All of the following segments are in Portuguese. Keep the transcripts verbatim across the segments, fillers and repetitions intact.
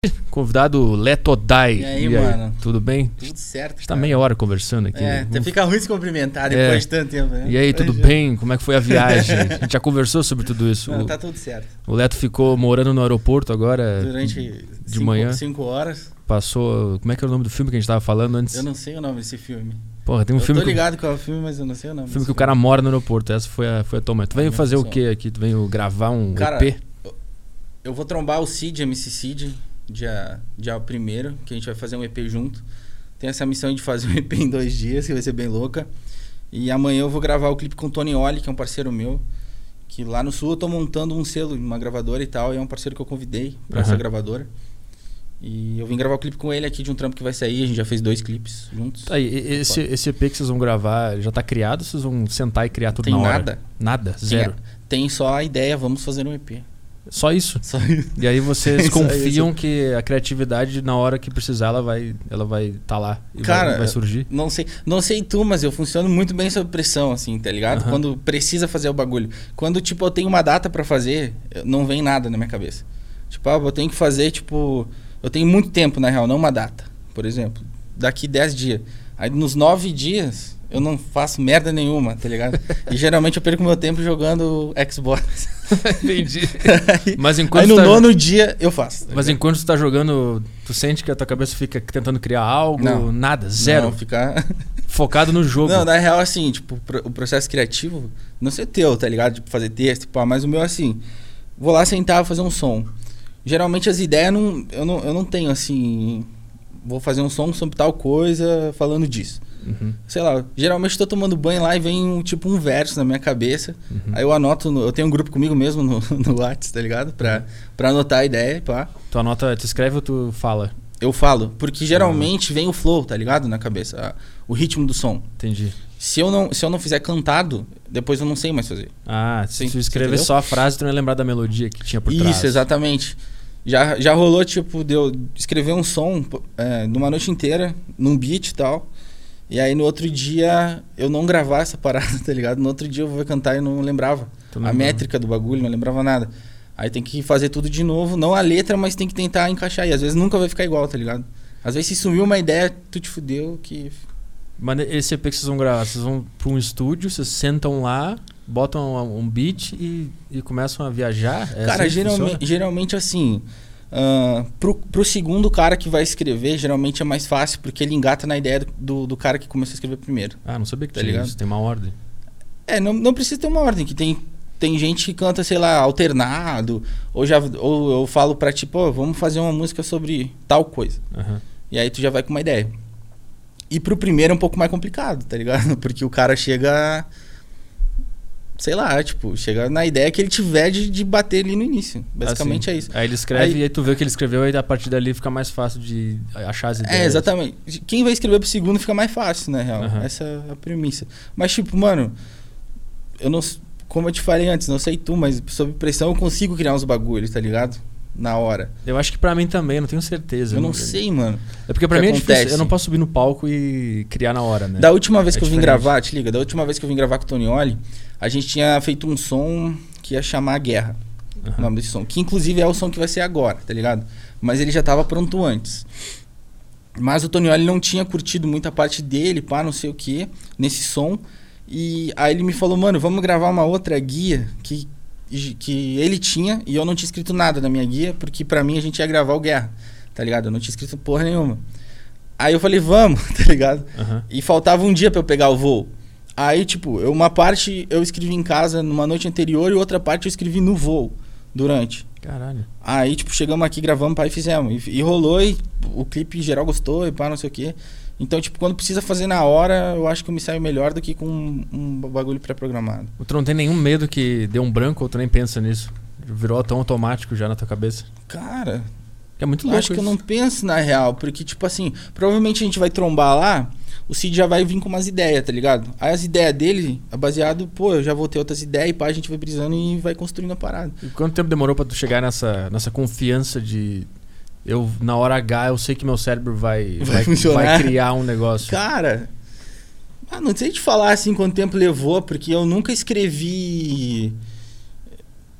Convidado Letodai. E aí, e aí, mano? Tudo bem? Tudo certo. A gente tá meia hora conversando aqui. É, até fica ruim se cumprimentar depois é. de tanto tempo. Né? E aí, tudo já... bem? Como é que foi a viagem? A gente já conversou sobre tudo isso. Não, o, tá tudo certo. O Leto ficou morando no aeroporto agora. Durante de cinco, manhã. cinco horas. Passou... Como é que era o nome do filme que a gente tava falando antes? Eu não sei o nome desse filme. Porra, tem um eu filme... Eu tô ligado que... qual é o filme, mas eu não sei o nome. Filme que filme. O cara mora no aeroporto. Essa foi a, foi a toma. Tu veio fazer o quê aqui? Tu veio gravar um cara, E P? Eu vou trombar o Cid, M C Cid... Dia, dia primeiro, que a gente vai fazer um E P junto. Tem essa missão de fazer um E P em dois dias, que vai ser bem louca. E amanhã eu vou gravar o clipe com o Tony Oli, que é um parceiro meu. Que lá no sul eu tô montando um selo, uma gravadora e tal. E é um parceiro que eu convidei pra uhum. essa gravadora. E eu vim gravar o clipe com ele aqui de um trampo que vai sair. A gente já fez dois clipes juntos. Aí, esse, esse E P que vocês vão gravar já tá criado ou vocês vão sentar e criar tudo Tem na hora? nada. Nada? Zero? Tem, tem só a ideia, vamos fazer um E P. Só isso? Só isso. E aí vocês confiam que a criatividade, na hora que precisar, ela vai ela vai tá lá e Cara, vai, vai surgir? Não sei, não sei tu, mas eu funciono muito bem sob pressão, assim, tá ligado? Uhum. Quando precisa fazer o bagulho. Quando, tipo, eu tenho uma data pra fazer, não vem nada na minha cabeça. Tipo, ah, eu tenho que fazer, tipo... Eu tenho muito tempo, na real, não uma data. Por exemplo, daqui dez dias. Aí nos nove dias... Eu não faço merda nenhuma, tá ligado? E geralmente eu perco meu tempo jogando Xbox. Entendi. aí, Mas enquanto aí no tá... nono dia eu faço. Tá Mas ligado? Enquanto tu tá jogando, tu sente que a tua cabeça fica tentando criar algo? Não. Nada? Zero? Não, ficar... Focado no jogo? Não, na real, assim, tipo, o processo criativo, não sei o teu, tá ligado? Tipo, fazer texto, pá, mas o meu, assim, vou lá sentar e fazer um som. Geralmente as ideias, não, eu, não, eu não tenho, assim, vou fazer um som sobre tal coisa falando disso. Uhum. Sei lá, geralmente tô tomando banho lá e vem um, tipo um verso na minha cabeça. Uhum. Aí eu anoto, no, eu tenho um grupo comigo mesmo no, no WhatsApp, tá ligado? Pra, uhum. pra anotar a ideia, pá. Tu anota, tu escreve ou tu fala? Eu falo, porque geralmente uhum. vem o flow, tá ligado? Na cabeça, a, o ritmo do som. Entendi. Se eu, não, se eu não fizer cantado, depois eu não sei mais fazer. Ah, se tu escrever só a frase, tu não ia lembrar da melodia que tinha por trás. Isso, exatamente. Já, já rolou, tipo, de eu escrever um som é, numa noite inteira, num beat e tal. E aí no outro dia eu não gravar essa parada, tá ligado? No outro dia eu vou cantar e não lembrava. A métrica do bagulho, não lembrava nada. Aí tem que fazer tudo de novo, não a letra, mas tem que tentar encaixar. E às vezes nunca vai ficar igual, tá ligado? Às vezes se sumiu uma ideia, tu te fudeu que... Mas esse E P que vocês vão gravar, vocês vão pra um estúdio, vocês sentam lá, botam um beat e, e começam a viajar? É Cara, assim geralmente, geralmente assim... Uh, pro, pro segundo cara que vai escrever, geralmente é mais fácil, porque ele engata na ideia do, do cara que começou a escrever primeiro. Ah, não sabia que tá tinha ligado? Isso, tem uma ordem. É, não, não precisa ter uma ordem, que tem, tem gente que canta, sei lá, alternado, ou, já, ou eu falo pra tipo, oh, vamos fazer uma música sobre tal coisa. Uhum. E aí tu já vai com uma ideia. E pro primeiro é um pouco mais complicado, tá ligado? Porque o cara chega... Sei lá, tipo, chega na ideia que ele tiver de, de bater ali no início. Basicamente ah, é isso. Aí ele escreve aí, e aí tu vê o que ele escreveu e a partir dali fica mais fácil de achar as ideias. É, exatamente. Quem vai escrever pro segundo fica mais fácil, na real. Uhum. Essa é a premissa. Mas, tipo, mano, eu não... Como eu te falei antes, não sei tu, mas sob pressão eu consigo criar uns bagulhos, tá ligado? Na hora. Eu acho que pra mim também, não tenho certeza. Eu não sei, mano. É porque pra mim é difícil, eu não posso subir no palco e criar na hora, né? Da última vez é que diferente. eu vim gravar, te liga, da última vez que eu vim gravar com o Tony Oli, a gente tinha feito um som que ia chamar Guerra. Uhum. O nome desse som. Que inclusive é o som que vai ser agora, tá ligado? Mas ele já tava pronto antes. Mas o Tony Oli não tinha curtido muita parte dele, pá, não sei o que, nesse som. E aí ele me falou, mano, vamos gravar uma outra guia que... que ele tinha e eu não tinha escrito nada na minha guia, porque pra mim a gente ia gravar o Guerra, tá ligado? Eu não tinha escrito porra nenhuma. Aí eu falei, vamos, tá ligado? Uhum. E faltava um dia pra eu pegar o voo. Aí, tipo, eu, uma parte eu escrevi em casa numa noite anterior e outra parte eu escrevi no voo, durante. Caralho. Aí, tipo, chegamos aqui, gravamos, pá, e fizemos. E, e rolou e o clipe em geral gostou e pá, não sei o quê. Então, tipo, quando precisa fazer na hora, eu acho que eu me saio melhor do que com um, um bagulho pré-programado. Tu não tem nenhum medo que dê um branco ou tu nem pensa nisso? Virou tão automático já na tua cabeça? Cara... É muito louco. Eu acho que isso. eu não penso na real, porque, tipo assim, provavelmente a gente vai trombar lá, o Cid já vai vir com umas ideias, tá ligado? Aí as ideias dele é baseado, pô, eu já vou ter outras ideias e pá, a gente vai brisando e vai construindo a parada. E quanto tempo demorou pra tu chegar nessa, nessa confiança de... Eu, na hora H, eu sei que meu cérebro vai, vai, vai, vai criar um negócio. Cara, ah, não sei te falar assim quanto tempo levou, porque eu nunca escrevi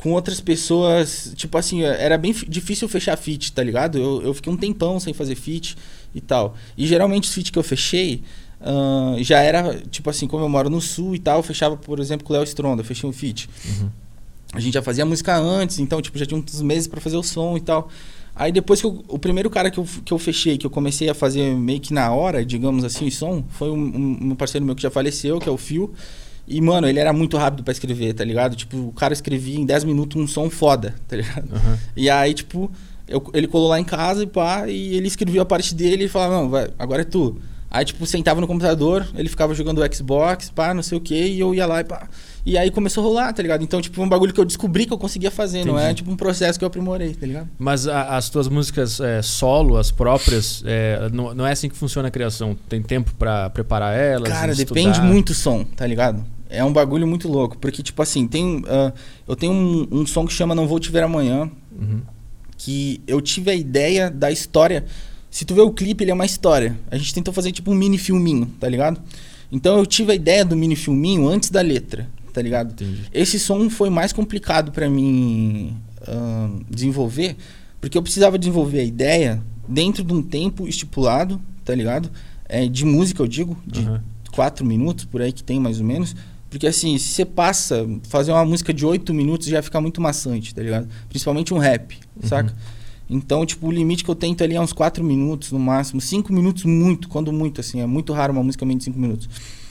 com outras pessoas, tipo assim, era bem difícil fechar feat, tá ligado? Eu, eu fiquei um tempão sem fazer feat e tal. E geralmente os feat que eu fechei uh, já era, tipo assim, como eu moro no sul e tal, eu fechava, por exemplo, com o Léo Stronda, eu fechei um feat. Uhum. A gente já fazia música antes, então, tipo, já tinha uns meses pra fazer o som e tal. Aí depois que eu, o primeiro cara que eu, que eu fechei, que eu comecei a fazer meio que na hora, digamos assim, o som, foi um, um, um parceiro meu que já faleceu, que é o Fio. E, mano, ele era muito rápido pra escrever, tá ligado? Tipo, o cara escrevia em dez minutos um som foda, tá ligado? Uhum. E aí, tipo, eu, ele colou lá em casa e pá, e ele escreveu a parte dele e falava, não, vai, agora é tu. Aí, tipo, sentava no computador, ele ficava jogando o Xbox, pá, não sei o quê, e eu ia lá e pá. E aí começou a rolar, tá ligado? Então, tipo, um bagulho que eu descobri que eu conseguia fazer, Entendi. Não é tipo um processo que eu aprimorei, tá ligado? Mas a, as tuas músicas é, solo, as próprias, é, não, não é assim que funciona a criação? Tem tempo pra preparar elas? Cara, depende muito do som, tá ligado? É um bagulho muito louco, porque, tipo assim, tem, uh, eu tenho um, um som que chama Não Vou Te Ver Amanhã, uhum. que eu tive a ideia da história. Se tu vê o clipe, ele é uma história. A gente tentou fazer tipo um mini filminho, tá ligado? Então eu tive a ideia do mini filminho antes da letra, tá ligado? Entendi. Esse som foi mais complicado pra mim uh, desenvolver, porque eu precisava desenvolver a ideia dentro de um tempo estipulado, tá ligado? É, de música, eu digo, de uhum. quatro minutos, por aí que tem mais ou menos. Porque assim, se você passa, fazer uma música de oito minutos já fica muito maçante, tá ligado? Principalmente um rap, uhum. saca? Então, tipo, o limite que eu tento ali é uns quatro minutos no máximo. cinco minutos muito, quando muito, assim. É muito raro uma música menos de cinco minutos.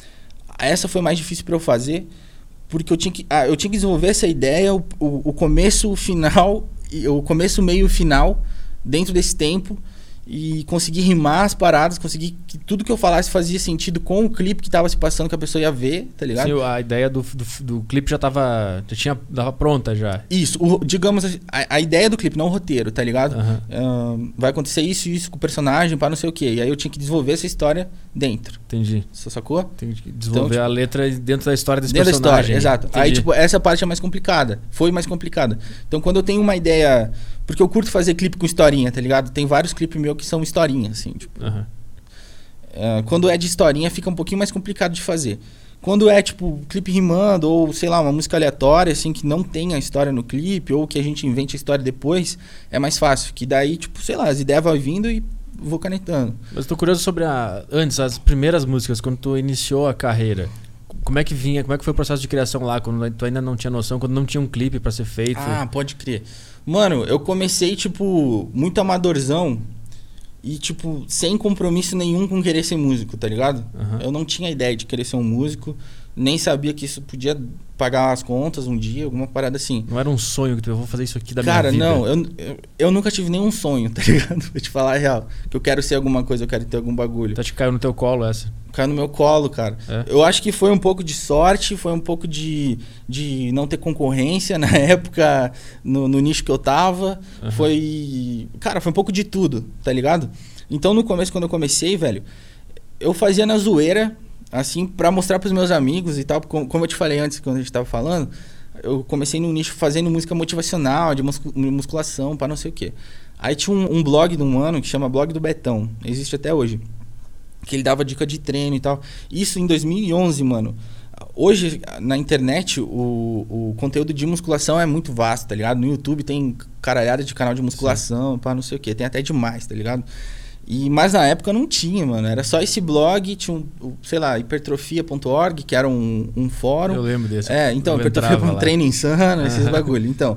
Essa foi mais difícil pra eu fazer, porque eu tinha que, ah, eu tinha que desenvolver essa ideia, o, o, o começo, o final, o começo, meio e o final, dentro desse tempo, e conseguir rimar as paradas, conseguir que tudo que eu falasse fazia sentido com o clipe que tava se passando, que a pessoa ia ver, tá ligado? Sim, a ideia do, do, do clipe já tava, já tinha, tava pronta já. Isso, o, digamos, a, a ideia do clipe, não o roteiro, tá ligado? Uhum. Uh, vai acontecer isso e isso com o personagem, para não sei o quê. E aí eu tinha que desenvolver essa história dentro. Entendi. Você sacou? Tem que desenvolver então, tipo, a letra dentro da história desse dentro personagem. Dentro da história, exato. Entendi. Aí, tipo, essa parte é mais complicada. Foi mais complicada. Então, quando eu tenho uma ideia... Porque eu curto fazer clipe com historinha, tá ligado? Tem vários clipes meus que são historinha, assim, tipo... Uhum. Uh, quando é de historinha, fica um pouquinho mais complicado de fazer. Quando é, tipo, clipe rimando, ou, sei lá, uma música aleatória, assim, que não tem a história no clipe, ou que a gente invente a história depois, é mais fácil. Que daí, tipo, sei lá, as ideias vão vindo e vou canetando. Mas tô curioso sobre a... Antes, as primeiras músicas, quando tu iniciou a carreira... Como é que vinha, como é que foi o processo de criação lá, quando tu ainda não tinha noção, quando não tinha um clipe pra ser feito? Ah, pode crer. Mano, eu comecei, tipo, muito amadorzão e, tipo, sem compromisso nenhum com querer ser músico, tá ligado? Uhum. Eu não tinha ideia de querer ser um músico, nem sabia que isso podia pagar as contas um dia, alguma parada assim. Não era um sonho que tu, eu vou fazer isso aqui da Cara, minha vida? Cara, não, eu, eu, eu nunca tive nenhum sonho, tá ligado? Vou te falar a real. Que eu quero ser alguma coisa, eu quero ter algum bagulho. Então te caiu no teu colo essa? Caiu no meu colo, cara. É? Eu acho que foi um pouco de sorte, foi um pouco de, de não ter concorrência na época, no, no nicho que eu tava. Uhum. Foi... Cara, foi um pouco de tudo, tá ligado? Então, no começo, quando eu comecei, velho, eu fazia na zoeira, assim, pra mostrar pros meus amigos e tal. Como, como eu te falei antes, quando a gente tava falando, eu comecei no nicho fazendo música motivacional, de musculação, pra não sei o quê. Aí tinha um, um blog de um mano que chama Blog do Betão. Existe até hoje. Que ele dava dica de treino e tal. Isso em dois mil e onze, mano. Hoje, na internet, o, o conteúdo de musculação é muito vasto, tá ligado? No YouTube tem caralhada de canal de musculação, pá, não sei o quê. Tem até demais, tá ligado? E, mas na época não tinha, mano. Era só esse blog, tinha um, sei lá, hipertrofia ponto org, que era um, um fórum. Eu lembro desse. É, então, hipertrofia ponto treino insano, uhum. esses bagulho. Então,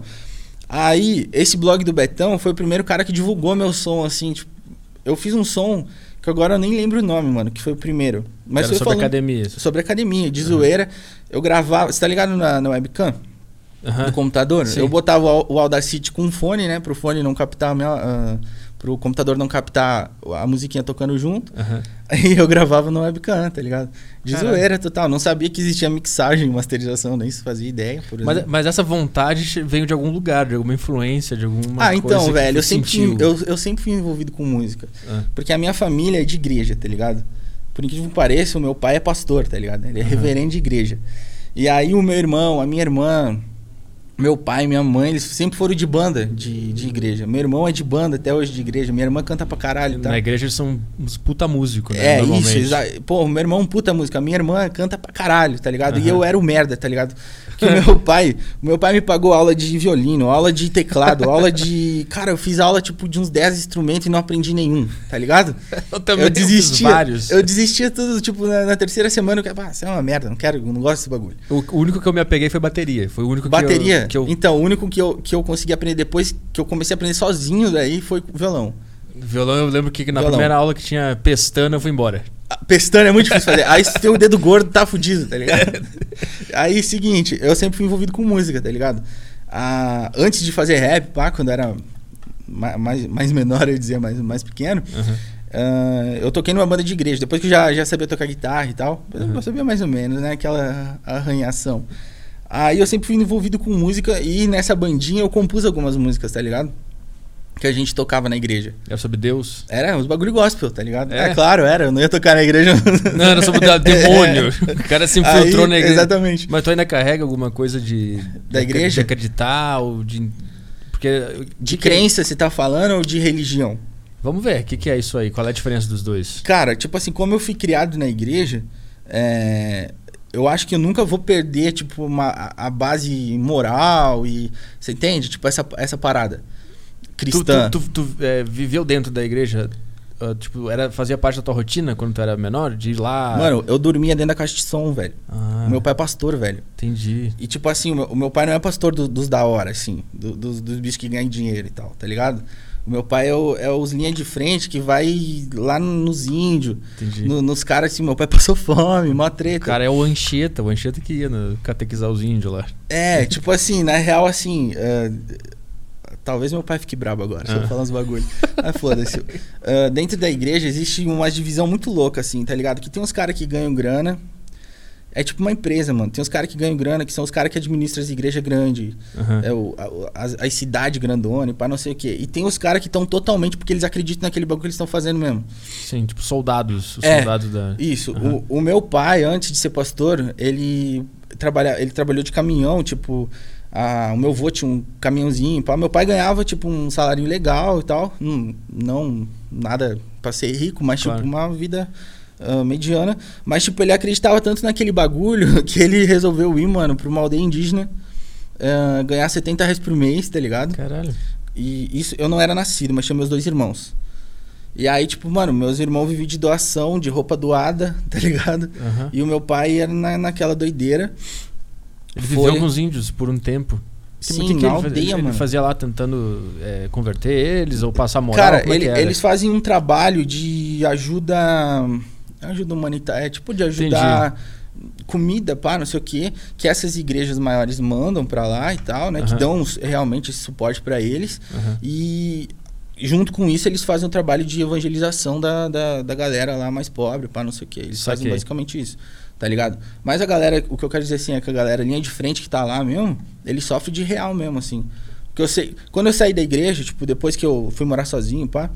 aí, esse blog do Betão foi o primeiro cara que divulgou meu som, assim, tipo, eu fiz um som que agora eu nem lembro o nome, mano, que foi o primeiro. Mas era foi sobre falando, academia. Sobre academia, de uhum. zoeira. Eu gravava, você tá ligado na, na webcam? Uhum. Do computador? Sim. Eu botava o, o Audacity com fone, né, pro fone não captar a minha... Uh, pro computador não captar a musiquinha tocando junto. Uhum. Aí eu gravava no webcam, tá ligado? De Caramba. Zoeira total. Não sabia que existia mixagem, masterização, nem se fazia ideia. Por mas, mas essa vontade veio de algum lugar, de alguma influência, de alguma ah, coisa então, velho, eu sempre, fui, eu, eu sempre fui envolvido com música. Uhum. Porque a minha família é de igreja, tá ligado? Por incrível que pareça, o meu pai é pastor, tá ligado? Ele é uhum. reverendo de igreja. E aí o meu irmão, a minha irmã... Meu pai e minha mãe, eles sempre foram de banda, de, de igreja. Meu irmão é de banda até hoje de igreja. Minha irmã canta pra caralho, tá? Na igreja eles são uns puta músico, né? É, isso, exa- pô, meu irmão é um puta música. A minha irmã canta pra caralho, tá ligado? Uhum. E eu era o merda, tá ligado? Que o meu pai, o meu pai me pagou aula de violino, aula de teclado, aula de... Cara, eu fiz aula, tipo, de uns dez instrumentos e não aprendi nenhum, tá ligado? Eu também eu desistia, vários. Eu desistia tudo, tipo, na, na terceira semana, eu ah, isso é uma merda, não quero, não gosto desse bagulho. O, o único que eu me apeguei foi bateria, foi o único bateria? que eu... Que eu... Então, o único que eu, que eu consegui aprender depois, que eu comecei a aprender sozinho daí, foi o violão. Violão, eu lembro que na violão. primeira aula que tinha pestana, eu fui embora. Pestana é muito difícil fazer. Aí se tem o dedo gordo, tá fudido, tá ligado? Aí, seguinte, eu sempre fui envolvido com música, tá ligado? Ah, antes de fazer rap, pá, quando era mais, mais menor, eu dizia, mais, mais pequeno, uhum. ah, eu toquei numa banda de igreja. Depois que eu já, já sabia tocar guitarra e tal, uhum. eu sabia mais ou menos, né? Aquela arranhação. Aí eu sempre fui envolvido com música e nessa bandinha eu compus algumas músicas, tá ligado? Que a gente tocava na igreja. Era sobre Deus? Era, uns bagulho gospel, tá ligado? É, é claro, era. Eu não ia tocar na igreja. Não, era sobre o demônio. É. O cara se infiltrou Aí, na igreja. Exatamente. Mas tu ainda carrega alguma coisa de... Da de, igreja? De acreditar ou de... Porque, de, de crença, que... você tá falando, ou de religião? Vamos ver, o que, que é isso aí? Qual é a diferença dos dois? Cara, tipo assim, como eu fui criado na igreja, é... eu acho que eu nunca vou perder, tipo, uma, a base moral e... Você entende? Tipo, essa, essa parada cristã. Tu, tu, tu, tu é, viveu dentro da igreja? Uh, tipo, era, fazia parte da tua rotina quando tu era menor? De ir lá... Mano, eu dormia dentro da caixa de som, velho. Ah, o meu pai é pastor, velho. Entendi. E tipo assim, o meu, o meu pai não é pastor do, dos da hora, assim. Do, dos, dos bichos que ganham dinheiro e tal, tá ligado? O meu pai é, o, é os linha de frente que vai lá nos índios. No, nos caras assim, meu pai passou fome, mó treta. O cara é o Anchieta, o Anchieta que ia no, catequizar os índios lá. É, tipo assim, na real assim... Uh, talvez meu pai fique brabo agora, ah. se eu falar uns bagulho. Ah, foda-se. Uh, dentro da igreja existe uma divisão muito louca, assim, tá ligado? Que tem uns caras que ganham grana. É tipo uma empresa, mano. Tem uns caras que ganham grana, que são os caras que administram as igrejas grandes. Uhum. É o, a, a, as cidades grandonas, pá, não sei o quê. E tem os caras que estão totalmente porque eles acreditam naquele bagulho que eles estão fazendo mesmo. Sim, tipo soldados. Os é, soldados da... Isso. Uhum. O, o meu pai, antes de ser pastor, ele, trabalha, ele trabalhou de caminhão, tipo... Ah, o meu avô tinha um caminhãozinho, pá. Meu pai ganhava, tipo, um salário legal e tal. Hum, não nada pra ser rico, mas, claro. tipo, uma vida uh, mediana. Mas, tipo, ele acreditava tanto naquele bagulho que ele resolveu ir, mano, pra uma aldeia indígena uh, ganhar setenta reais por mês, tá ligado? Caralho. E isso, eu não era nascido, mas tinha meus dois irmãos. E aí, tipo, mano, meus irmãos viviam de doação, de roupa doada, tá ligado? Uhum. E o meu pai era na, naquela doideira. Ele viveu com os índios por um tempo. Sim, que na ele, aldeia, ele, mano. Ele fazia lá tentando é, converter eles ou passar moral? Cara, como é ele, que era? eles fazem um trabalho de ajuda... Ajuda humanitária, é tipo de ajudar... Entendi. Comida, pá, não sei o quê, que essas igrejas maiores mandam pra lá e tal, né? Uhum. Que dão realmente esse suporte pra eles. Uhum. E... junto com isso, eles fazem um trabalho de evangelização da, da, da galera lá mais pobre, pá, não sei o quê. Eles Saquei. fazem basicamente isso, tá ligado? Mas a galera, o que eu quero dizer assim é que a galera, linha de frente que tá lá mesmo, ele sofre de real mesmo, assim. Porque eu sei, quando eu saí da igreja, tipo, depois que eu fui morar sozinho, pá,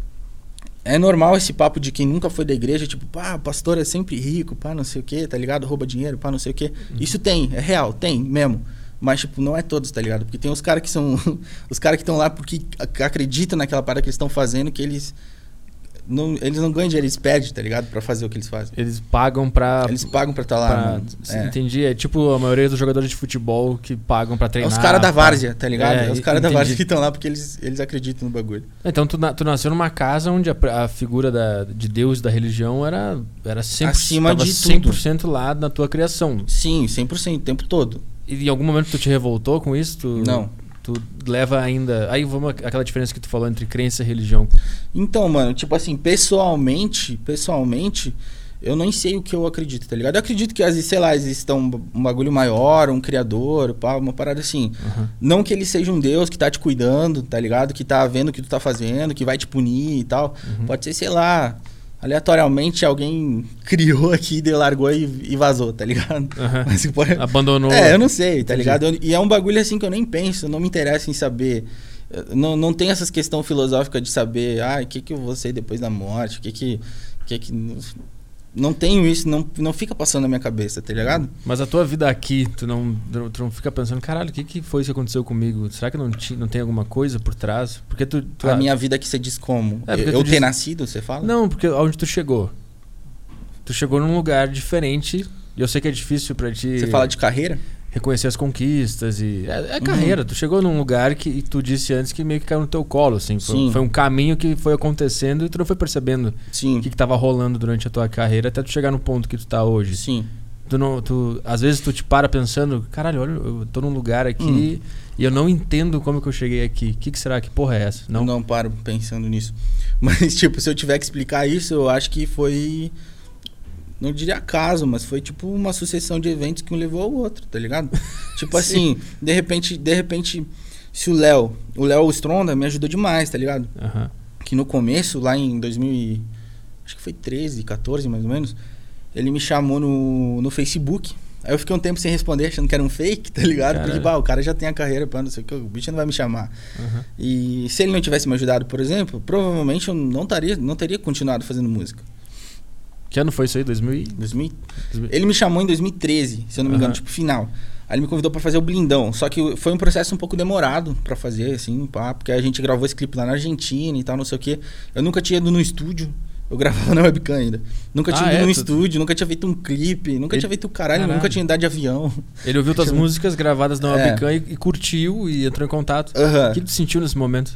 é normal esse papo de quem nunca foi da igreja, tipo, pá, o pastor é sempre rico, pá, não sei o quê, tá ligado? Rouba dinheiro, pá, não sei o quê. Uhum. Isso tem, é real, tem mesmo. Mas, tipo, não é todos, tá ligado? Porque tem os caras que são... os caras que estão lá porque acreditam naquela parada que eles estão fazendo, que eles... Não, eles não ganham dinheiro, eles pedem, tá ligado? Pra fazer o que eles fazem. Eles pagam pra... Eles pagam pra estar tá lá. Pra, é. Entendi. É tipo a maioria dos jogadores de futebol que pagam pra treinar. É os caras da várzea, tá ligado? É, é os caras da várzea que estão lá porque eles, eles acreditam no bagulho. Então tu, tu nasceu numa casa onde a, a figura da, de Deus, da religião, era, era cem por cento, acima de cem por cento tudo. Lá na tua criação. Sim, cem por cento, o tempo todo. E em algum momento tu te revoltou com isso? Tu, não. Tu leva ainda... Aí vamos aquela diferença que tu falou entre crença e religião. Então, mano, tipo assim, pessoalmente, pessoalmente, eu nem sei o que eu acredito, tá ligado? Eu acredito que, sei lá, exista um, um bagulho maior, um criador, pá, uma parada assim. Uhum. Não que ele seja um Deus que tá te cuidando, tá ligado? Que tá vendo o que tu tá fazendo, que vai te punir e tal. Uhum. Pode ser, sei lá... aleatoriamente alguém criou aqui, largou e, e vazou, tá ligado? Uhum. Mas pode... abandonou. É, eu não sei, tá Entendi. ligado? Eu, e é um bagulho assim que eu nem penso, não me interessa em saber. Não, não tem essas questão filosófica de saber, ah, o que que eu vou ser depois da morte, o que que... que, que... não tenho isso, não, não fica passando na minha cabeça, tá ligado? Mas a tua vida aqui, tu não, tu não fica pensando, caralho, o que, que foi isso que aconteceu comigo? Será que não, ti, não tem alguma coisa por trás? Porque tu... tu a minha vida aqui você diz como? É, eu eu ter diz... nascido, você fala? Não, porque onde tu chegou? Tu chegou num lugar diferente e eu sei que é difícil pra ti... Você fala de carreira? Reconhecer as conquistas e... É, é carreira. Uhum. Tu chegou num lugar que e tu disse antes que meio que caiu no teu colo, assim. Foi, foi um caminho que foi acontecendo e tu não foi percebendo Sim. o que, que tava rolando durante a tua carreira até tu chegar no ponto que tu tá hoje. Sim. Tu não, tu, às vezes tu te para pensando, caralho, olha, eu tô num lugar aqui hum. e eu não entendo como que eu cheguei aqui. O que, que será? Que porra é essa? Não, eu não paro pensando nisso. Mas, tipo, se eu tiver que explicar isso, eu acho que foi... Não diria acaso, mas foi tipo uma sucessão de eventos que um levou ao outro, tá ligado? Tipo assim, de repente, de repente, se o Léo, o Léo Stronda me ajudou demais, tá ligado? Uhum. Que no começo, lá em dois mil e, acho que foi treze, quatorze mais ou menos, ele me chamou no, no Facebook. Aí eu fiquei um tempo sem responder, achando que era um fake, tá ligado? Caralho. Porque, bah, o cara já tem a carreira pra não sei o que, o bicho não vai me chamar. Uhum. E se ele não tivesse me ajudado, por exemplo, provavelmente eu não, taria, não teria continuado fazendo música. Que ano foi isso aí? dois mil? dois mil? Ele me chamou em dois mil e treze, se eu não me engano, uhum. tipo, final. Aí ele me convidou pra fazer o Blindão. Só que foi um processo um pouco demorado pra fazer, assim, pá, porque a gente gravou esse clipe lá na Argentina e tal, não sei o quê. Eu nunca tinha ido no estúdio. Eu gravava na webcam ainda. Nunca tinha ah, ido é? no tu... estúdio, nunca tinha feito um clipe, nunca ele... tinha feito caralho, caralho, nunca tinha andado de avião. Ele ouviu tuas músicas gravadas na webcam é. e, e curtiu e entrou em contato. Uhum. O que tu sentiu nesse momento?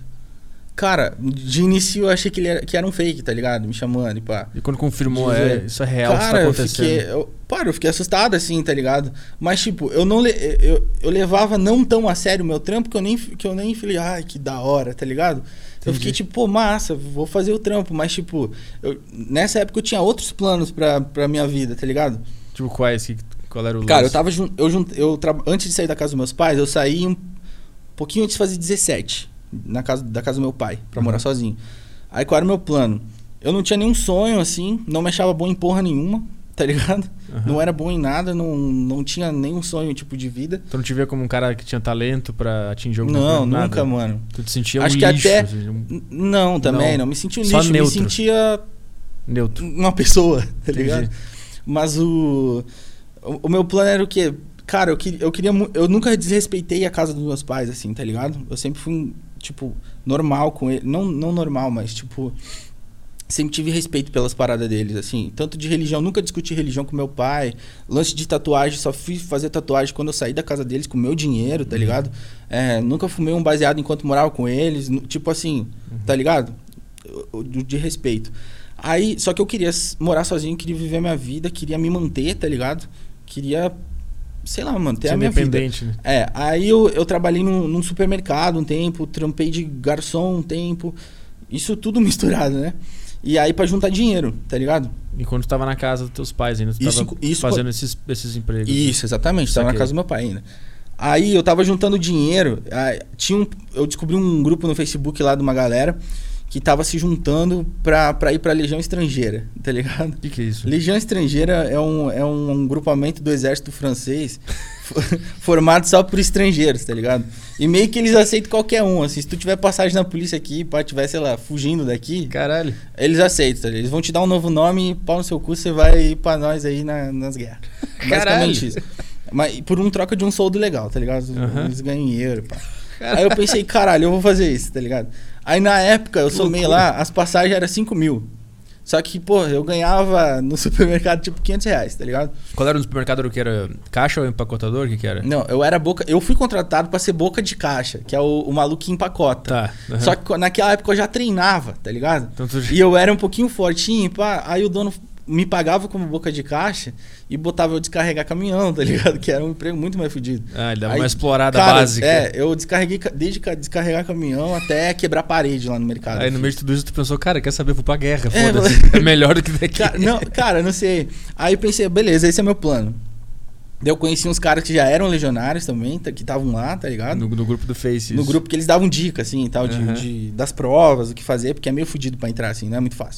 Cara, de início eu achei que ele era, que era um fake, tá ligado? Me chamando e pá. E quando confirmou, é, isso é real, cara, isso tá acontecendo. Eu fiquei, eu, para, eu fiquei assustado assim, tá ligado? Mas tipo, eu não eu, eu levava não tão a sério o meu trampo que eu nem, que eu nem falei, ai, que da hora, tá ligado? Entendi. Eu fiquei tipo, pô, massa, vou fazer o trampo. Mas tipo, eu, nessa época eu tinha outros planos pra, pra minha vida, tá ligado? Tipo, quais? Qual era o Cara, lance? eu tava junto, eu, junto, eu tra... antes de sair da casa dos meus pais, eu saí um pouquinho antes de fazer dezessete. Na casa, da casa do meu pai, pra uhum. morar sozinho. Aí qual era o meu plano? Eu não tinha nenhum sonho, assim, não me achava bom em porra nenhuma, tá ligado? Uhum. Não era bom em nada, não, não tinha nenhum sonho, tipo, de vida. Tu não te via como um cara que tinha talento pra atingir alguma coisa? Não, nada? nunca, mano. Tu te sentia Acho um que lixo? Até... Assim, um... Não, também não. não. Me sentia um Só lixo, neutro. me sentia... Neutro. Uma pessoa, tá Entendi. ligado? Mas o... O, o meu plano era o quê? Cara, eu, que, eu queria... Eu nunca desrespeitei a casa dos meus pais, assim, tá ligado? Eu sempre fui, tipo, normal com ele. Não, não normal, mas, tipo... Sempre tive respeito pelas paradas deles, assim. Tanto de religião, nunca discuti religião com meu pai. Lance de tatuagem, só fui fazer tatuagem quando eu saí da casa deles com meu dinheiro, tá ligado? É, nunca fumei um baseado enquanto morava com eles. Tipo assim, uhum. tá ligado? De, de respeito. Aí, só que eu queria morar sozinho, queria viver minha vida, queria me manter, tá ligado? Queria... Sei lá, mano, ter a minha vida. Né? É, aí eu, eu trabalhei num, num supermercado um tempo, trampei de garçom um tempo. Isso tudo misturado, né? E aí pra juntar dinheiro, tá ligado? Enquanto tu tava na casa dos teus pais ainda, tu isso, tava isso, fazendo esses, esses empregos. Isso, exatamente, isso tava aqui. Na casa do meu pai ainda. Aí eu tava juntando dinheiro, aí, tinha um, eu descobri um grupo no Facebook lá de uma galera que tava se juntando pra, pra ir pra Legião Estrangeira, tá ligado? O que, que é isso? Legião Estrangeira é um, é um grupamento do exército francês formado só por estrangeiros, tá ligado? E meio que eles aceitam qualquer um, assim, se tu tiver passagem na polícia aqui, pá, tiver, sei lá, fugindo daqui... Caralho. Eles aceitam, tá ligado? Eles vão te dar um novo nome e pau no seu cu, você vai ir pra nós aí na, nas guerras. Caralho. Basicamente isso. Mas por um troca de um soldo legal, tá ligado? Uhum. Eles ganham dinheiro, pá. Caralho. Aí eu pensei, caralho, eu vou fazer isso, tá ligado? Aí na época, eu somei lá, as passagens eram cinco mil. Só que, pô, eu ganhava no supermercado tipo quinhentos reais, tá ligado? Qual era o supermercado? Era o que era? Caixa ou empacotador? O que que era? Não, eu era boca... Eu fui contratado pra ser boca de caixa, que é o, o maluco que empacota. Tá. Uhum. Só que naquela época eu já treinava, tá ligado? Então, tu... E eu era um pouquinho fortinho, pá. Aí o dono me pagava como boca de caixa e botava eu descarregar caminhão, tá ligado? Que era um emprego muito mais fodido. Ah, ele dava aí, uma explorada cara, básica. É, eu descarreguei desde descarregar caminhão até quebrar parede lá no mercado. Aí no meio de tudo isso tu pensou, cara, quer saber, vou pra guerra, é, foda-se. É melhor do que daqui. Cara, não, cara, não sei. Aí eu pensei, beleza, esse é meu plano. Daí eu conheci uns caras que já eram legionários também, que estavam lá, tá ligado? No, no grupo do Face. No isso. grupo que eles davam dica, assim, tal, de, uhum. de, das provas, o que fazer, porque é meio fodido pra entrar, assim, não é muito fácil.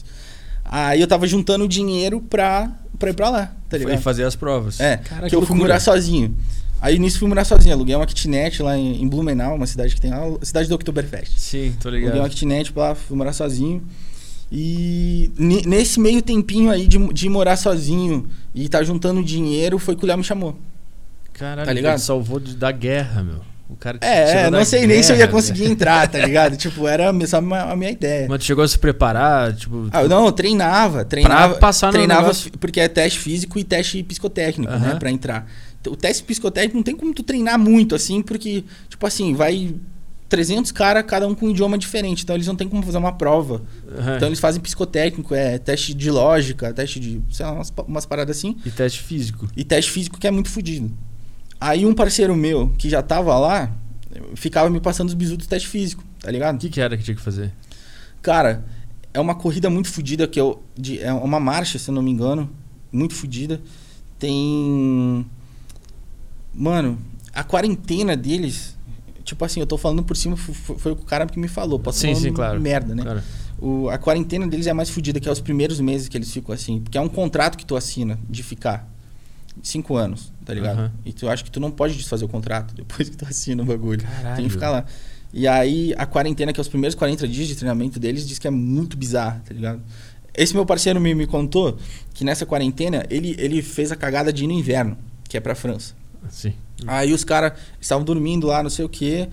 Aí eu tava juntando dinheiro pra, pra ir pra lá, tá ligado? E fazer as provas. É, cara, que, que eu loucura. fui morar sozinho. Aí nisso fui morar sozinho, aluguei uma kitnet lá em, em Blumenau, uma cidade que tem lá, cidade do Oktoberfest. Sim, tô ligado. Aluguei uma kitnet lá, fui morar sozinho. E nesse meio tempinho aí de, de morar sozinho e tá juntando dinheiro, foi que o Léo me chamou. Caralho, tá ligado? Ele salvou de, da guerra, meu. O cara é, não sei guerra, nem se eu ia conseguir né? entrar, tá ligado? Tipo, era só a minha ideia. Mas tu chegou a se preparar, tipo... Ah, não, eu treinava, treinava, pra passar no treinava negócio. Porque é teste físico e teste psicotécnico, Uhum. né, pra entrar. Então, o teste psicotécnico não tem como tu treinar muito, assim, porque, tipo assim, vai trezentos caras, cada um com um idioma diferente, então eles não tem como fazer uma prova. Uhum. Então eles fazem psicotécnico, é teste de lógica, teste de, sei lá, umas, umas paradas assim. E teste físico. E teste físico que é muito fodido. Aí um parceiro meu, que já tava lá, ficava me passando os bisus do teste físico, tá ligado? O que, que era que tinha que fazer? Cara, é uma corrida muito fodida, que eu, de, é uma marcha, se eu não me engano, muito fodida. Tem... Mano, a quarentena deles, tipo assim, eu tô falando por cima, foi, foi o cara que me falou, posso sim, falar sim, claro, merda, né? Claro. O, a quarentena deles é mais fodida, que é os primeiros meses que eles ficam assim, porque é um contrato que tu assina de ficar. Cinco anos, tá ligado? Uhum. E tu acha que tu não pode desfazer o contrato depois que tu assina o bagulho. Caralho. Tem que ficar lá. E aí, a quarentena, que é os primeiros quarenta dias de treinamento deles, diz que é muito bizarro, tá ligado? Esse meu parceiro me, me contou que nessa quarentena, ele, ele fez a cagada de ir no inverno, que é pra França. Sim. Aí os caras estavam dormindo lá, não sei o quê,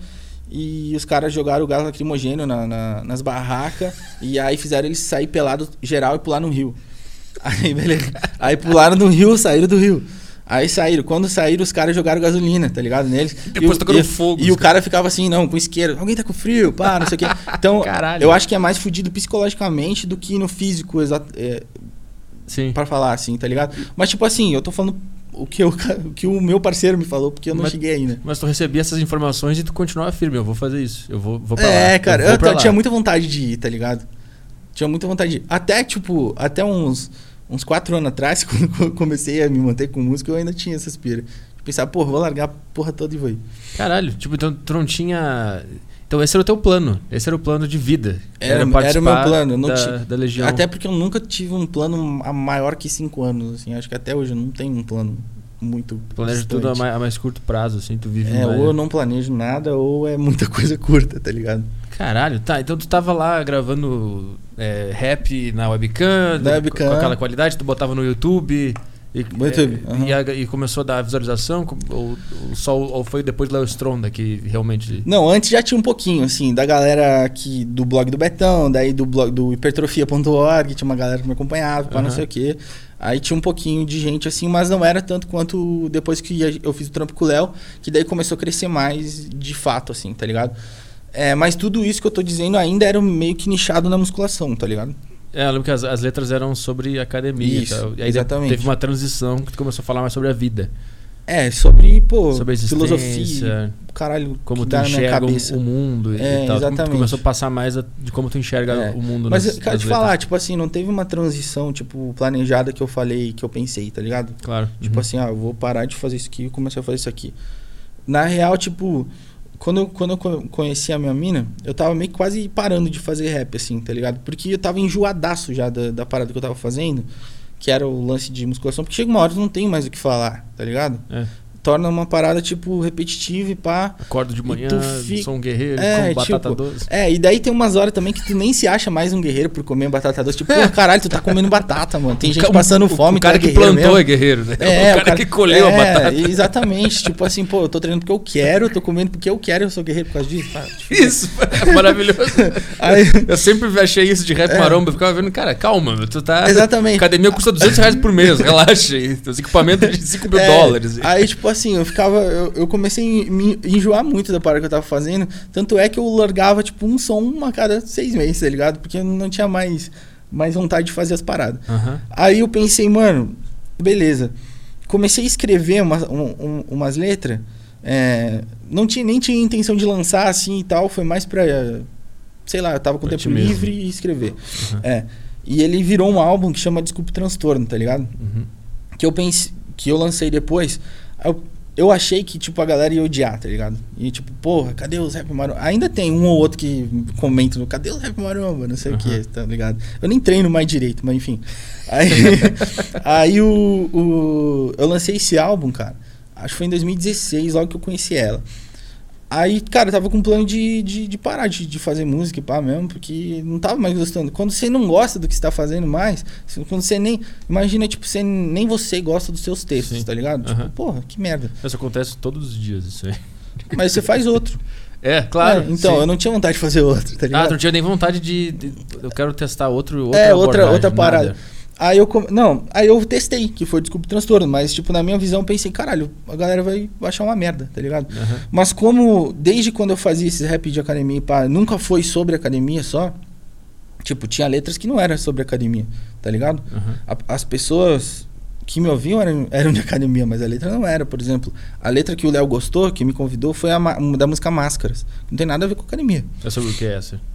e os caras jogaram o gás lacrimogênio na, na, nas barracas, e aí fizeram eles sair pelado geral e pular no rio. Aí, beleza. Aí pularam no rio, saíram do rio. Aí saíram. Quando saíram, os caras jogaram gasolina, tá ligado? Neles. Depois tocando fogo. E o cara ficava assim, não, com isqueiro. Alguém tá com frio, pá, não sei o quê. Então, Caralho. Eu acho que é mais fudido psicologicamente do que no físico, exato. É, Sim. Pra falar assim, tá ligado? Mas, tipo assim, eu tô falando o que, eu, o que o meu parceiro me falou, porque eu não mas, cheguei ainda. Mas tu recebia essas informações e tu continuava firme. Eu vou fazer isso. Eu vou, vou pra é, lá. É, cara. Eu, eu, eu lá. tinha muita vontade de ir, tá ligado? Tinha muita vontade de ir. Até, tipo, até uns... Uns quatro anos atrás, quando eu comecei a me manter com música, eu ainda tinha essas piras. Pensava, porra, vou largar a porra toda e vou ir. Caralho, tipo, então tu não tinha... Então esse era o teu plano, esse era o plano de vida. Era, era, era o meu plano. Não da, tinha, da Legião. Até porque eu nunca tive um plano maior que cinco anos, assim. Acho que até hoje eu não tenho um plano muito planeja tudo a mais, a mais curto prazo, assim, tu vive É, mais... ou eu não planejo nada, ou é muita coisa curta, tá ligado? Caralho, tá, então tu tava lá gravando é, rap na webcam, na webcam, com aquela qualidade, tu botava no YouTube e, YouTube, é, uhum. e, a, e começou a dar visualização, ou, ou, só, ou foi depois do Léo Stronda que realmente... Não, antes já tinha um pouquinho, assim, da galera aqui do blog do Betão, daí do blog do hipertrofia ponto org, tinha uma galera que me acompanhava, uhum. não sei o quê. Aí tinha um pouquinho de gente assim, mas não era tanto quanto depois que eu fiz o trampo com o Léo, que daí começou a crescer mais de fato, assim, tá ligado? É, mas tudo isso que eu tô dizendo ainda era meio que nichado na musculação, tá ligado? É, eu lembro que as, as letras eram sobre academia isso, e tal. E aí exatamente. Teve uma transição que tu começou a falar mais sobre a vida. É, sobre, pô, sobre filosofia, caralho, como tu enxerga o mundo e, é, e tal. Exatamente. Tu começou a passar mais a, de como tu enxerga é. o mundo. Mas nas, eu quero nas te letras. falar, tipo assim, não teve uma transição, tipo, planejada que eu falei, que eu pensei, tá ligado? Claro. Tipo uhum. assim, ah, eu vou parar de fazer isso aqui e começar a fazer isso aqui. Na real, tipo, quando eu, quando eu conheci a minha mina, eu tava meio que quase parando de fazer rap, assim, tá ligado? Porque eu tava enjoadaço já da, da parada que eu tava fazendo, que era o lance de musculação, porque chega uma hora que eu não tenho mais o que falar, tá ligado? É. Torna uma parada, tipo, repetitiva e pá. Acordo de manhã, fica... sou um guerreiro, é, como batata tipo, doce. É, e daí tem umas horas também que tu nem se acha mais um guerreiro por comer batata doce. Tipo, pô, caralho, tu tá comendo batata, mano. Tem gente passando fome, o cara que plantou mesmo. É guerreiro, né? É, o, cara o cara que colheu é, a batata. Exatamente. Tipo assim, pô, eu tô treinando porque eu quero, tô comendo porque eu quero, eu sou guerreiro por causa disso. Tá, isso, é maravilhoso. Aí, eu sempre achei isso de rap é. maromba, eu ficava vendo, cara, calma, meu, tu tá... Exatamente. Academia custa duzentos reais por mês, relaxa aí. Os equipamentos de cinco mil é, dólares. Aí, tipo assim, eu ficava... Eu, eu comecei a me enjoar muito da parada que eu tava fazendo. Tanto é que eu largava, tipo, um som a cada seis meses, tá ligado? Porque eu não tinha mais, mais vontade de fazer as paradas. Uhum. Aí eu pensei, mano, beleza. Comecei a escrever uma, um, umas letras. É, não tinha, nem tinha intenção de lançar assim e tal. Foi mais pra... Sei lá, eu tava com o tempo livre e escrever. Uhum. É, e ele virou um álbum que chama Desculpe Transtorno, tá ligado? Uhum. Que eu pensei... Que eu lancei depois. Eu, Eu achei que, tipo, a galera ia odiar, tá ligado? E, tipo, porra, cadê os rap maromba? Ainda tem um ou outro que comenta, cadê os rap maromba? Não sei uhum. o que, tá ligado? Eu nem treino mais direito, mas enfim. Aí, aí o, o... Eu lancei esse álbum, cara. Acho que foi em dois mil e dezesseis, logo que eu conheci ela. Aí, cara, eu tava com um plano de, de, de parar de, de fazer música e pá mesmo, porque não tava mais gostando. Quando você não gosta do que você tá fazendo mais, quando você nem... Imagina, tipo, você, nem você gosta dos seus textos, Sim. tá ligado? Uhum. Tipo, porra, que merda. Isso acontece todos os dias, isso aí. Mas você faz outro. É, claro. É, então, sim. eu não tinha vontade de fazer outro, tá ligado? Ah, tu não tinha nem vontade de... de eu quero testar outro, outra É, outra, outra parada. Nada. Aí eu, não, aí eu testei, que foi Desculpa o Transtorno, mas tipo, na minha visão eu pensei, caralho, a galera vai achar uma merda, tá ligado? Uhum. Mas como, desde quando eu fazia esses rap de academia, pá, nunca foi sobre academia só, tipo, tinha letras que não eram sobre academia, tá ligado? Uhum. A, as pessoas que me ouviam eram, eram de academia, mas a letra não era, por exemplo. A letra que o Léo gostou, que me convidou, foi a uma da música Máscaras. Não tem nada a ver com academia. É sobre o que é essa?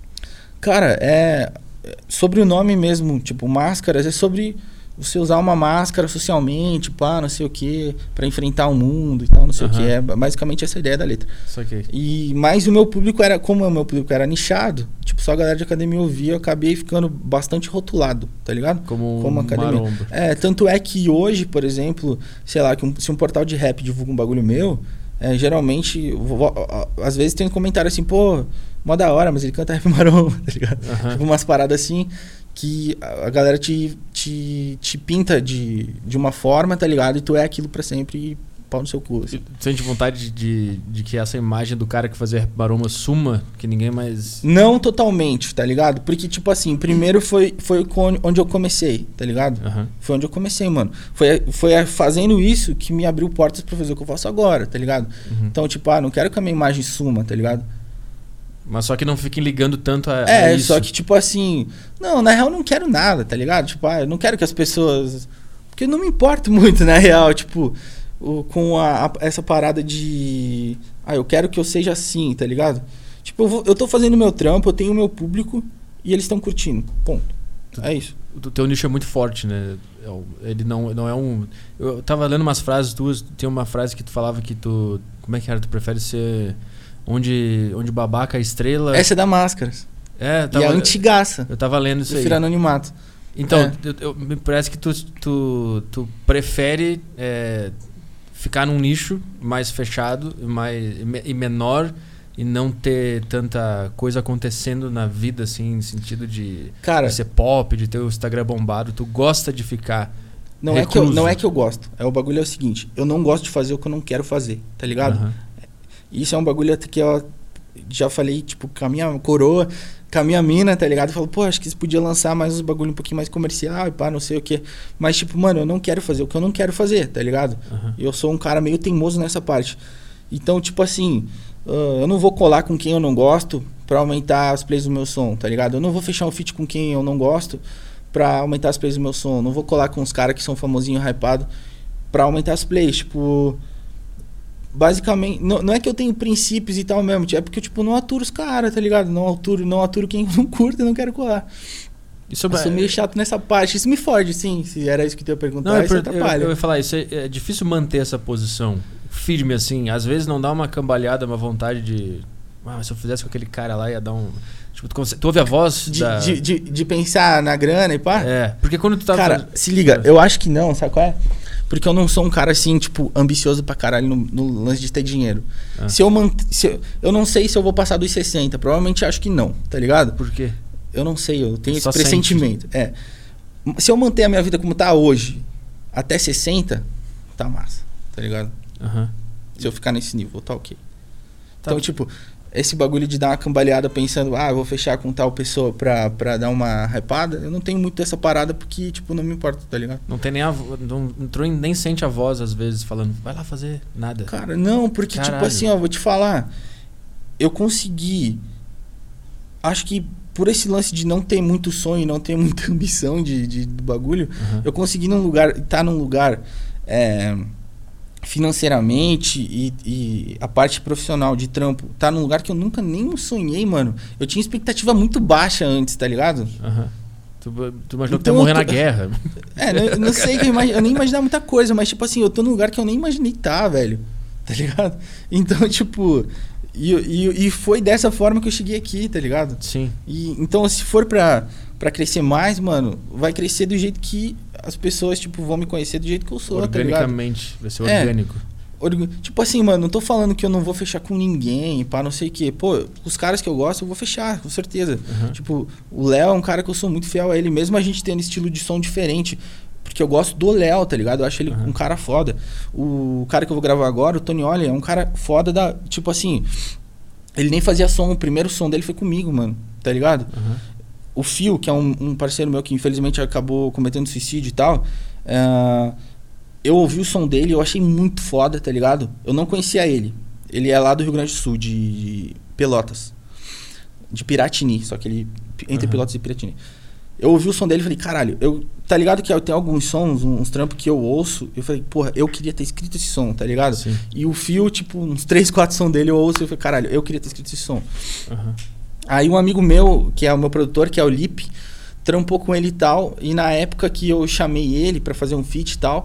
Cara, é... sobre o nome mesmo, tipo, Máscaras, é sobre você usar uma máscara socialmente, pá, não sei o que, pra enfrentar o mundo e tal, não sei uhum. o que. É basicamente essa a ideia da letra. Isso aqui. E, mas o meu público era, como o meu público era nichado, tipo, só a galera de academia ouvia, eu acabei ficando bastante rotulado, tá ligado? Como, como um academia. maromba. É, tanto é que hoje, por exemplo, sei lá, que um, se um portal de rap divulga um bagulho meu, é, geralmente, vou, às vezes tem um comentário assim, pô, mó da hora, mas ele canta rap maromba, tá ligado? Uhum. Tipo, umas paradas assim que a galera te, te, te pinta de, de uma forma, tá ligado? E tu é aquilo pra sempre e pau no seu cu. Assim. Sente vontade de, de que essa imagem do cara que fazia rap maromba suma, que ninguém mais... Não totalmente, tá ligado? Porque, tipo assim, primeiro foi, foi onde eu comecei, tá ligado? Uhum. Foi onde eu comecei, mano. Foi, foi fazendo isso que me abriu portas pra fazer o que eu faço agora, tá ligado? Uhum. Então, tipo, ah, não quero que a minha imagem suma, tá ligado? Mas só que não fiquem ligando tanto a, é, a isso. É, só que tipo assim... Não, na real eu não quero nada, tá ligado? Tipo, ah, eu não quero que as pessoas... Porque eu não me importo muito, na real, tipo... O, com a, a, essa parada de... Ah, eu quero que eu seja assim, tá ligado? Tipo, eu, vou, eu tô fazendo meu trampo, eu tenho o meu público e eles estão curtindo. Ponto. Tu, é isso. O teu nicho é muito forte, né? Ele não, não é um... Eu tava lendo umas frases tuas, tem uma frase que tu falava que tu... Como é que era? Tu prefere ser... Onde, onde babaca é estrela... Essa é da Máscaras. É, tava, e é antigaça. Eu tava lendo isso aí. Prefiro anonimato. Então, é. eu, eu, me parece que tu, tu, tu prefere é, ficar num nicho mais fechado mais, e menor e não ter tanta coisa acontecendo na vida, assim, no sentido de, Cara, de ser pop, de ter o Instagram bombado. Tu gosta de ficar não é, que eu, não é que eu gosto. É, o bagulho é o seguinte, eu não gosto de fazer o que eu não quero fazer, tá ligado? Uhum. Isso é um bagulho que eu já falei, tipo, com a minha coroa, com a minha mina, tá ligado? Eu falo, pô, acho que você podia lançar mais uns bagulho um pouquinho mais comercial e pá, não sei o quê. Mas, tipo, mano, eu não quero fazer o que eu não quero fazer, tá ligado? Uhum. Eu sou um cara meio teimoso nessa parte. Então, tipo assim, uh, eu não vou colar com quem eu não gosto pra aumentar as plays do meu som, tá ligado? Eu não vou fechar um feat com quem eu não gosto pra aumentar as plays do meu som. Eu não vou colar com os caras que são famosinhos, hypados, pra aumentar as plays, tipo... Basicamente, não, não é que eu tenho princípios e tal mesmo, é porque eu, tipo, não aturo os caras, tá ligado? Não aturo, não aturo quem não curta e não quero colar. Isso eu sou meio chato nessa parte. Isso me fode, sim. Se era isso que tu ia perguntar, não, isso eu, atrapalha. Eu, eu ia falar, isso é, é difícil manter essa posição firme, assim. Às vezes não dá uma cambalhada, uma vontade de... Ah, se eu fizesse com aquele cara lá, ia dar um... Tipo, tu, tu ouve a voz de, da... de, de, de pensar na grana e pá? É, porque quando tu tá... Cara, fazendo... se liga, eu acho que não, sabe qual é? Porque eu não sou um cara assim, tipo, ambicioso pra caralho no, no lance de ter dinheiro. Ah. Se eu mant... se eu... eu não sei se eu vou passar dos sessenta, provavelmente acho que não, tá ligado? Por quê? Eu não sei, eu tenho Só esse pressentimento. Sente. É. Se eu manter a minha vida como tá hoje, até sessenta, tá massa, tá ligado? Uhum. Se eu ficar nesse nível, tá ok. Tá. Então, tipo, esse bagulho de dar uma cambaleada pensando, ah, eu vou fechar com tal pessoa pra, pra dar uma hypada, eu não tenho muito dessa parada porque, tipo, não me importa, tá ligado? Não tem nem a não, não, nem sente a voz, às vezes, falando, vai lá fazer nada. Cara, não, porque, Caralho. tipo assim, ó, vou te falar, eu consegui, acho que por esse lance de não ter muito sonho, não ter muita ambição de, de, do bagulho, uhum. eu consegui num lugar, tá num lugar... É, financeiramente e, e a parte profissional de trampo tá num lugar que eu nunca nem sonhei, mano. Eu tinha expectativa muito baixa antes, tá ligado? Uhum. Tu, tu imaginou então, que tu ia morrer tô... na guerra. É, não, não sei, que eu, imag... eu nem imaginava muita coisa, mas tipo assim, eu tô num lugar que eu nem imaginei tá, velho. Tá ligado? Então, tipo... E, e, e foi dessa forma que eu cheguei aqui, tá ligado? Sim. E, então, se for pra, pra crescer mais, mano, vai crescer do jeito que as pessoas, tipo, vão me conhecer do jeito que eu sou, tá ligado? Organicamente, vai ser orgânico. É. Tipo assim, mano, não tô falando que eu não vou fechar com ninguém, pá, não sei o quê. Pô, os caras que eu gosto, eu vou fechar, com certeza. Uhum. Tipo, o Léo é um cara que eu sou muito fiel a ele, mesmo a gente tendo estilo de som diferente. Porque eu gosto do Léo, tá ligado? Eu acho ele uhum. um cara foda. O cara que eu vou gravar agora, o Tonioli, é um cara foda da... Tipo assim, ele nem fazia som, o primeiro som dele foi comigo, mano, tá ligado? Uhum. O Fio, que é um, um parceiro meu que infelizmente acabou cometendo suicídio e tal... Uh, eu ouvi o som dele, eu achei muito foda, tá ligado? Eu não conhecia ele. Ele é lá do Rio Grande do Sul, de Pelotas. De Piratini, só que ele... Entre uhum. Pelotas e Piratini. Eu ouvi o som dele e falei, caralho, eu, tá ligado que eu tenho alguns sons, uns trampos que eu ouço, eu falei, porra, eu queria ter escrito esse som, tá ligado? Sim. E o Fio, tipo, uns três, quatro sons dele eu ouço e eu falei, caralho, eu queria ter escrito esse som. Uhum. Aí um amigo meu, que é o meu produtor, que é o Lipe, trampou com ele e tal, e na época que eu chamei ele pra fazer um feat e tal...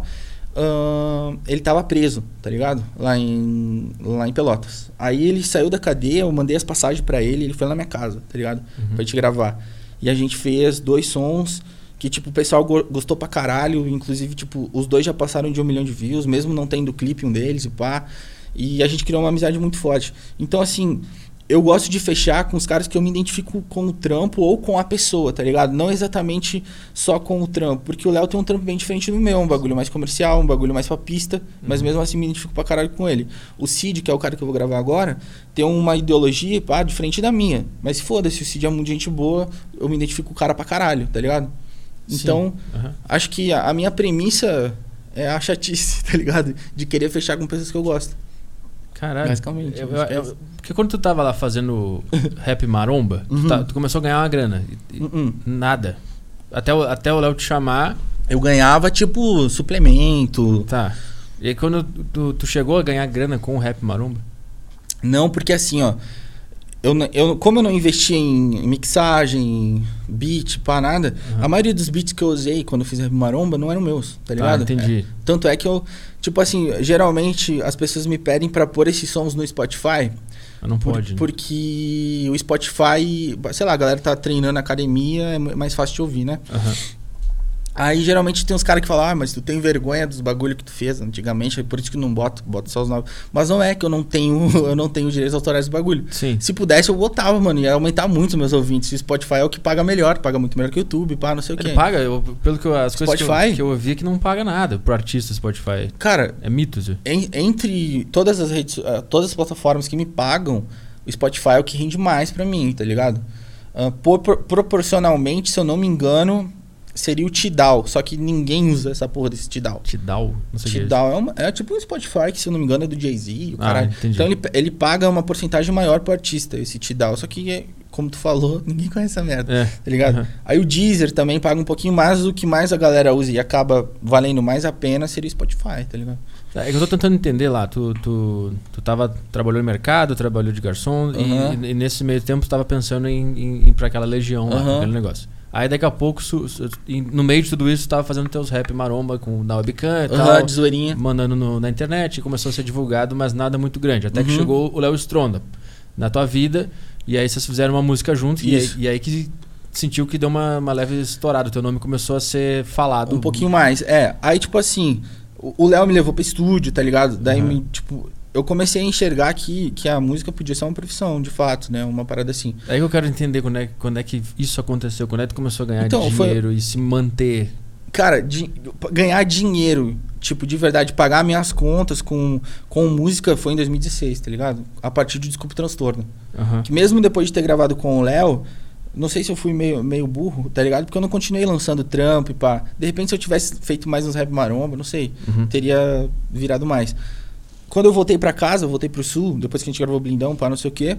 Uh, ele tava preso, tá ligado? Lá em, lá em Pelotas. Aí ele saiu da cadeia, eu mandei as passagens pra ele, ele foi na minha casa, tá ligado? Uhum. Pra gente gravar. E a gente fez dois sons que, tipo, o pessoal go- gostou pra caralho. Inclusive, tipo, os dois já passaram de um milhão de views, mesmo não tendo clipe um deles e pá. E a gente criou uma amizade muito forte. Então, assim... Eu gosto de fechar com os caras que eu me identifico com o trampo ou com a pessoa, tá ligado? Não exatamente só com o trampo. Porque o Léo tem um trampo bem diferente do meu. Um bagulho mais comercial, um bagulho mais pra pista. Uhum. Mas mesmo assim me identifico pra caralho com ele. O Cid, que é o cara que eu vou gravar agora, tem uma ideologia, pá, diferente da minha. Mas foda-se, o Cid é muito gente boa. Eu me identifico com o cara pra caralho, tá ligado? Então, uhum. acho que a, a minha premissa é a chatice, tá ligado? De querer fechar com pessoas que eu gosto. Caralho. Basicamente. Eu, eu, eu, porque quando tu tava lá fazendo rap maromba, uhum. tu, tá, tu começou a ganhar uma grana. E, uhum. Nada. Até o, até o Léo te chamar... Eu ganhava, tipo, suplemento. Tá. E aí quando tu, tu chegou a ganhar grana com o rap maromba? Não, porque assim, ó... Eu, eu, como eu não investi em mixagem, beat, pá, nada, uhum. a maioria dos beats que eu usei quando eu fiz rap maromba não eram meus, tá ligado? Ah, entendi. É, tanto é que eu, tipo assim, geralmente as pessoas me pedem pra pôr esses sons no Spotify. Mas não por, pode. Né? Porque o Spotify, sei lá, a galera tá treinando na academia, é mais fácil de ouvir, né? Aham. Uhum. Aí geralmente tem uns caras que falam, ah, mas tu tem vergonha dos bagulho que tu fez antigamente, é por isso que não boto, boto só os novos. Mas não é que eu não tenho, eu não tenho direitos autorais do bagulho. Sim. Se pudesse eu botava, mano, ia aumentar muito os meus ouvintes. O Spotify é o que paga melhor, paga muito melhor que o YouTube, pá, não sei o que. Ele paga, eu, pelo que eu, as Spotify? coisas que eu, que eu ouvi é que não paga nada pro artista Spotify. Cara, é mito, Zé. En, entre todas as redes, uh, todas as plataformas que me pagam, o Spotify é o que rende mais pra mim, tá ligado? Uh, por, por, proporcionalmente, se eu não me engano... Seria o Tidal, só que ninguém usa essa porra desse Tidal. Tidal? Não sei Tidal é, uma, é tipo um Spotify, que se eu não me engano é do Jay-Z. O cara, ah, entendi. Então ele, ele paga uma porcentagem maior pro artista, esse Tidal. Só que, é, como tu falou, ninguém conhece essa merda, é. tá ligado? Uhum. Aí o Deezer também paga um pouquinho mais do que mais a galera usa e acaba valendo mais a pena seria o Spotify, tá ligado? É que eu tô tentando entender lá, tu, tu, tu tava, trabalhou no mercado, trabalhou de garçom uhum. e, e nesse meio tempo tu tava pensando em, em, em ir pra aquela legião lá, uhum. aquele negócio. Aí daqui a pouco, su, su, no meio de tudo isso, tu tava fazendo teus rap maromba com, na webcam e uhum, tal. De zoeirinha. Mandando no, na internet, e começou a ser divulgado, mas nada muito grande. Até uhum. que chegou o Léo Stronda na tua vida, e aí vocês fizeram uma música juntos, e aí, e aí que sentiu que deu uma, uma leve estourada. O teu nome começou a ser falado. Um pouquinho mais, é. Aí, tipo assim, o Léo me levou pro estúdio, tá ligado? Daí, uhum. me, tipo... Eu comecei a enxergar que, que a música podia ser uma profissão, de fato, né? Uma parada assim. É que eu quero entender quando é, quando é que isso aconteceu, quando é que tu começou a ganhar então, dinheiro foi... e se manter. Cara, de, ganhar dinheiro, tipo, de verdade, pagar minhas contas com, com música foi em dois mil e dezesseis, tá ligado? A partir do Desculpa o Transtorno. Uhum. Que mesmo depois de ter gravado com o Léo, não sei se eu fui meio, meio burro, tá ligado? Porque eu não continuei lançando trampo e pá. De repente, se eu tivesse feito mais uns rap maromba, não sei, uhum. teria virado mais. Quando eu voltei pra casa, eu voltei pro sul, depois que a gente gravou o Blindão, pá, não sei o quê,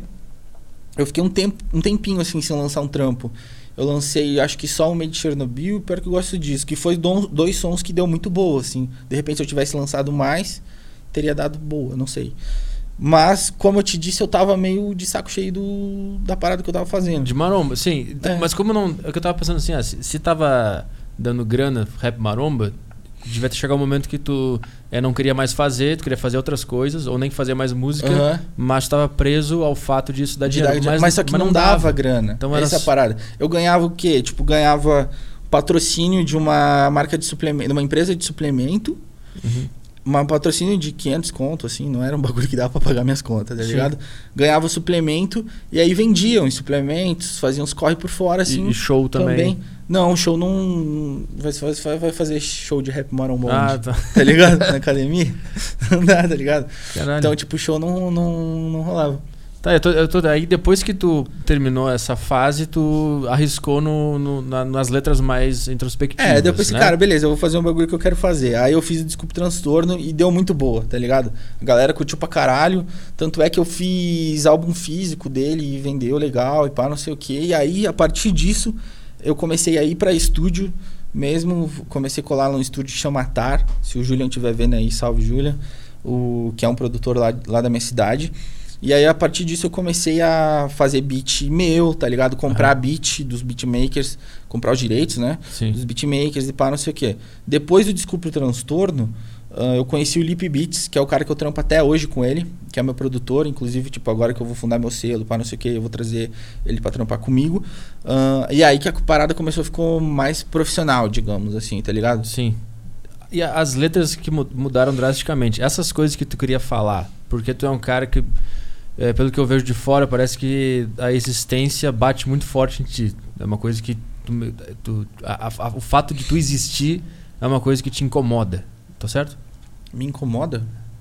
eu fiquei um, tempo, um tempinho assim sem lançar um trampo. Eu lancei, acho que só o Made de Chernobyl, pior que eu gosto disso, que foi dom, dois sons que deu muito boa, assim. De repente, se eu tivesse lançado mais, teria dado boa, não sei. Mas, como eu te disse, eu tava meio de saco cheio do, da parada que eu tava fazendo. De maromba, sim. É. Mas como não... É que eu tava pensando assim, ah, se, se tava dando grana, rap maromba... Devia chegar um momento que tu é, não queria mais fazer, tu queria fazer outras coisas, ou nem fazer mais música, uhum. mas estava preso ao fato disso dar dinheiro. Mas, mas só que mas não, não dava, dava grana. Então era essa é a parada. Eu ganhava o quê? Tipo, ganhava patrocínio de uma marca de suplemento, de uma empresa de suplemento. Uhum. uma patrocínio de quinhentos conto, assim, não era um bagulho que dava pra pagar minhas contas, tá ligado? Ganhava suplemento e aí vendiam os suplementos, faziam uns corre por fora, assim. E show também? Também. Não, show não... Vai, vai, vai fazer show de rap maromba, ah, tá. tá ligado? Na academia. Não dá, tá ligado? Caralho. Então, tipo, show não, não, não rolava. Tá, eu tô, eu tô, aí depois que tu terminou essa fase, tu arriscou no, no, na, nas letras mais introspectivas. É, depois, né? Cara, beleza, eu vou fazer um bagulho que eu quero fazer. Aí eu fiz o Desculpa o Transtorno e deu muito boa, tá ligado? A galera curtiu pra caralho. Tanto é que eu fiz álbum físico dele e vendeu legal e pá, não sei o quê. E aí, a partir disso, eu comecei a ir pra estúdio mesmo. Comecei a colar num estúdio que chama Atar. Se o Julian estiver vendo aí, salve Julian. O, que é um produtor lá, lá da minha cidade. E aí, a partir disso, eu comecei a fazer beat meu, tá ligado? Comprar uhum. beat dos beatmakers, comprar os direitos, né? Sim. Dos beatmakers e pá, não sei o quê. Depois do Desculpa o Transtorno, uh, eu conheci o Lip Beats, que é o cara que eu trampo até hoje com ele, que é meu produtor. Inclusive, tipo, agora que eu vou fundar meu selo, pá, não sei o quê, eu vou trazer ele pra trampar comigo. Uh, e aí que a parada começou a ficar mais profissional, digamos assim, tá ligado? Sim. E as letras que mudaram drasticamente, essas coisas que tu queria falar, porque tu é um cara que... É, pelo que eu vejo de fora, parece que a existência bate muito forte em ti. É uma coisa que... Tu, tu, a, a, o fato de tu existir é uma coisa que te incomoda. Tá certo? Me incomoda?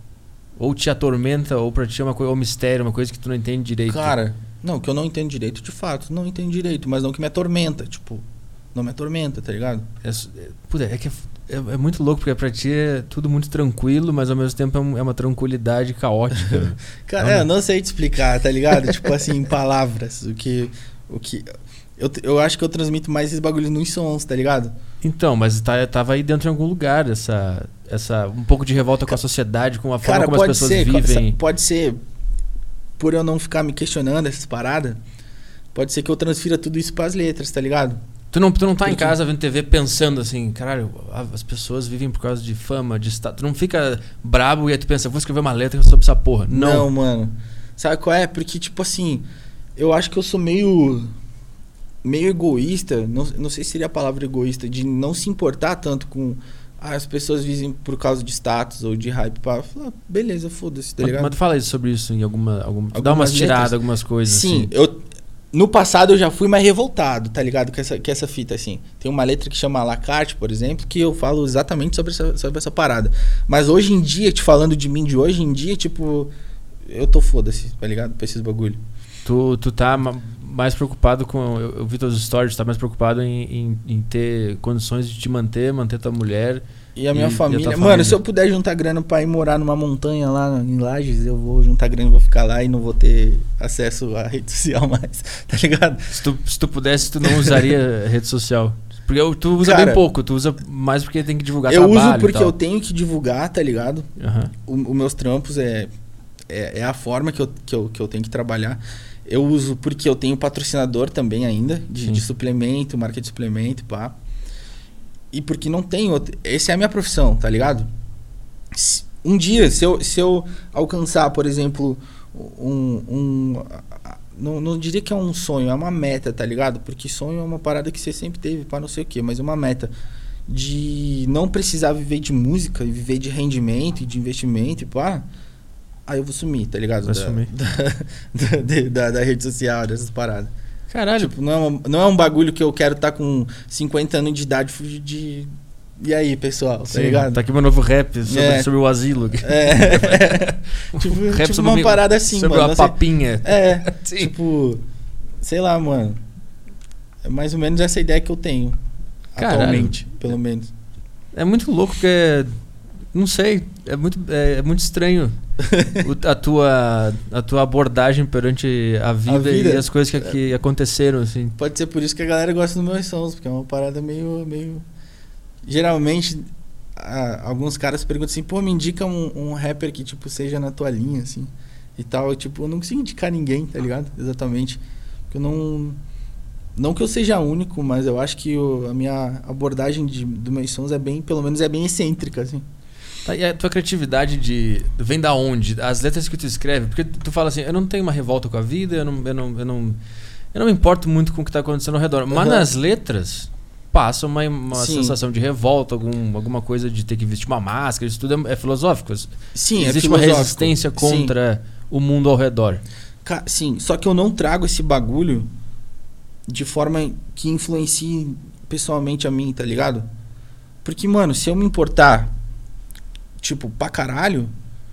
Ou te atormenta, ou pra ti é uma coisa, ou mistério, uma coisa que tu não entende direito. Cara, não, que eu não entendo direito, de fato. Não entendo direito, mas não que me atormenta. Tipo, não me atormenta, tá ligado? É, é, puta, é que é... É, é muito louco, porque pra ti é tudo muito tranquilo, mas ao mesmo tempo é, um, é uma tranquilidade caótica. Cara, é, eu não sei te explicar, tá ligado? Tipo assim, em palavras. O que. O que eu, eu acho que eu transmito mais esses bagulhos nos sons, tá ligado? Então, mas tá, tava aí dentro de algum lugar, essa, essa, um pouco de revolta com a sociedade, com a forma Cara, como as pessoas ser, vivem. Pode ser, por eu não ficar me questionando essas paradas, pode ser que eu transfira tudo isso pras letras, tá ligado? Tu não, tu não tá Porque... em casa vendo T V pensando assim, caralho, as pessoas vivem por causa de fama, de status. Tu não fica brabo e aí tu pensa, vou escrever uma letra sobre essa porra. Não, não mano. Sabe qual é? Porque, tipo assim, eu acho que eu sou meio... meio egoísta, não, não sei se seria a palavra egoísta, de não se importar tanto com... Ah, as pessoas vivem por causa de status ou de hype. Pra falar, beleza, foda-se, tá ligado? Mas tu fala sobre isso em alguma... alguma tu dá umas tiradas, algumas coisas Sim, assim. eu... No passado eu já fui mais revoltado, tá ligado? Com essa, com essa fita, assim. Tem uma letra que chama La Carte, por exemplo, que eu falo exatamente sobre essa, sobre essa parada. Mas hoje em dia, te falando de mim de hoje em dia, tipo... Eu tô foda-se, tá ligado? Pra esses bagulho. Tu, tu tá mais preocupado com... Eu, eu vi teus stories, tu tá mais preocupado em, em, em ter condições de te manter, manter tua mulher... E a minha e, família... E a Mano, família. Se eu puder juntar grana pra ir morar numa montanha lá em Lages, eu vou juntar grana, vou ficar lá e não vou ter acesso à rede social mais, tá ligado? Se tu, se tu pudesse, tu não usaria rede social? Porque eu, tu usa Cara, bem pouco, tu usa mais porque tem que divulgar eu trabalho. Eu uso porque e tal. eu tenho que divulgar, tá ligado? Uhum. Os meus trampos é, é, é a forma que eu, que, eu, que eu tenho que trabalhar. Eu uso porque eu tenho patrocinador também ainda, de, de suplemento, marca de suplemento, pá. E porque não tem outro... Essa é a minha profissão, tá ligado? Um dia, se eu, se eu alcançar, por exemplo, um... um não, não diria que é um sonho, é uma meta, tá ligado? Porque sonho é uma parada que você sempre teve pra não sei o quê, mas é uma meta de não precisar viver de música e viver de rendimento e de investimento e pá... Aí eu vou sumir, tá ligado? Vai da, sumir. Da, da, da, da rede social, dessas paradas. Caralho. Tipo, não é, uma, não é um bagulho que eu quero estar tá com cinquenta anos de idade fugir de... E aí, pessoal, Sim, tá ligado? Tá aqui meu novo rap sobre, é. sobre o asilo. É. tipo, rap tipo sobre uma parada assim, sobre mano. Sobre a papinha. É, tipo... Sei lá, mano. É mais ou menos essa ideia que eu tenho. Caralho. Atualmente, pelo menos. É muito louco porque... Não sei, é muito, é, é muito estranho o, a, tua, a tua abordagem perante a vida, a vida e as coisas que, que aconteceram, assim. Pode ser por isso que a galera gosta dos meus sons, porque é uma parada meio... meio... Geralmente, a, alguns caras perguntam assim, pô, me indica um, um rapper que, tipo, seja na tua linha, assim, e tal. Eu, tipo, eu não consigo indicar ninguém, tá ligado? Exatamente. Porque eu não... Não que eu seja único, mas eu acho que o, a minha abordagem de, dos meus sons é bem, pelo menos é bem excêntrica, assim. Tá, e a tua criatividade de, vem da onde? As letras que tu escreve? Porque tu fala assim, eu não tenho uma revolta com a vida, eu não, eu não, eu não, eu não me importo muito com o que está acontecendo ao redor. Mas uhum. nas letras, passa uma, uma sensação de revolta, algum, alguma coisa de ter que vestir uma máscara, isso tudo é, é filosófico. Sim, Existe é filosófico. uma resistência contra Sim. o mundo ao redor. Sim, só que eu não trago esse bagulho de forma que influencie pessoalmente a mim, tá ligado? Porque, mano, se eu me importar, tipo, pra caralho,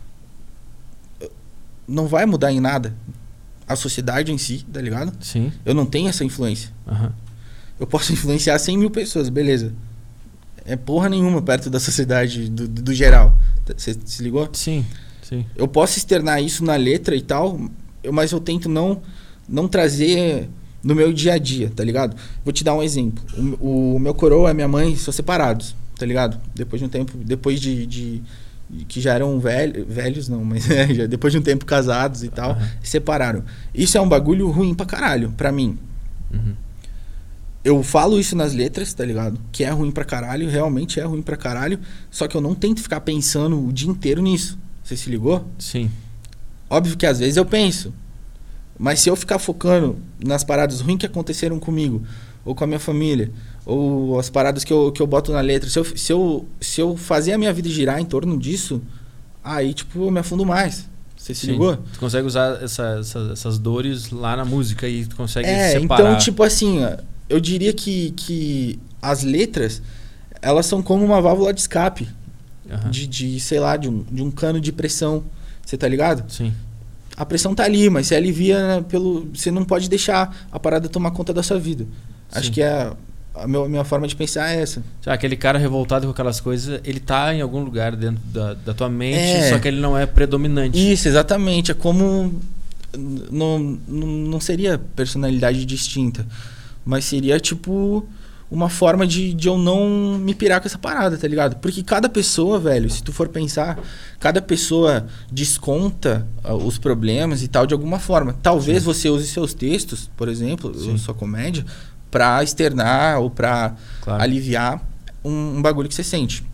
não vai mudar em nada a sociedade em si, tá ligado? Sim. Eu não tenho essa influência. Uhum. Eu posso influenciar cem mil pessoas, beleza. É porra nenhuma perto da sociedade do, do, do geral. Você se ligou? Sim, sim. Eu posso externar isso na letra e tal, eu, mas eu tento não, não trazer no meu dia a dia, tá ligado? Vou te dar um exemplo. O, o meu coroa e a minha mãe são separados, tá ligado? Depois de um tempo, depois de... de, de que já eram velhos, velhos não, mas é, já, depois de um tempo casados e tal, uhum. separaram. Isso é um bagulho ruim pra caralho, pra mim. Uhum. Eu falo isso nas letras, tá ligado? Que é ruim pra caralho, realmente é ruim pra caralho, só que eu não tento ficar pensando o dia inteiro nisso. Você se ligou? Sim. Óbvio que às vezes eu penso, mas se eu ficar focando nas paradas ruins que aconteceram comigo, ou com a minha família, ou as paradas que eu, que eu boto na letra, se eu, se, eu, se eu fazer a minha vida girar em torno disso, aí, tipo, eu me afundo mais. Você se Sim. ligou? Tu consegue usar essa, essa, essas dores lá na música e tu consegue é, separar. Então, tipo assim, eu diria que, que as letras, elas são como uma válvula de escape. Uhum. De, de, sei lá, de um, de um cano de pressão. Você tá ligado? Sim. A pressão tá ali, mas você alivia pelo... Você não pode deixar a parada tomar conta da sua vida. Sim. Acho que é... A meu, minha forma de pensar é essa. Aquele cara revoltado com aquelas coisas, ele tá em algum lugar dentro da, da tua mente, é. Só que ele não é predominante. Isso, exatamente. É como... Não, não, não seria personalidade distinta, mas seria tipo uma forma de, de eu não me pirar com essa parada, tá ligado? Porque cada pessoa, velho, se tu for pensar, cada pessoa desconta uh, os problemas e tal de alguma forma. Talvez Sim. você use seus textos, por exemplo, Sim. sua comédia, pra externar ou pra claro. aliviar um, um bagulho que você sente.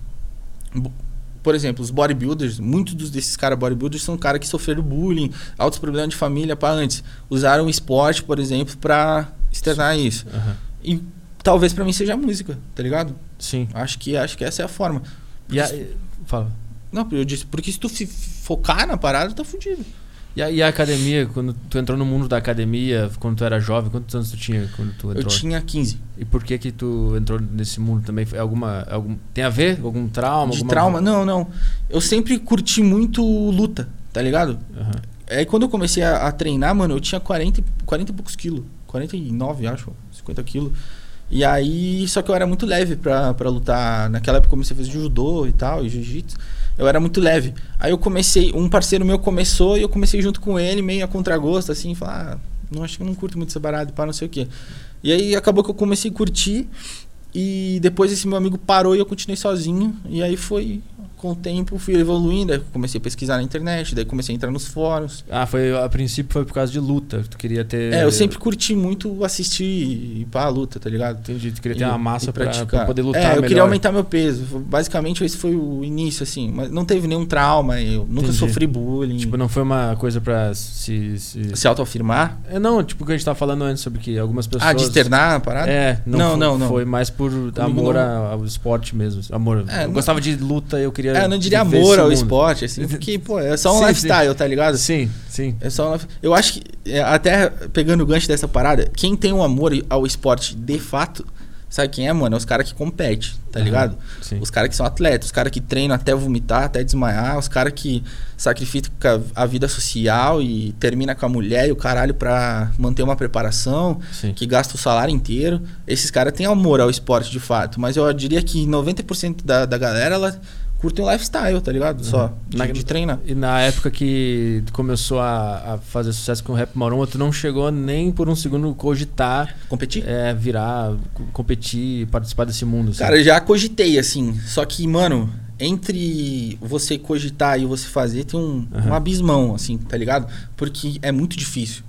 Por exemplo, os bodybuilders, muitos desses caras bodybuilders são caras que sofreram bullying, altos problemas de família para antes. Usaram o esporte, por exemplo, pra externar Sim. isso. Uhum. E talvez pra mim seja a música, tá ligado? Sim. Acho que, acho que essa é a forma. E a... se... Fala. Não, eu disse, porque se tu focar na parada, tá fudido. E a, e a academia, quando tu entrou no mundo da academia, quando tu era jovem, quantos anos tu tinha quando tu entrou? Eu tinha quinze. E por que que tu entrou nesse mundo também? Foi alguma, algum, tem a ver? Algum trauma? De alguma... trauma? Não, não. Eu sempre curti muito luta, tá ligado? Uhum. Aí quando eu comecei a, a treinar, mano, eu tinha quarenta, quarenta e poucos quilos. quarenta e nove, acho. cinquenta quilos. E aí, só que eu era muito leve pra, pra lutar. Naquela época eu comecei a fazer judô e tal, e jiu-jitsu. Eu era muito leve. Aí eu comecei, um parceiro meu começou e eu comecei junto com ele, meio a contragosto, assim, falar, ah, não, acho que eu não curto muito essa barada, pá, não sei o quê. E aí acabou que eu comecei a curtir e depois esse meu amigo parou e eu continuei sozinho. E aí foi, com o tempo, fui evoluindo, aí comecei a pesquisar na internet, daí comecei a entrar nos fóruns. Ah, foi, a princípio foi por causa de luta, tu queria ter... É, eu sempre curti muito assistir e ir pra luta, tá ligado? Entendi, tu queria ter e, uma massa pra, pra poder lutar É, eu melhor. queria aumentar meu peso, basicamente esse foi o início, assim, mas não teve nenhum trauma, eu nunca Entendi. sofri bullying. Tipo, não foi uma coisa pra se... Se, se autoafirmar? É, não, tipo o que a gente tava falando antes, sobre que algumas pessoas... Ah, de externar a parada? É, não, não, foi, não, não. Foi mais por Comigo amor não. ao esporte mesmo, amor. É, eu não... gostava de luta, eu queria... É, eu não diria amor ao esporte, assim, porque, pô, é só um sim, lifestyle, sim. tá ligado? Sim, sim. É só um... Eu acho que, até pegando o gancho dessa parada, quem tem um amor ao esporte de fato, sabe quem é, mano? É os caras que competem, tá ligado? Sim. Os caras que são atletas, os caras que treinam até vomitar, até desmaiar, os caras que sacrificam a vida social e termina com a mulher e o caralho pra manter uma preparação, sim. que gasta o salário inteiro. Esses caras têm amor ao esporte de fato, mas eu diria que noventa por cento da, da galera, ela curtem o lifestyle, tá ligado? Só de, na, de treinar. E na época que tu começou a, a fazer sucesso com o Rap Maromba, tu não chegou nem por um segundo cogitar... Competir? É, virar, competir, participar desse mundo. Assim. Cara, eu já cogitei, assim. Só que, mano, entre você cogitar e você fazer, tem um, uhum. um abismão, assim, tá ligado? Porque é muito difícil.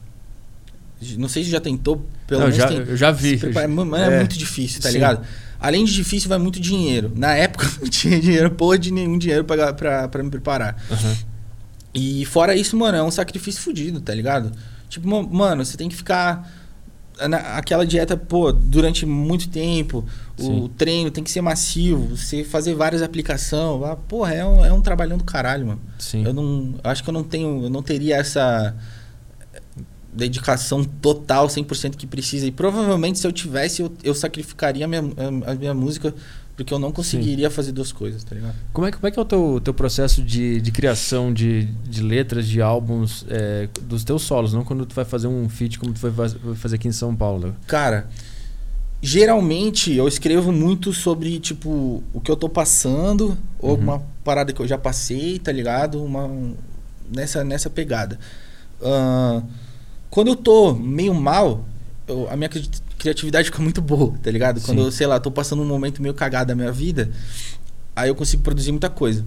Não sei se já tentou, pelo não, menos já, tem... Eu já vi. Prepara, mano, é, é muito difícil, tá sim. ligado? Além de difícil, vai muito dinheiro. Na época, não tinha dinheiro, porra de nenhum dinheiro pra, pra, pra me preparar. Uhum. E fora isso, mano, é um sacrifício fudido, tá ligado? Tipo, mano, você tem que ficar na, aquela dieta, pô, durante muito tempo, Sim. o treino tem que ser massivo, você fazer várias aplicações, porra, é um, é um trabalhão do caralho, mano. Sim. Eu não, acho que eu não tenho, eu não teria essa dedicação total, cem por cento que precisa. E provavelmente se eu tivesse, eu, eu sacrificaria a minha, a, a minha música, porque eu não conseguiria Sim. fazer duas coisas, tá ligado? Como é, como é que é o teu, teu processo de, de criação de, de letras, de álbuns, é, dos teus solos, não quando tu vai fazer um feat como tu vai fazer aqui em São Paulo? Cara, geralmente eu escrevo muito sobre, tipo, o que eu tô passando, ou uhum. alguma parada que eu já passei, tá ligado? Uma, nessa, nessa pegada. Uh, quando eu tô meio mal, eu, a minha criatividade fica muito boa, tá ligado? Quando Sim. eu, sei lá, tô passando um momento meio cagado da minha vida, aí eu consigo produzir muita coisa.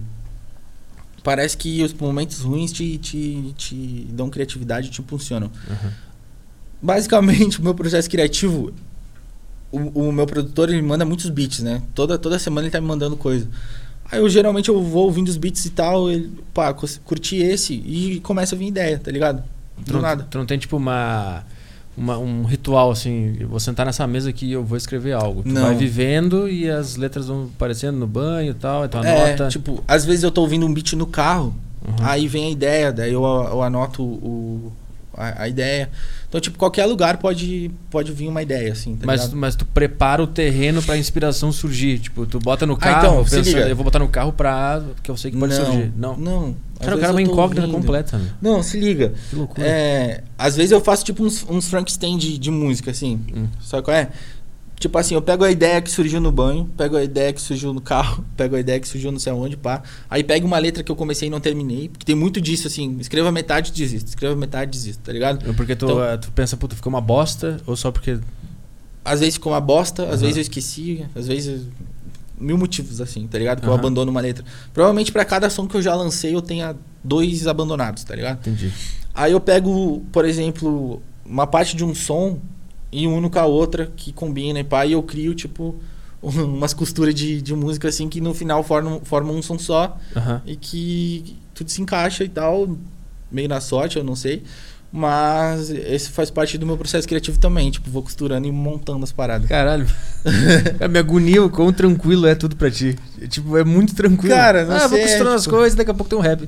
Parece que os momentos ruins te, te, te dão criatividade e te impulsionam. Uhum. Basicamente, o meu processo criativo, o, o meu produtor, ele manda muitos beats, né? Toda, toda semana ele tá me mandando coisa. Aí eu geralmente eu vou ouvindo os beats e tal, ele, pá, curti esse e começa a vir ideia, tá ligado? Do tu não, nada. Tu não tem tipo uma... Uma, um ritual assim, eu vou sentar nessa mesa aqui e eu vou escrever algo. Tu não. vai vivendo e as letras vão aparecendo no banho e tal, então é, anota. Tipo, às vezes eu tô ouvindo um beat no carro, uhum. aí vem a ideia, daí eu, eu anoto o, a, a ideia. Então, tipo, qualquer lugar pode, pode vir uma ideia, assim, tá mas, ligado? mas tu prepara o terreno pra inspiração surgir. Tipo, tu bota no carro, ah, então, pensa, se liga. eu vou botar no carro pra... Porque eu sei que pode não, surgir. Não, não. Cara, o cara é uma incógnita completa. Né? Não, se liga. Que loucura. É, às vezes eu faço tipo uns, uns Frankenstein de, de música, assim. Hum. Sabe qual é? Tipo assim, eu pego a ideia que surgiu no banho, pego a ideia que surgiu no carro, pego a ideia que surgiu não sei aonde, pá. Aí pego uma letra que eu comecei e não terminei. Porque tem muito disso, assim. Escreva metade e desisto. Escreva metade e desisto, tá ligado? Porque tu, então, tu pensa, puta, ficou uma bosta ou só porque... Às vezes ficou uma bosta, às uhum. vezes eu esqueci, às vezes... Mil motivos, assim, tá ligado? Que uhum. eu abandono uma letra. Provavelmente pra cada som que eu já lancei, eu tenha dois abandonados, tá ligado? Entendi. Aí eu pego, por exemplo, uma parte de um som e uno com a outra que combina e pá, e eu crio, tipo, umas costuras de, de música, assim, que no final formam, formam um som só uhum. e que tudo se encaixa e tal, meio na sorte, eu não sei. Mas esse faz parte do meu processo criativo também. Tipo, vou costurando e montando as paradas. Caralho. A minha agonia, o quão tranquilo é tudo pra ti. Tipo, é muito tranquilo. Cara, não ah, sei. vou costurando é, as tipo... coisas e daqui a pouco tem um rap.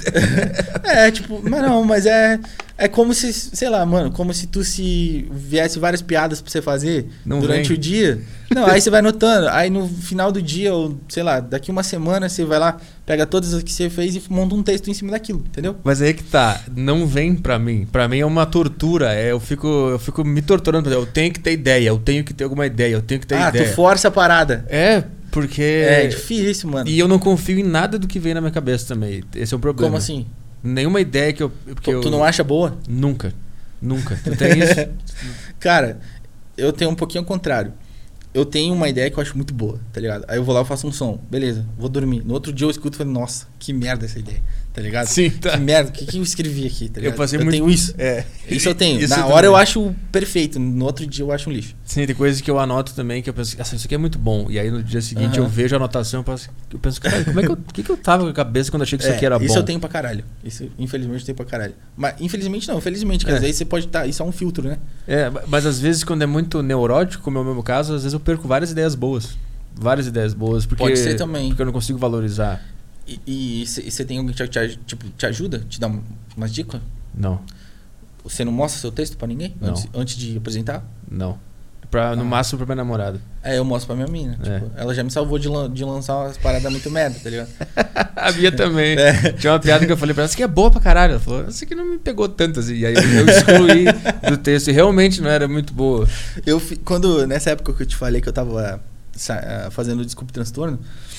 É, tipo, mas não, mas é... É como se, sei lá, mano, como se tu se viesse várias piadas pra você fazer não durante vem. o dia. Não, aí você vai notando. Aí no final do dia, ou sei lá, daqui uma semana, você vai lá, pega todas as que você fez e monta um texto em cima daquilo, entendeu? Mas aí que tá, não vem pra mim. Pra mim é uma tortura. É, eu, fico, eu fico me torturando. Eu tenho que ter ideia, eu tenho que ter alguma ideia, eu tenho que ter ah, ideia. Ah, tu força a parada. É, porque... É difícil, mano. E eu não confio em nada do que vem na minha cabeça também. Esse é o problema. Como assim? Nenhuma ideia que eu... Que tu, eu... tu não acha boa? Nunca. Nunca. Tu tem isso? Cara, eu tenho um pouquinho ao contrário. Eu tenho uma ideia que eu acho muito boa, tá ligado? Aí eu vou lá e faço um som. Beleza, vou dormir. No outro dia eu escuto e falo, nossa, que merda essa ideia. Tá ligado? Sim, tá. Que merda, o que, que eu escrevi aqui, tá ligado? Eu passei eu muito... tenho isso. É. Isso eu tenho. Isso Na eu hora também. eu acho perfeito. No outro dia eu acho um lixo. Sim, tem coisas que eu anoto também que eu penso, assim, isso aqui é muito bom. E aí no dia seguinte uhum. eu vejo a anotação e penso, eu penso, cara, como é que eu, que, que eu tava com a cabeça quando achei que isso é, aqui era bom? Isso eu tenho pra caralho. Isso, infelizmente, eu tenho pra caralho. Mas, infelizmente não, felizmente, que é. às vezes você pode estar... Tá, isso é um filtro, né? É, mas às vezes quando é muito neurótico, como é o meu caso, às vezes eu perco várias ideias boas. Várias ideias boas. Porque, pode ser também. Porque eu não consigo valorizar. E você tem alguém que te, tipo, te ajuda? Te dá um, umas dicas? Não. Você não mostra seu texto pra ninguém? Não. Antes, antes de apresentar? Não. Pra, no ah. máximo pra minha namorada. É, eu mostro pra minha mina. É. Tipo, ela já me salvou de, lan de lançar umas paradas muito merda, tá ligado? A Bia também. É. Tinha uma piada que eu falei pra ela, essa aqui é boa pra caralho. Ela falou, essa aqui não me pegou tanto assim. E aí eu excluí do texto e realmente não era muito boa. Eu, quando, nessa época que eu te falei que eu tava fazendo o Desculpe Transtorno,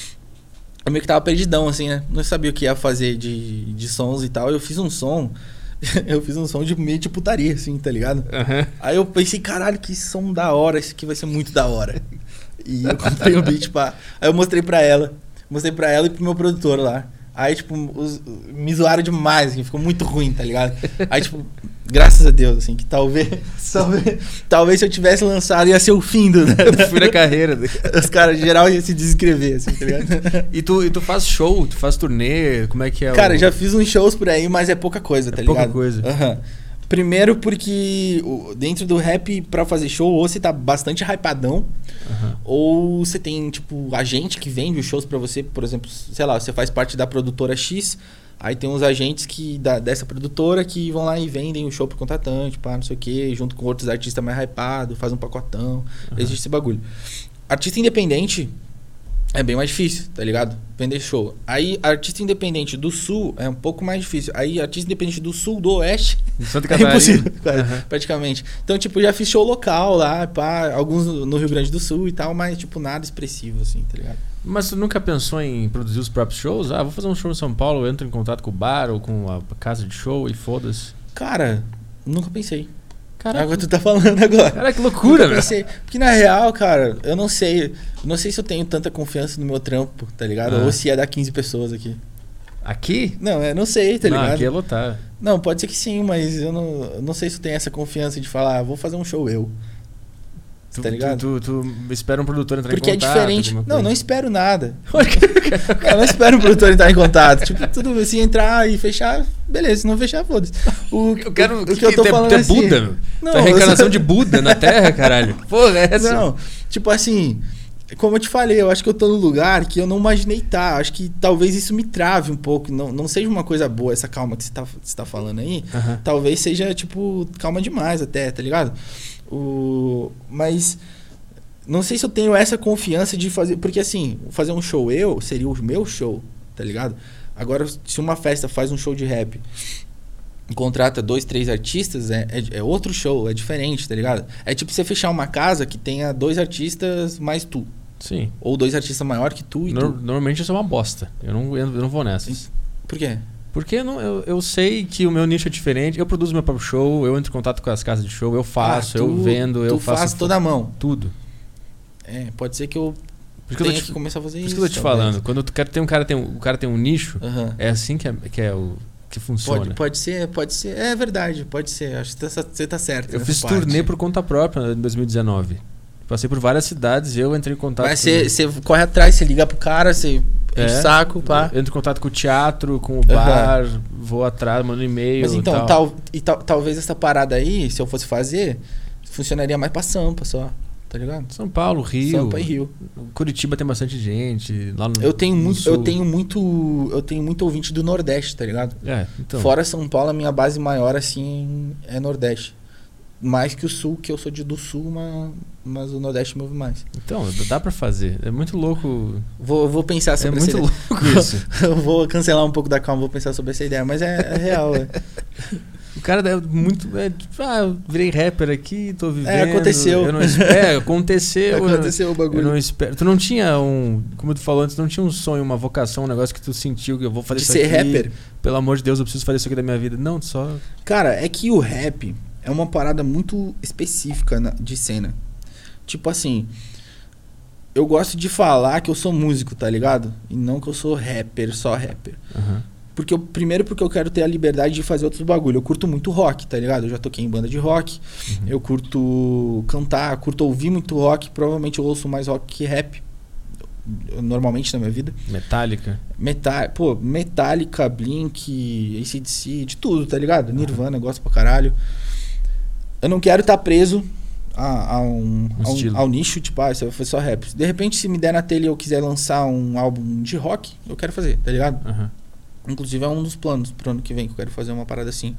eu meio que tava perdidão, assim, né? Não sabia o que ia fazer de, de sons e tal. Eu fiz um som, eu fiz um som de meio de putaria, assim, tá ligado? Uhum. Aí eu pensei, caralho, que som da hora, esse aqui vai ser muito da hora. E eu comprei o beat, pá. Aí eu mostrei pra ela, mostrei pra ela e pro meu produtor lá. Aí, tipo, os, me zoaram demais, assim, ficou muito ruim, tá ligado? Aí, tipo, graças a Deus, assim, que talvez, talvez, talvez se eu tivesse lançado ia ser o fim do... do fim da carreira. Os caras, em geral, iam se desinscrever, assim, tá ligado? E tu, e tu faz show, tu faz turnê, como é que é? Cara, o... já fiz uns shows por aí, mas é pouca coisa, tá é ligado? pouca coisa. Uhum. Primeiro porque dentro do rap, pra fazer show, ou você tá bastante hypadão, uhum. ou você tem, tipo, agente que vende os shows pra você, por exemplo, sei lá, você faz parte da produtora X, aí tem uns agentes que, da, dessa produtora que vão lá e vendem o show pro contratante, pá, não sei o quê, junto com outros artistas mais hypados, faz um pacotão, uhum. existe esse bagulho. Artista independente é bem mais difícil, tá ligado? Vender show. Aí, artista independente do Sul é um pouco mais difícil. Aí, artista independente do Sul, do Oeste, Santa é impossível, uhum. praticamente. Então, tipo, já fiz show local lá, pá, alguns no Rio Grande do Sul e tal, mas, tipo, nada expressivo, assim, tá ligado? Mas tu nunca pensou em produzir os próprios shows? Ah, vou fazer um show em São Paulo, eu entro em contato com o bar ou com a casa de show e foda-se. Cara, nunca pensei. Caraca. Agora tu tá falando agora. Cara, que loucura, velho. Porque na real, cara, eu não sei. Não sei se eu tenho tanta confiança no meu trampo, tá ligado? Ah. Ou se ia dar quinze pessoas aqui. Aqui? Não, eu não sei, tá não, ligado? Aqui é lotar. Não, pode ser que sim, mas eu não, eu não sei se eu tenho essa confiança de falar, ah, vou fazer um show eu. Tu, tá ligado? Tu, tu, tu espera um produtor entrar Porque em contato. Porque é diferente. Não, não espero nada. Eu não espero um produtor entrar em contato. Tipo, tudo assim, entrar e fechar, beleza. Se não fechar, foda-se. O, eu quero o, que, o que eu tô te, falando te assim... Buda, meu. Não, tu é a reencarnação de Buda na Terra, caralho. Porra, é essa? Não, tipo assim... Como eu te falei, eu acho que eu tô num lugar que eu não imaginei estar. Acho que talvez isso me trave um pouco. Não, não seja uma coisa boa essa calma que você tá, você tá falando aí. Uhum. Talvez seja, tipo, calma demais até, tá ligado? O, mas não sei se eu tenho essa confiança de fazer... Porque assim, fazer um show eu seria o meu show, tá ligado? Agora, se uma festa faz um show de rap... contrata dois, três artistas, é, é, é outro show, é diferente, tá ligado? É tipo você fechar uma casa que tenha dois artistas mais tu. Sim. Ou dois artistas maior que tu e no, tu. Normalmente isso é uma bosta. Eu não, eu não vou nessas. Por quê? Porque eu, não, eu, eu sei que o meu nicho é diferente. Eu produzo meu próprio show, eu entro em contato com as casas de show, eu faço, ah, tu, eu vendo, tu eu faço... Tu faz toda a mão. Tudo. É, pode ser que eu... Por isso que eu tô te, que começar a fazer por isso. Por isso que eu tô te talvez. falando. Quando tu quer ter um cara tem um, o cara tem um nicho, uhum. é assim que é, que é o... que funciona. Pode, pode ser, pode ser. É verdade, pode ser. Acho que você tá certo. Eu fiz parte. Turnê por conta própria em dois mil e dezenove. Passei por várias cidades e eu entrei em contato... Mas você corre atrás, você liga pro cara, você é, enche o saco, pá. Eu entro em contato com o teatro, com o bar, uhum. vou atrás, mando e-mail. Mas então, tal. Tal, e tal, talvez essa parada aí, se eu fosse fazer, funcionaria mais pra Sampa só. Tá ligado? São Paulo, Rio. Sampa e Rio. Curitiba tem bastante gente. Lá no, eu tenho no muito, sul. eu tenho muito, eu tenho muito ouvinte do Nordeste, tá ligado? É, então. Fora São Paulo, a minha base maior assim é Nordeste. Mais que o Sul, que eu sou de do Sul, mas, mas o Nordeste me ouve mais. Então, dá pra fazer. É muito louco. Vou, vou pensar sobre é essa ideia. É muito louco isso. Eu vou cancelar um pouco da calma, vou pensar sobre essa ideia, mas é, é real, é. O cara é muito... É, tipo, ah, eu virei rapper aqui, tô vivendo... É, aconteceu. Eu não espero, é, aconteceu. Aconteceu eu, o bagulho. Eu não espero. Tu não tinha um... Como tu falou antes, não tinha um sonho, uma vocação, um negócio que tu sentiu que eu vou fazer de isso ser aqui. rapper? Pelo amor de Deus, eu preciso fazer isso aqui da minha vida. Não, só... Cara, é que o rap é uma parada muito específica na, de cena. Tipo assim... Eu gosto de falar que eu sou músico, tá ligado? E não que eu sou rapper, só rapper. Aham. Porque eu, primeiro porque eu quero ter a liberdade de fazer outros bagulho. Eu curto muito rock, tá ligado? Eu já toquei em banda de rock. Uhum. Eu curto cantar, curto ouvir muito rock. Provavelmente eu ouço mais rock que rap. Normalmente na minha vida. Metallica. Metal, pô, Metallica, Blink, A C D C, de tudo, tá ligado? Nirvana, uhum. eu gosto pra caralho. Eu não quero estar tá preso a, a um, um a um, ao nicho, tipo, ah, isso foi só rap. De repente, se me der na telha e eu quiser lançar um álbum de rock, eu quero fazer, tá ligado? Uhum. Inclusive é um dos planos pro ano que vem que eu quero fazer uma parada assim.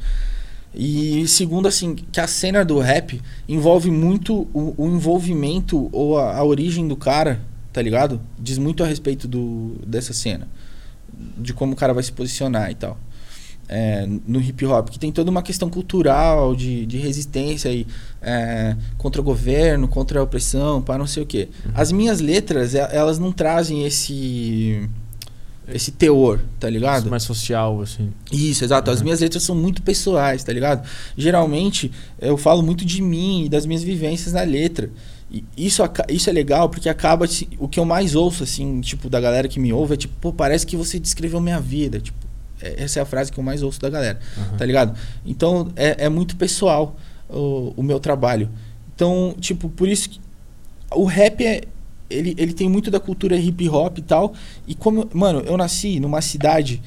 E segundo, assim, que a cena do rap envolve muito o, o envolvimento ou a, a origem do cara, tá ligado? Diz muito a respeito do, dessa cena. De como o cara vai se posicionar e tal. É, no hip hop, que tem toda uma questão cultural de, de resistência aí, é, contra o governo, contra a opressão, para não sei o quê. Uhum. As minhas letras, elas não trazem esse... esse teor, tá ligado? Isso mais social, assim. Isso, exato. Uhum. As minhas letras são muito pessoais, tá ligado? Geralmente, eu falo muito de mim e das minhas vivências na letra. E isso, isso é legal porque acaba... O que eu mais ouço, assim, tipo, da galera que me ouve é tipo, pô, parece que você descreveu minha vida. Tipo, essa é a frase que eu mais ouço da galera, uhum. tá ligado? Então, é, é muito pessoal o, o meu trabalho. Então, tipo, por isso que o rap é... Ele, ele tem muito da cultura hip hop e tal. E como, mano, eu nasci numa cidade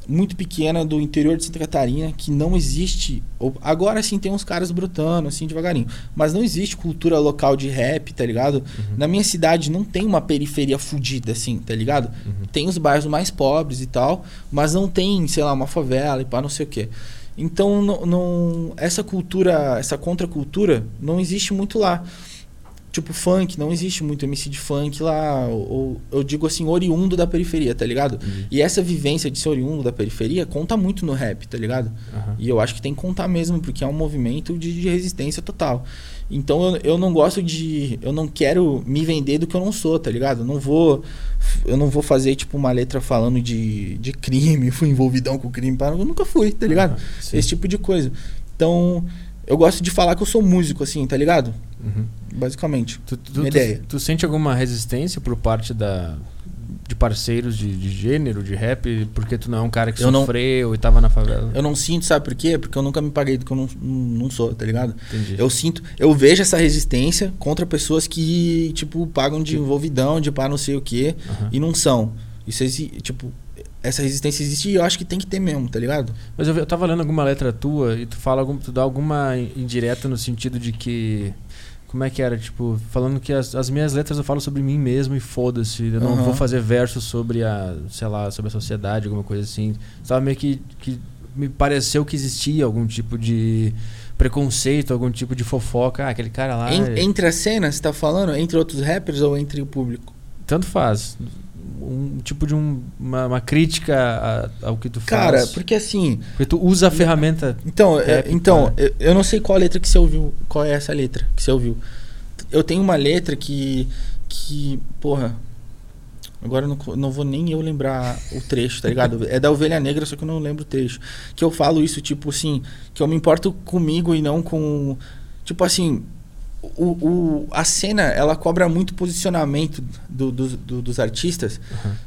muito pequena do interior de Santa Catarina, que não existe... Agora sim tem uns caras brotando, assim, devagarinho. Mas não existe cultura local de rap, tá ligado? Uhum. Na minha cidade não tem uma periferia fodida, assim, tá ligado? Uhum. Tem os bairros mais pobres e tal, mas não tem, sei lá, uma favela e pá, não sei o quê. Então, não, não, essa cultura, essa contracultura não existe muito lá. Tipo, funk, não existe muito M C de funk lá, ou, ou eu digo assim, oriundo da periferia, tá ligado? Uhum. E essa vivência de ser oriundo da periferia conta muito no rap, tá ligado? Uhum. E eu acho que tem que contar mesmo, porque é um movimento de, de resistência total. Então eu, eu não gosto de... Eu não quero me vender do que eu não sou, tá ligado? Eu não vou, eu não vou fazer, tipo, uma letra falando de, de crime, fui envolvidão com crime, eu nunca fui, tá ligado? Uhum. Esse tipo de coisa. Então... Eu gosto de falar que eu sou músico, assim, tá ligado? Uhum. Basicamente. Tu, tu, minha tu, ideia. Tu sente alguma resistência por parte da, de parceiros de, de gênero, de rap, porque tu não é um cara que eu sofreu não, e tava na favela? Eu não sinto, sabe por quê? Porque eu nunca me paguei do que eu não, não sou, tá ligado? Entendi. Eu sinto, eu vejo essa resistência contra pessoas que, tipo, pagam de envolvidão, de pá não sei o quê, uhum. e não são. Isso é, tipo... Essa resistência existe e eu acho que tem que ter mesmo, tá ligado? Mas eu, eu tava lendo alguma letra tua e tu fala algum, tu dá alguma indireta no sentido de que... Como é que era? Tipo, falando que as, as minhas letras eu falo sobre mim mesmo e foda-se. Eu não uhum. vou fazer versos sobre a, sei lá, sobre a sociedade, alguma coisa assim. Tava meio que, que... Me pareceu que existia algum tipo de preconceito, algum tipo de fofoca. Ah, aquele cara lá... En, entre as cenas, você tá falando? Entre outros rappers ou entre o público? Tanto faz. Um tipo de um, uma, uma crítica a, ao que tu faz. Cara, porque assim... Porque tu usa a ferramenta... Então, rap, então eu, eu não sei qual letra que você ouviu. Qual é essa letra que você ouviu. Eu tenho uma letra que... que porra... Agora eu não, não vou nem eu lembrar o trecho, tá ligado? É da Ovelha Negra, só que eu não lembro o trecho. Que eu falo isso, tipo assim... Que eu me importo comigo e não com... Tipo assim... O, o, a cena, ela cobra muito posicionamento do, do, do, dos artistas,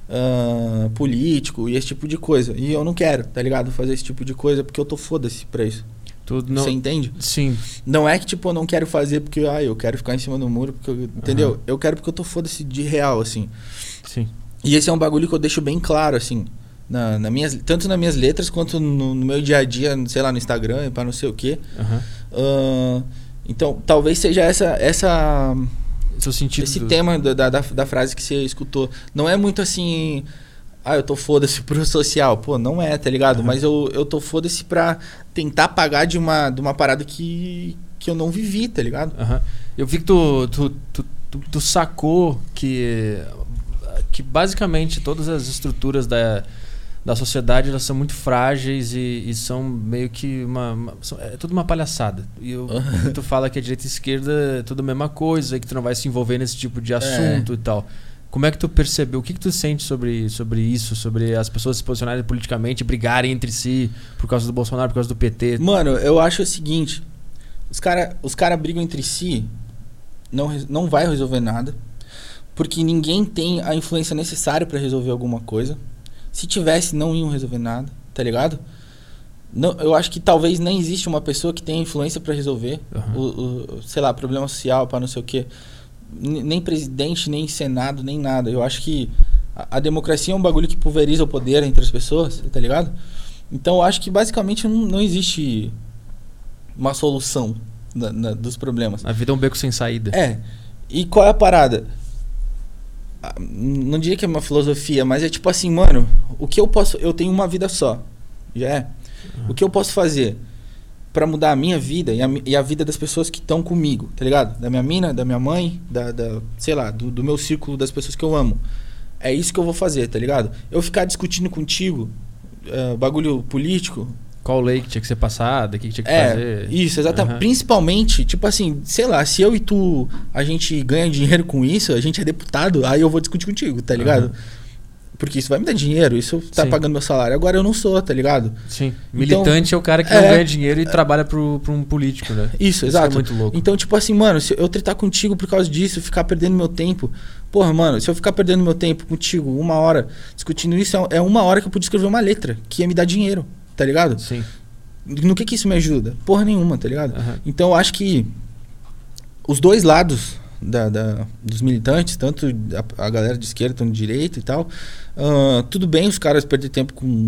uhum. uh, político e esse tipo de coisa. E eu não quero, tá ligado? Fazer esse tipo de coisa porque eu tô foda-se pra isso. Tu não... Você entende? Sim. Não é que, tipo, eu não quero fazer porque ah, eu quero ficar em cima do muro, porque eu, entendeu? Uhum. Eu quero porque eu tô foda-se de real, assim. Sim. E esse é um bagulho que eu deixo bem claro, assim. Na, na minhas, tanto nas minhas letras quanto no, no meu dia a dia, sei lá, no Instagram, pra não sei o quê. Uhum. Uh, Então, talvez seja essa, essa, sentido esse do... tema da, da, da frase que você escutou. Não é muito assim... Ah, eu tô foda-se pro social. Pô, não é, tá ligado? Uhum. Mas eu, eu tô foda-se pra tentar pagar de uma, de uma parada que, que eu não vivi, tá ligado? Uhum. Eu vi que tu, tu, tu, tu, tu sacou que, que basicamente todas as estruturas da... da sociedade, elas são muito frágeis e, e são meio que uma... uma são, é tudo uma palhaçada. E eu, uhum. tu fala que a direita e a esquerda é tudo a mesma coisa, que tu não vai se envolver nesse tipo de assunto é. e tal. Como é que tu percebeu? O que, que tu sente sobre, sobre isso? Sobre as pessoas se posicionarem politicamente, brigarem entre si por causa do Bolsonaro, por causa do P T? Mano, eu acho o seguinte. Os caras os cara brigam entre si, não, não vai resolver nada, porque ninguém tem a influência necessária pra resolver alguma coisa. Se tivesse, não iam resolver nada, tá ligado? Não, eu acho que talvez nem existe uma pessoa que tenha influência pra resolver uhum. o, o, sei lá, problema social, pra não sei o quê. N- nem presidente, nem senado, nem nada. Eu acho que a, a democracia é um bagulho que pulveriza o poder entre as pessoas, tá ligado? Então eu acho que basicamente não, não existe uma solução na, na, dos problemas. A vida é um beco sem saída. É. E qual é a parada? Não diria que é uma filosofia, mas é tipo assim, mano, o que eu posso... Eu tenho uma vida só, já é. Uhum. O que eu posso fazer pra mudar a minha vida e a, e a vida das pessoas que estão comigo, tá ligado? Da minha mina, da minha mãe, da, da sei lá, do, do meu círculo, das pessoas que eu amo. É isso que eu vou fazer, tá ligado? Eu ficar discutindo contigo, uh, bagulho político... Qual lei que tinha que ser passada, o que tinha que é, fazer. Isso, exatamente. Uhum. Principalmente, tipo assim, sei lá, se eu e tu, a gente ganha dinheiro com isso, a gente é deputado, aí eu vou discutir contigo, tá ligado? Uhum. Porque isso vai me dar dinheiro, isso tá Sim. pagando meu salário. Agora eu não sou, tá ligado? Sim. Militante então, é o cara que é, não ganha dinheiro e é, trabalha pro, pro um político, né? Isso, isso exato. É muito louco. Então, tipo assim, mano, se eu tretar contigo por causa disso, ficar perdendo meu tempo... Porra, mano, se eu ficar perdendo meu tempo contigo uma hora discutindo isso, é uma hora que eu podia escrever uma letra que ia me dar dinheiro, tá ligado? Sim. No que que isso me ajuda? Porra nenhuma, tá ligado? Uhum. Então eu acho que os dois lados da, da, dos militantes, tanto a, a galera de esquerda quanto de direita e tal, uh, tudo bem os caras perderem tempo com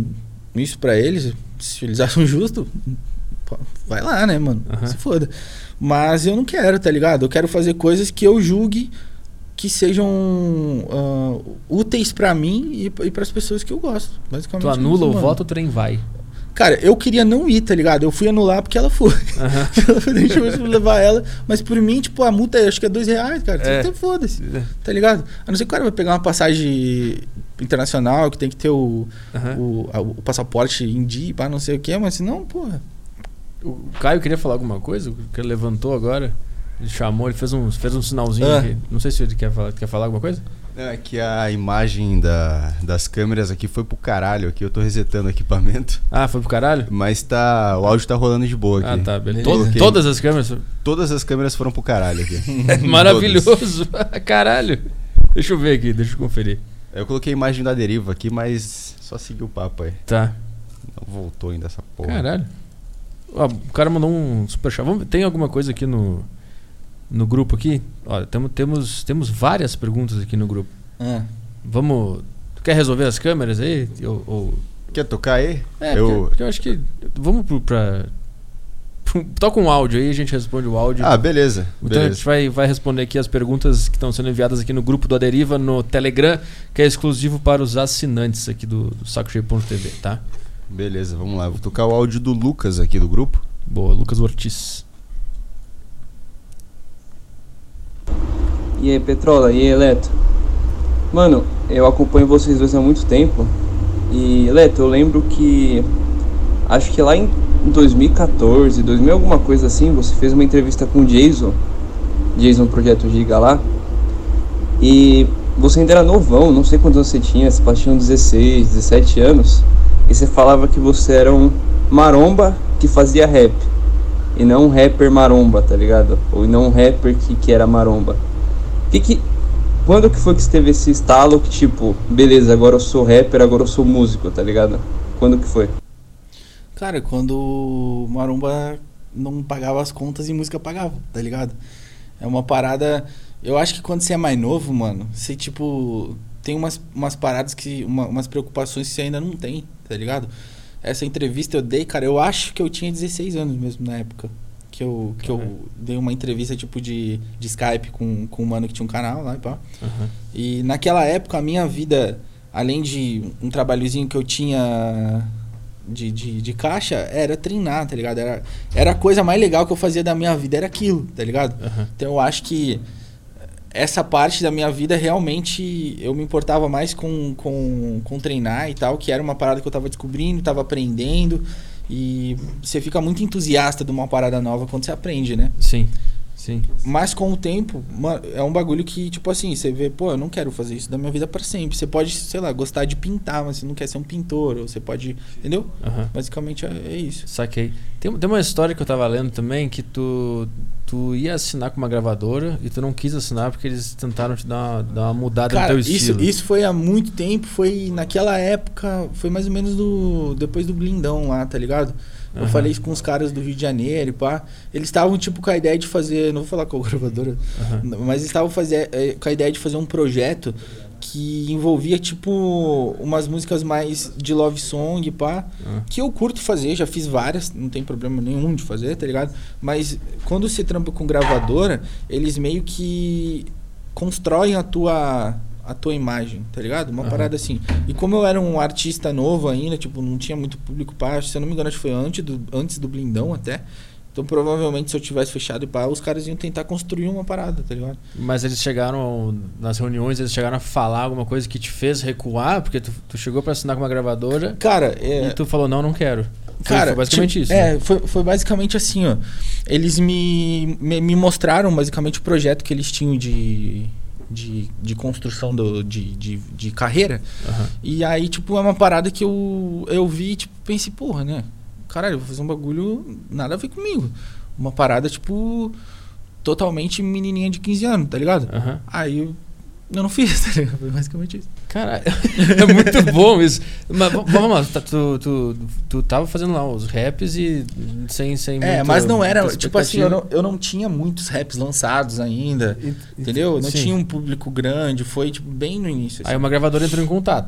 isso pra eles, se eles acham justo, vai lá, né, mano? Uhum. Se foda. Mas eu não quero, tá ligado? Eu quero fazer coisas que eu julgue que sejam uh, úteis pra mim e, e pras pessoas que eu gosto. Basicamente. Tu anula o voto, o trem vai. Cara, eu queria não ir, tá ligado? Eu fui anular porque ela foi. Uhum. Deixa eu levar ela. Mas por mim, tipo, a multa acho que é dois reais, cara. É. Então foda-se, tá ligado? A não ser que o cara vai pegar uma passagem internacional, que tem que ter o, uhum. o, a, o passaporte em dia, pá, não sei o que, mas senão, porra. O Caio queria falar alguma coisa? Que ele levantou agora. Ele chamou, ele fez um, fez um sinalzinho ah. aqui. Não sei se ele quer falar, quer falar alguma coisa? É que a imagem da, das câmeras aqui foi pro caralho. Aqui eu tô resetando o equipamento. Ah, foi pro caralho? Mas tá, o áudio tá rolando de boa aqui. Ah, tá, beleza. Coloquei, todas as câmeras? Todas as câmeras foram pro caralho aqui. Maravilhoso. Caralho. Deixa eu ver aqui, deixa eu conferir. Eu coloquei a imagem da deriva aqui, mas só seguiu o papo aí. Tá. Não voltou ainda essa porra. Caralho. Ó, o cara mandou um super chat. Vamos, tem alguma coisa aqui no... No grupo aqui, olha, temos, temos, temos várias perguntas aqui no grupo. Ah. Vamos. Tu quer resolver as câmeras aí? Ou, ou... Quer tocar aí? É, eu... Porque, porque eu acho que. Vamos pro, pra. Toca um áudio aí, a gente responde o áudio. Ah, beleza. Então beleza. a gente vai, vai responder aqui as perguntas que estão sendo enviadas aqui no grupo do Aderiva, no Telegram, que é exclusivo para os assinantes aqui do, do saco cheio ponto t v, tá? Beleza, vamos lá. Vou tocar o áudio do Lucas aqui do grupo. Boa, Lucas Ortiz. E aí, Petrola, e aí, Leto? Mano, eu acompanho vocês dois há muito tempo. E, Leto, eu lembro que... Acho que lá em dois mil e quatorze, dois mil alguma coisa assim, você fez uma entrevista com o Jason. Jason Projeto Giga lá. E você ainda era novão, não sei quantos anos você tinha. Você tinha dezesseis, dezessete anos. E você falava que você era um maromba que fazia rap. E não um rapper maromba, tá ligado? Ou não um rapper que, que era maromba. Que que, quando que foi que você teve esse estalo que tipo, beleza, agora eu sou rapper, agora eu sou músico, tá ligado? Quando que foi? Cara, quando o maromba não pagava as contas e música pagava, tá ligado? É uma parada... Eu acho que quando você é mais novo, mano, você tipo... Tem umas, umas paradas que... Uma, umas preocupações que você ainda não tem, tá ligado? Essa entrevista eu dei, cara, eu acho que eu tinha dezesseis anos mesmo na época. Que eu, que uhum. eu dei uma entrevista tipo de, de Skype com, com um mano que tinha um canal lá e pá. Uhum. E naquela época a minha vida, além de um trabalhozinho que eu tinha de, de, de caixa, era treinar, tá ligado? Era, era a coisa mais legal que eu fazia da minha vida, era aquilo, tá ligado? Uhum. Então eu acho que essa parte da minha vida realmente eu me importava mais com, com, com treinar e tal, que era uma parada que eu tava descobrindo, tava aprendendo. E você fica muito entusiasta de uma parada nova quando você aprende, né? Sim, sim. Mas com o tempo, mano, é um bagulho que, tipo assim, você vê, pô, eu não quero fazer isso da minha vida pra sempre. Você pode, sei lá, gostar de pintar, mas você não quer ser um pintor. Ou você pode, entendeu? Uhum. Basicamente é, é isso. Saquei. Tem, tem uma história que eu tava lendo também, que tu, tu ia assinar com uma gravadora e tu não quis assinar porque eles tentaram te dar uma, dar uma mudada Cara, no teu isso, estilo. Isso foi há muito tempo, foi naquela época, foi mais ou menos do, depois do Blindão lá, tá ligado? Eu uhum. falei isso com os caras do Rio de Janeiro e pá. Eles estavam tipo com a ideia de fazer, não vou falar com a gravadora, uhum. mas eles estavam com a ideia de fazer um projeto que envolvia tipo umas músicas mais de love song e pá, uhum. que eu curto fazer, já fiz várias, não tem problema nenhum de fazer, tá ligado? Mas quando você trampa com gravadora, eles meio que constroem a tua... a tua imagem, tá ligado? Uma uhum. parada assim. E como eu era um artista novo ainda, tipo, não tinha muito público, pá, se eu não me engano, acho que foi antes do, antes do Blindão até. Então, provavelmente, se eu tivesse fechado e pá, os caras iam tentar construir uma parada, tá ligado? Mas eles chegaram, nas reuniões, eles chegaram a falar alguma coisa que te fez recuar? Porque tu, tu chegou pra assinar com uma gravadora... Cara, é... E tu falou, não, não quero. Foi, Cara, foi basicamente tipo, isso. É, né? foi, foi basicamente assim, ó. Eles me, me, me mostraram, basicamente, o projeto que eles tinham de... De, de construção do, de, de, de carreira. Uhum. E aí, tipo, é uma parada que eu, eu vi, tipo, pensei, porra, né? Caralho, eu vou fazer um bagulho nada a ver comigo. Uma parada, tipo, totalmente menininha de quinze anos, tá ligado? Uhum. Aí eu, eu não fiz, tá ligado? Foi basicamente isso. Caralho, é muito bom isso. Mas vamos lá, tu, tu, tu tava fazendo lá os raps e sem, sem É, muito, mas não era, tipo assim, eu não, eu não tinha muitos raps lançados ainda, e, entendeu? Não Sim. tinha um público grande, foi tipo bem no início. Assim. Aí uma gravadora entrou em contato.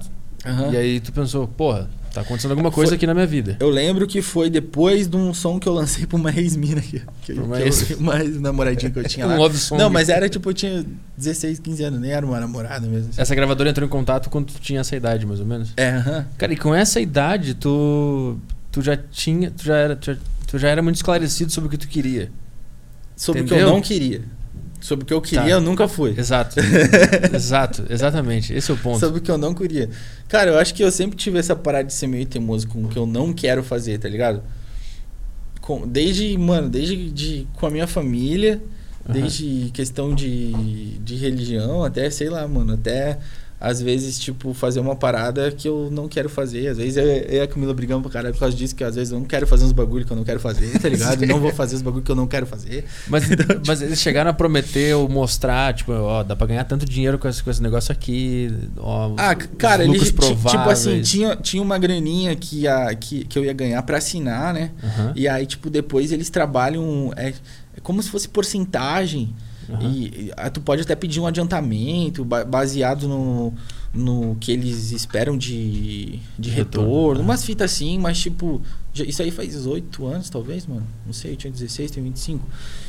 Uhum. E aí tu pensou, porra, tá acontecendo alguma coisa foi, aqui na minha vida. Eu lembro que foi depois de um som que eu lancei pra uma ex-mina aqui. Que, uma, que ex... eu, uma ex-namoradinha que eu tinha lá. um love song. Não, mas era tipo, eu tinha dezesseis, quinze anos, nem era uma namorada mesmo. Assim. Essa gravadora entrou em contato quando tu tinha essa idade, mais ou menos? É, aham. Uhum. Cara, e com essa idade, tu, tu já tinha. Tu já, era, tu, já, tu já era muito esclarecido sobre o que tu queria. Sobre o que eu não queria. Sobre o que eu queria, tá. eu nunca fui. Exato. Exato, exatamente. Esse é o ponto. Sobre o que eu não queria. Cara, eu acho que eu sempre tive essa parada de ser meio teimoso com o que eu não quero fazer, tá ligado? Com, desde, mano, desde de, com a minha família, uhum. desde questão de, de religião, até, sei lá, mano, até... Às vezes, tipo, fazer uma parada que eu não quero fazer. Às vezes eu, eu e a Camila brigamos pra caralho por causa disso, que às vezes eu não quero fazer uns bagulho que eu não quero fazer, tá ligado? Não vou fazer os bagulho que eu não quero fazer. Mas, então, mas eles chegaram a prometer ou mostrar, tipo, ó, dá pra ganhar tanto dinheiro com esse, com esse negócio aqui, ó, ah, cara, eles, tipo assim, tinha, tinha uma graninha que, a, que, que eu ia ganhar pra assinar, né? Uhum. E aí, tipo, depois eles trabalham... É, é como se fosse porcentagem... Uhum. E, e tu pode até pedir um adiantamento baseado no, no que eles esperam de, de retorno, retorno. Uhum. Umas fitas assim, mas tipo, já, isso aí faz oito anos talvez, mano. Não sei, eu tinha dezesseis, tenho vinte e cinco.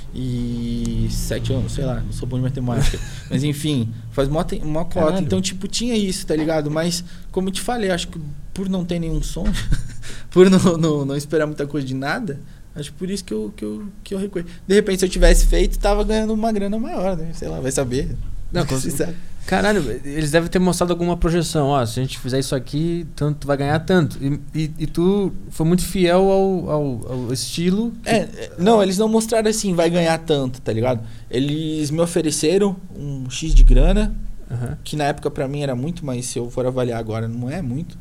E sete anos, sei lá, não sou bom de matemática. Mas enfim, faz uma, uma cota. Caralho. Então, tipo, tinha isso, tá ligado? Mas, como eu te falei, acho que por não ter nenhum som, por não, não, não esperar muita coisa de nada... Acho por isso que eu, que eu, que eu recuei. De repente, se eu tivesse feito, tava ganhando uma grana maior, né? Sei lá, vai saber. Não, você sabe. Caralho, eles devem ter mostrado alguma projeção. Ó, se a gente fizer isso aqui, tanto tu vai ganhar tanto. E, e, e tu foi muito fiel ao, ao, ao estilo. Que... É, não, eles não mostraram assim, vai ganhar tanto, tá ligado? Eles me ofereceram um X de grana, uhum. que na época pra mim era muito, mas se eu for avaliar agora não é muito.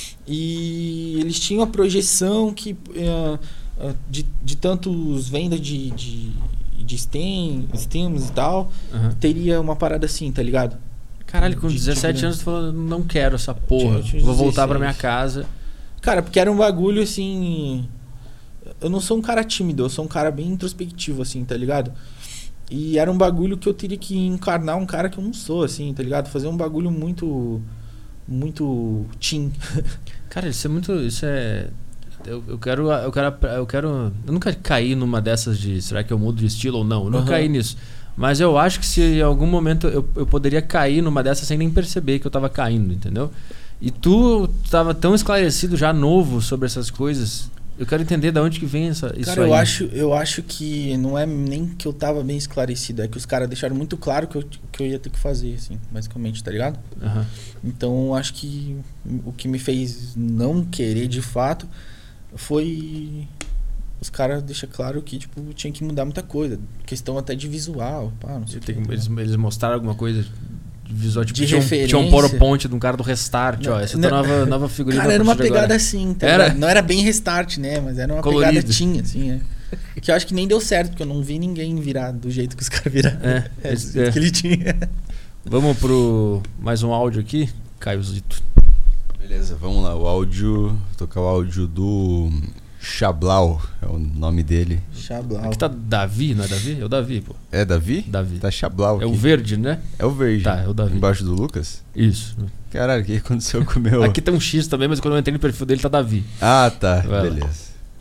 E eles tinham a projeção que... Uh, De, de tantos vendas de, de, de Steam, Steams e tal, uhum. teria uma parada assim, tá ligado? Caralho, com de, dezessete de anos tu falou, não quero essa porra, tinha, tinha vou voltar pra minha casa. Cara, porque era um bagulho assim... Eu não sou um cara tímido, eu sou um cara bem introspectivo, assim, tá ligado? E era um bagulho que eu teria que encarnar um cara que eu não sou, assim, tá ligado? Fazer um bagulho muito... Muito teen. Cara, isso é muito... Isso é... Eu, eu, quero, eu, quero, eu quero. Eu nunca caí numa dessas de será que eu mudo de estilo ou não? Eu não uhum. caí nisso. Mas eu acho que se em algum momento eu, eu poderia cair numa dessas sem nem perceber que eu tava caindo, entendeu? E tu tava tão esclarecido já novo sobre essas coisas. Eu quero entender de onde que vem essa, isso cara, aí. eu acho, eu acho que não é nem que eu tava bem esclarecido, é que os caras deixaram muito claro que eu, que eu ia ter que fazer, assim, basicamente, tá ligado? Uhum. Então acho que o que me fez não querer de fato foi... Os caras deixam claro que, tipo, tinha que mudar muita coisa. Questão até de visual, pá, não sei tem, que, eles, eles mostraram alguma coisa de visual, tipo, de tinha, referência. Um, tinha um PowerPoint de um cara do Restart, não, ó, essa não, é a nova, nova figurinha. Cara, era uma pegada agora. Assim, tá era? Não era bem Restart, né? Mas era uma Colorido. Pegada tinha, assim, é. Que eu acho que nem deu certo, porque eu não vi ninguém virar do jeito que os caras viraram. É, é, é. Que ele tinha. Vamos pro mais um áudio aqui, Caio Zito. Beleza, vamos lá. O áudio, vou tocar o áudio do... Chablau é o nome dele. Chablau. Aqui tá Davi, não é Davi? É o Davi, pô. É Davi? Davi. Tá Chablau aqui. É o verde, né? É o verde. Tá, é o Davi. Embaixo do Lucas? Isso. Caralho, o que aconteceu com o meu... Aqui tem um X também, mas quando eu entrei no perfil dele tá Davi. Ah, tá. Vai Beleza. Lá.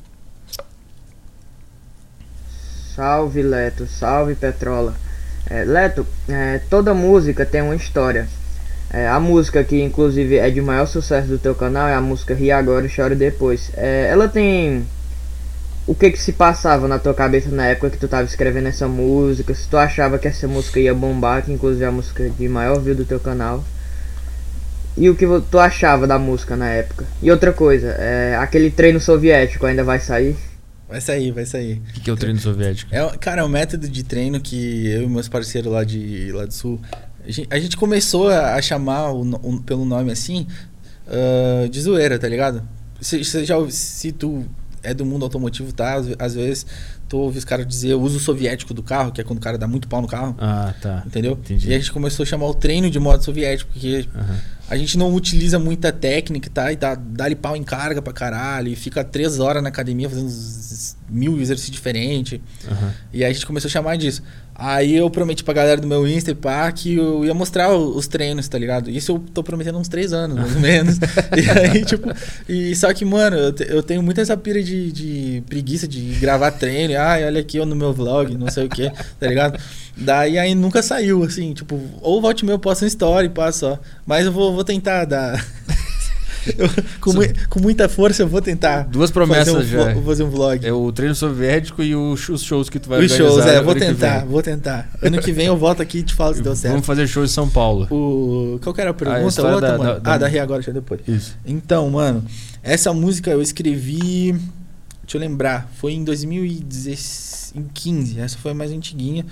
Salve, Leto. Salve, Petrola. É, Leto, é, toda música tem uma história. É, a música que inclusive é de maior sucesso do teu canal é a música Ri Agora e Chore Depois. É, ela tem... O que que se passava na tua cabeça na época que tu tava escrevendo essa música? Se tu achava que essa música ia bombar, que inclusive é a música de maior view do teu canal. E o que tu achava da música na época? E outra coisa, é, aquele treino soviético ainda vai sair? Vai sair, vai sair. O que, que é o treino soviético? É, cara, é um método de treino que eu e meus parceiros lá, de, lá do Sul... A gente começou a chamar o, o, pelo nome assim, uh, de zoeira, tá ligado? Se, se, já, se tu é do mundo automotivo, tá? Às, às vezes tu ouve os caras dizer o uso soviético do carro, que é quando o cara dá muito pau no carro. Ah, tá. Entendeu? Entendi. E a gente começou a chamar o treino de modo soviético, porque uhum. a gente não utiliza muita técnica, tá? E dá, dá-lhe pau em carga pra caralho, e fica três horas na academia fazendo mil exercícios diferentes. Uhum. E aí a gente começou a chamar disso. Aí eu prometi pra galera do meu Insta e pá, que eu ia mostrar os treinos, tá ligado? Isso eu tô prometendo há uns três anos, mais ou menos. E aí, tipo... E só que, mano, eu, te, eu tenho muito essa pira de, de preguiça de gravar treino. Ai, olha aqui eu no meu vlog, não sei o que, tá ligado? Daí aí nunca saiu, assim, tipo... Ou volte e meia eu posto um story, pá, só. Mas eu vou, vou tentar dar... Eu, com, mu com muita força eu vou tentar. Duas promessas fazer um, já. Vou fazer um vlog. É o treino soviético e o, os shows que tu vai Os organizar. Os shows, é, vou tentar, vou tentar. Ano que vem eu volto aqui e te falo se deu certo. Vamos fazer shows em São Paulo. O... Qual que era a pergunta? A Outra, da, mano? Da, ah, da Ria agora, deixa depois. Isso. Então, mano, essa música eu escrevi... Deixa eu lembrar. Foi em dois mil e quinze. Essa foi a mais antiguinha.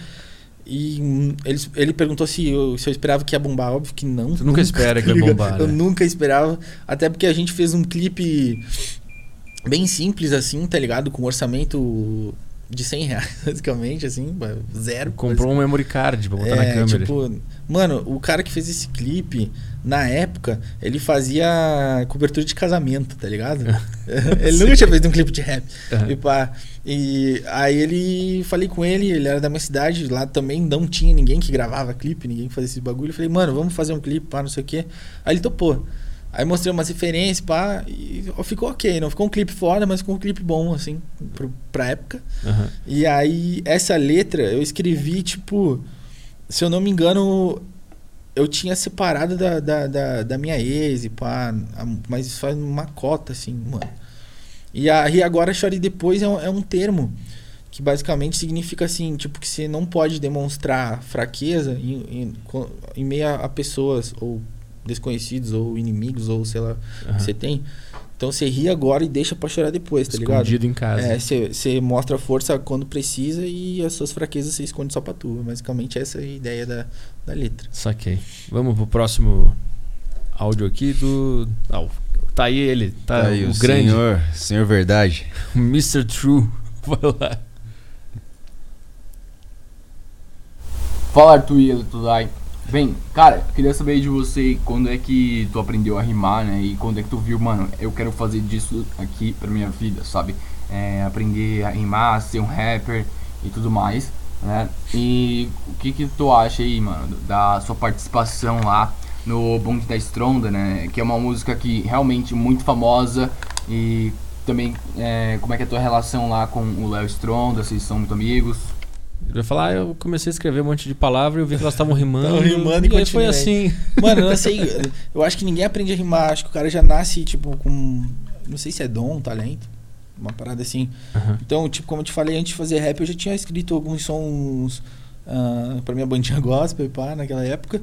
E ele, ele perguntou se eu, se eu esperava que ia bombar. Óbvio que não. Tu nunca, nunca espera que ia bombar, Eu né? nunca esperava. Até porque a gente fez um clipe bem simples assim, tá ligado? Com um orçamento de cem reais, basicamente, assim, zero. Comprou um memory card pra botar é, na câmera. Tipo, mano, o cara que fez esse clipe, na época, ele fazia cobertura de casamento, tá ligado? Ele nunca tinha feito um clipe de rap. Uhum. E pá... E aí ele, falei com ele, ele era da minha cidade, lá também não tinha ninguém que gravava clipe, ninguém que fazia esse bagulho. Eu falei, mano, vamos fazer um clipe, pá, não sei o quê. Aí ele topou. Aí mostrei umas referências, pá, e ficou ok. Não ficou um clipe foda, mas ficou um clipe bom, assim, pro, pra época. Uhum. E aí, essa letra eu escrevi, tipo, se eu não me engano, eu tinha separado da, da, da, da minha ex, pá, mas isso faz uma cota, assim, mano. E a Ri Agora, Chore Depois é um, é um termo que basicamente significa assim, tipo, que você não pode demonstrar fraqueza em, em, em meio a, a pessoas, ou desconhecidos, ou inimigos, ou sei lá, uhum. que você tem. Então você ri agora e deixa pra chorar depois, tá ligado? Escondido em casa. É, você, você mostra força quando precisa e as suas fraquezas você esconde só pra tu. Basicamente essa é a ideia da, da letra. Saquei. Vamos pro próximo áudio aqui do... Ah, tá aí ele, tá, tá aí, o, o grande. Senhor, Senhor Verdade. O mister True. Vai lá. Fala, Arthur e tudo aí. Bem, cara, queria saber de você quando é que tu aprendeu a rimar, né? E quando é que tu viu, mano, eu quero fazer disso aqui pra minha vida, sabe? É, aprender a rimar, ser um rapper e tudo mais, né? E o que que tu acha aí, mano, da sua participação lá no Bonde da Stronda, né? Que é uma música que realmente muito famosa. E também, é, como é que é a tua relação lá com o Léo Stronda? Vocês são muito amigos? Eu ia falar, eu comecei a escrever um monte de palavras e eu vi que elas estavam rimando. Estavam rimando e, e aí foi assim. Mano, eu não sei. Eu acho que ninguém aprende a rimar. Acho que o cara já nasce, tipo, com... Não sei se é dom, talento. Uma parada assim. Uhum. Então, tipo, como eu te falei, antes de fazer rap, eu já tinha escrito alguns sons uh, pra minha bandinha gospel, pá, naquela época.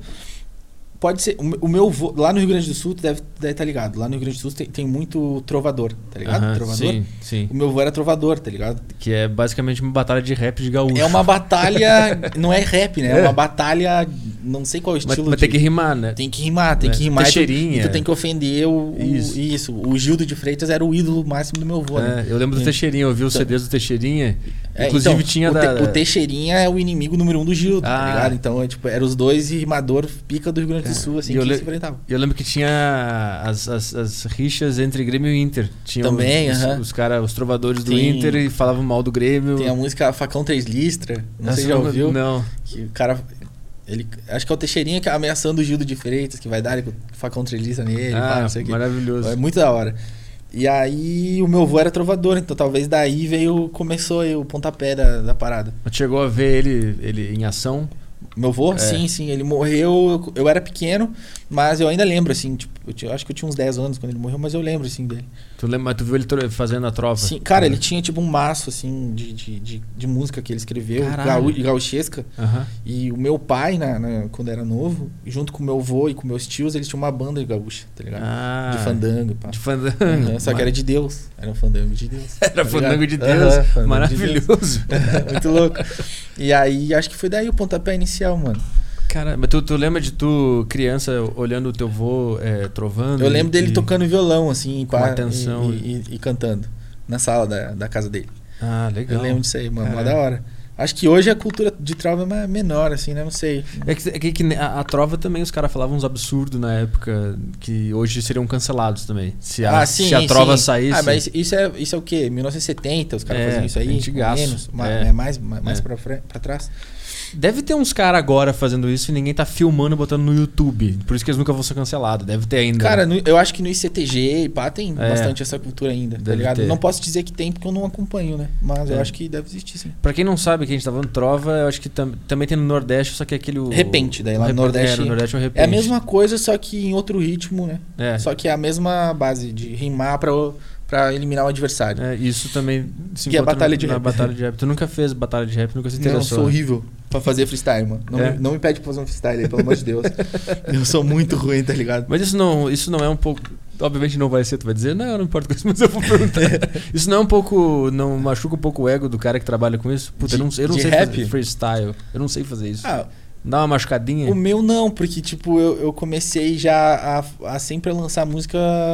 Pode ser, o meu vô, lá no Rio Grande do Sul, tu deve estar tá ligado, lá no Rio Grande do Sul tem, tem muito trovador, tá ligado? Uhum, trovador. Sim, sim. O meu vô era trovador, tá ligado? Que é basicamente uma batalha de rap de gaúcho. É uma batalha, não é rap, né? É, é uma batalha, não sei qual estilo. Mas, mas de, tem que rimar, né? Tem que rimar, tem é. que rimar. Teixeirinha. E tu, e tu tem que ofender o, o isso. isso. O Gildo de Freitas era o ídolo máximo do meu vô, é, né? Eu lembro do Teixeirinha, eu vi os então, C Ds do Teixeirinha. É, inclusive então, tinha o da... Te, o Teixeirinha é o inimigo número um do Gildo, ah. tá ligado? Então, é, tipo, eram os dois rimador pica do Rio Grande do Sul, assim, que se enfrentavam. Eu lembro que tinha as, as, as rixas entre Grêmio e Inter. Tinha também, os, uh-huh. os, cara, os trovadores do tem, Inter e falavam mal do Grêmio. Tem a música Facão Três Listra, não sei se já ouviu. Não. Que o cara... Ele, acho que é o Teixeirinha que é ameaçando o Gildo de Freitas, que vai dar com facão três listra nele. Ah, pá, não sei maravilhoso. É muito da hora. E aí o meu avô era trovador, então talvez daí veio, começou aí o pontapé da, da parada. Mas chegou a ver ele, ele em ação? Meu avô? É. Sim, sim. Ele morreu, eu, eu era pequeno, mas eu ainda lembro, assim, tipo, eu, tinha, eu acho que eu tinha uns dez anos quando ele morreu, mas eu lembro, assim, dele. Tu lembra, mas tu viu ele fazendo a trova? Sim, cara, é. ele tinha tipo um maço, assim, de, de, de, de música que ele escreveu, gaú, gauchesca. Uhum. E o meu pai, na, na, quando era novo, junto com o meu avô e com meus tios, eles tinham uma banda de gaúcha, tá ligado? Ah, de fandango, pá. De fandango. Uhum, só que era de Deus. Era um fandango de Deus. Era tá fandango de Deus. Uhum, fandango maravilhoso. De Deus. Muito louco. E aí, acho que foi daí o pontapé inicial, mano. Cara, mas tu, tu lembra de tu, criança, olhando o teu vô é, trovando? Eu lembro dele e, tocando violão, assim, com pá, atenção. E, e, e, e cantando na sala da, da casa dele. Ah, legal. Eu lembro disso aí, mano. Mó da hora. Acho que hoje a cultura de trova é menor, assim, né? Não sei. É que, é que, que a, a trova também os caras falavam uns absurdos na época que hoje seriam cancelados também. Se a, ah, sim, se a trova sim. saísse... Ah, mas isso é, isso é o quê? mil novecentos e setenta, os caras é, faziam isso aí? Antigaço. Menos, é. é, mais, mais é. pra, pra trás. Deve ter uns caras agora fazendo isso e ninguém tá filmando e botando no YouTube. Por isso que eles nunca vão ser cancelados. Deve ter ainda. Cara, no, eu acho que no I C T G e pá tem é. bastante essa cultura ainda, deve tá ligado? Ter. Não posso dizer que tem porque eu não acompanho, né? Mas é. eu acho que deve existir sim. Pra quem não sabe que a gente tá falando trova, eu acho que tam, também tem no Nordeste, só que é aquele... O, repente, daí lá no Nordeste. É, no Nordeste é um repente. É a mesma coisa, só que em outro ritmo, né? É. Só que é a mesma base de rimar pra... pra eliminar o adversário. É, isso também se que é a batalha de na rap. batalha de rap. Tu nunca fez batalha de rap, nunca se interessou. Não, sou horrível pra fazer freestyle, mano. Não, é. me, não me pede pra fazer um freestyle aí, pelo amor de Deus. Eu sou muito ruim, tá ligado? Mas isso não, isso não é um pouco... Obviamente não vai ser, tu vai dizer, não, não importa com isso, mas eu vou perguntar. Isso não é um pouco... Não machuca um pouco o ego do cara que trabalha com isso? Puta, de, eu não, eu não sei rap? fazer freestyle. Eu não sei fazer isso. Ah, dá uma machucadinha? O meu não, porque tipo, eu, eu comecei já a, a sempre lançar música...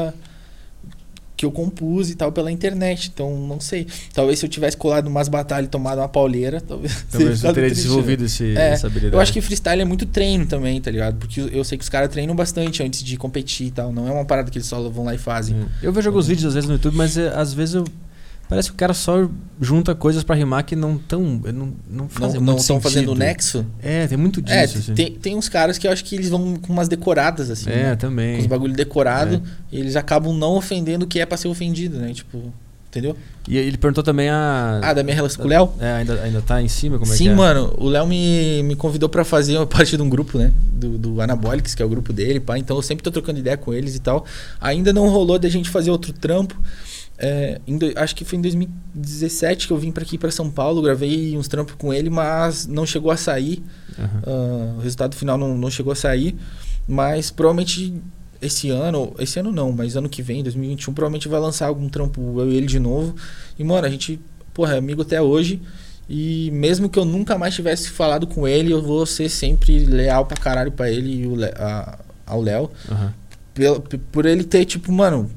que eu compus e tal pela internet, então não sei. Talvez se eu tivesse colado umas batalhas e tomado uma pauleira, talvez... Talvez eu teria desenvolvido esse, é, essa habilidade. Eu acho que freestyle é muito treino também, tá ligado? Porque eu sei que os caras treinam bastante antes de competir e tal. Não é uma parada que eles só vão lá e fazem. Eu vejo alguns vídeos às vezes no YouTube, mas é, às vezes eu... Parece que o cara só junta coisas pra rimar que não estão não, não fazem Não estão fazendo nexo? É, tem muito disso. É, assim. tem, tem uns caras que eu acho que eles vão com umas decoradas, assim. É, né? também. Com os bagulho decorado. É. E eles acabam não ofendendo o que é pra ser ofendido, né? Tipo, entendeu? E ele perguntou também a... Ah, da minha relação com o Léo? É, ainda, ainda tá em cima? Como é Sim, que é? mano. O Léo me, me convidou pra fazer uma parte de um grupo, né? Do, do Anabolics, que é o grupo dele, pá. Então eu sempre tô trocando ideia com eles e tal. Ainda não rolou da gente fazer outro trampo. É, em do, acho que foi em dois mil e dezessete que eu vim pra aqui pra São Paulo, gravei uns trampos com ele, mas não chegou a sair. Uhum. Uh, o resultado final não, não chegou a sair, mas provavelmente esse ano, esse ano não, mas ano que vem, dois mil e vinte e um, provavelmente vai lançar algum trampo eu e ele de novo. E mano, a gente, porra, é amigo até hoje. E mesmo que eu nunca mais tivesse falado com ele, eu vou ser sempre leal pra caralho pra ele e o Le, a, ao Léo. Uhum. Por, por ele ter, tipo, mano,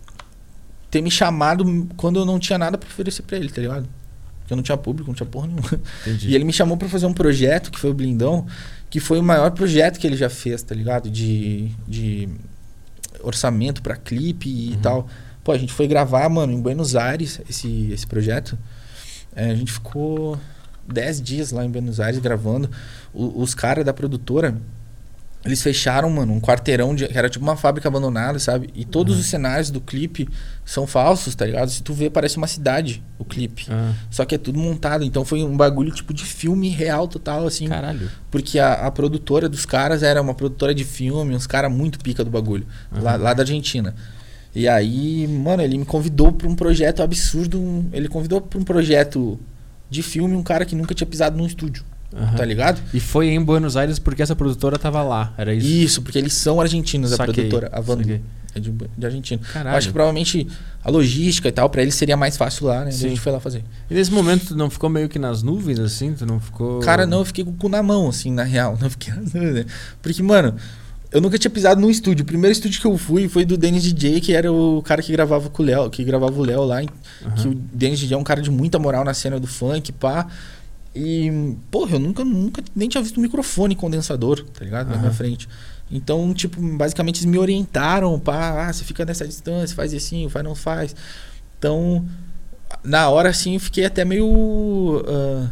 ter me chamado quando eu não tinha nada pra oferecer pra ele, tá ligado? Porque eu não tinha público, não tinha porra nenhuma. Entendi. E ele me chamou pra fazer um projeto, que foi o Blindão, que foi o maior projeto que ele já fez, tá ligado? De, de orçamento pra clipe e uhum. tal. Pô, a gente foi gravar, mano, em Buenos Aires, esse, esse projeto. É, a gente ficou dez dias lá em Buenos Aires gravando. O, os caras da produtora, eles fecharam, mano, um quarteirão de, que era tipo uma fábrica abandonada, sabe? E todos uhum. os cenários do clipe são falsos, tá ligado? Se tu vê, parece uma cidade, o clipe. Uhum. Só que é tudo montado. Então foi um bagulho tipo de filme real total, assim. Caralho. Porque a, a produtora dos caras era uma produtora de filme, uns caras muito pica do bagulho. Uhum. Lá, lá da Argentina. E aí, mano, ele me convidou pra um projeto absurdo. Um, ele convidou pra um projeto de filme um cara que nunca tinha pisado num estúdio. Uhum. Tá ligado? E foi em Buenos Aires porque essa produtora tava lá, era isso? Isso, porque eles são argentinos, a Saquei. produtora, a Vandu, é de, de Argentina. Caralho. Acho que provavelmente a logística e tal, pra eles seria mais fácil lá, né? Sim. A gente foi lá fazer. E nesse momento tu não ficou meio que nas nuvens, assim? Tu não ficou... Cara, não, eu fiquei com o cu na mão, assim, na real. Não fiquei nas nuvens. Porque, mano, eu nunca tinha pisado num estúdio. O primeiro estúdio que eu fui foi do Dennis D J, que era o cara que gravava com o Léo, que gravava o Léo lá. Uhum. Que o Dennis D J é um cara de muita moral na cena do funk, pá. E, porra, eu nunca, nunca nem tinha visto um microfone condensador, tá ligado? Na uhum. minha frente. Então, tipo, basicamente eles me orientaram, pá, ah, você fica nessa distância, faz assim, faz, não faz. Então, na hora, assim, eu fiquei até meio... Uh,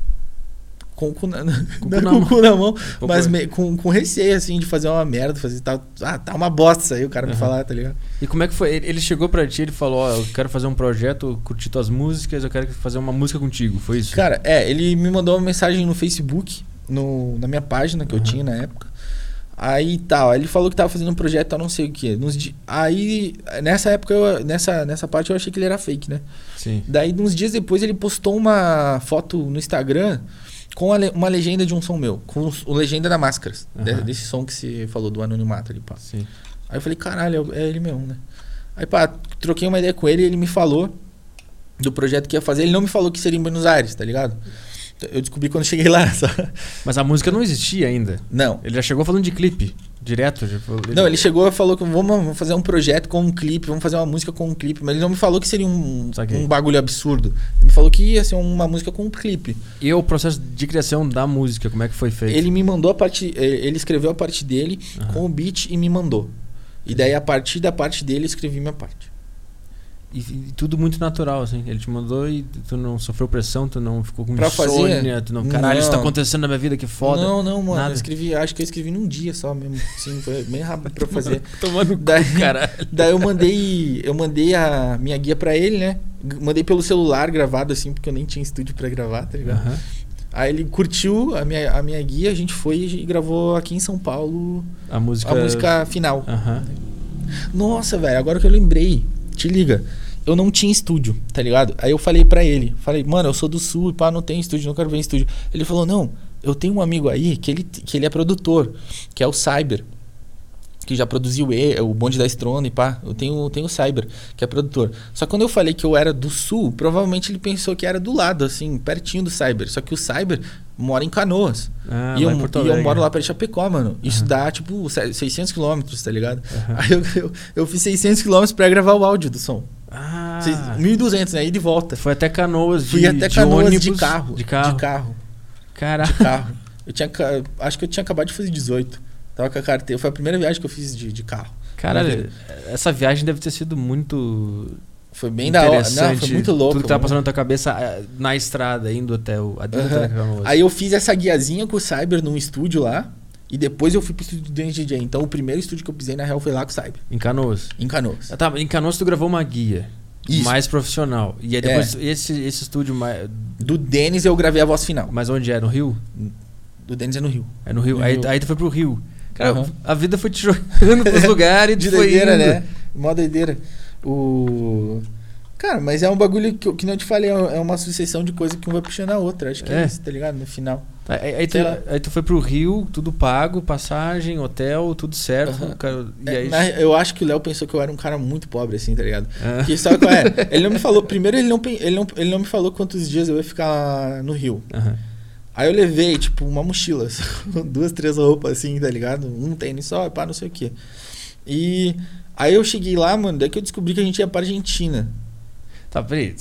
com o cu na, com na, com cu na mão, mas me, com, com receio, assim, de fazer uma merda, fazer tal. Ah, tá uma bosta aí o cara uhum. me falar, tá ligado? E como é que foi? Ele chegou pra ti, ele falou, ó, oh, eu quero fazer um projeto, curtir tuas músicas, eu quero fazer uma música contigo, foi isso? Cara, é, ele me mandou uma mensagem no Facebook, no, na minha página que uhum. eu tinha na época. Aí tal, ele falou que tava fazendo um projeto, não sei o que. Nos di... Aí, nessa época, eu, nessa, nessa parte eu achei que ele era fake, né? Sim. Daí, uns dias depois, ele postou uma foto no Instagram com a le... uma legenda de um som meu, com o legenda da Máscaras, uhum. de, desse som que você falou do Anonimato ali, pá. Sim. Aí eu falei, caralho, é ele mesmo, né? Aí, pá, troquei uma ideia com ele e ele me falou do projeto que ia fazer. Ele não me falou que seria em Buenos Aires, tá ligado? Eu descobri quando cheguei lá. Só. Mas a música não existia ainda? Não. Ele já chegou falando de clipe, direto? Já falou... Não, ele chegou e falou que vamos fazer um projeto com um clipe, vamos fazer uma música com um clipe. Mas ele não me falou que seria um, um bagulho absurdo. Ele me falou que ia ser uma música com um clipe. E o processo de criação da música, como é que foi feito? Ele me mandou a parte... Ele escreveu a parte dele uhum. com o beat e me mandou. E daí, a partir da parte dele, eu escrevi minha parte. E, e tudo muito natural, assim. Ele te mandou e tu não sofreu pressão, tu não ficou com pra insônia, fazer? tu não... Caralho, não. Isso tá acontecendo na minha vida, que foda. Não, não, mano. Nada. Eu escrevi, acho que eu escrevi num dia só mesmo. Sim, foi bem rápido pra fazer. Tomando daí, cu, caralho. Daí eu mandei, eu mandei a minha guia pra ele, né? Mandei pelo celular gravado, assim, porque eu nem tinha estúdio pra gravar, tá ligado? Uhum. Aí ele curtiu a minha, a minha guia, a gente foi e gravou aqui em São Paulo a música, a música final. Uhum. Nossa, velho, agora que eu lembrei, te liga. Eu não tinha estúdio, tá ligado? Aí eu falei pra ele, falei, mano, eu sou do sul e pá, não tenho estúdio, não quero ver em estúdio. Ele falou, não, eu tenho um amigo aí que ele, que ele é produtor, que é o Cyber, que já produziu e, o Bonde da Estrona e pá. Eu tenho, tenho o Cyber, que é produtor. Só que quando eu falei que eu era do sul, provavelmente ele pensou que era do lado, assim, pertinho do Cyber. Só que o Cyber mora em Canoas. Ah, e eu, e eu moro lá perto de Chapecó, mano. Isso uhum. dá, tipo, seiscentos quilômetros, tá ligado? Uhum. Aí eu, eu, eu fiz seiscentos quilômetros pra gravar o áudio do som. Ah. mil e duzentos, né? E de volta. Foi até Canoas de Fui até Canoas de, ônibus, de carro. De carro. De carro. Caraca. De carro. Eu tinha, acho que eu tinha acabado de fazer dezoito. Tava com a carteira. Foi a primeira viagem que eu fiz de, de carro. Caralho, essa viagem deve ter sido muito... Foi bem da hora. Não, foi muito louco. Tudo que tava passando na tua cabeça na estrada, indo até o... Uhum. Aí eu fiz essa guiazinha com o Cyber num estúdio lá. E depois eu fui pro estúdio do D J. Então o primeiro estúdio que eu pisei na real foi lá com o Cyber. Em Canoas? Em Canoas. Ah, tá, em Canoas tu gravou uma guia. Isso. Mais profissional. E aí depois é. esse, esse estúdio mais... Do Denis eu gravei a voz final. Mas onde é? No Rio? Do Denis é no Rio. É no Rio. No aí, Rio. aí tu foi pro Rio. Cara, uhum. a vida foi te jogando pros lugares. De tu foi doideira, indo. né? Mó doideira. O... Cara, mas é um bagulho que, que nem eu te falei, é uma sucessão de coisas que um vai puxando a outra. Acho que é, é isso, tá ligado? No final. Tá, aí, aí, tu, aí tu foi pro Rio, tudo pago, passagem, hotel, tudo certo. Uhum. Cara, e aí... Na, eu acho que o Léo pensou que eu era um cara muito pobre, assim, tá ligado? Ah. Que sabe qual é? Ele não me falou... Primeiro, ele não, ele, não, ele não me falou quantos dias eu ia ficar no Rio. Uhum. Aí eu levei, tipo, uma mochila, duas, três roupas, assim, tá ligado? Um tênis só, pá, não sei o quê. E aí eu cheguei lá, mano, daí que eu descobri que a gente ia pra Argentina. Tá, peraí.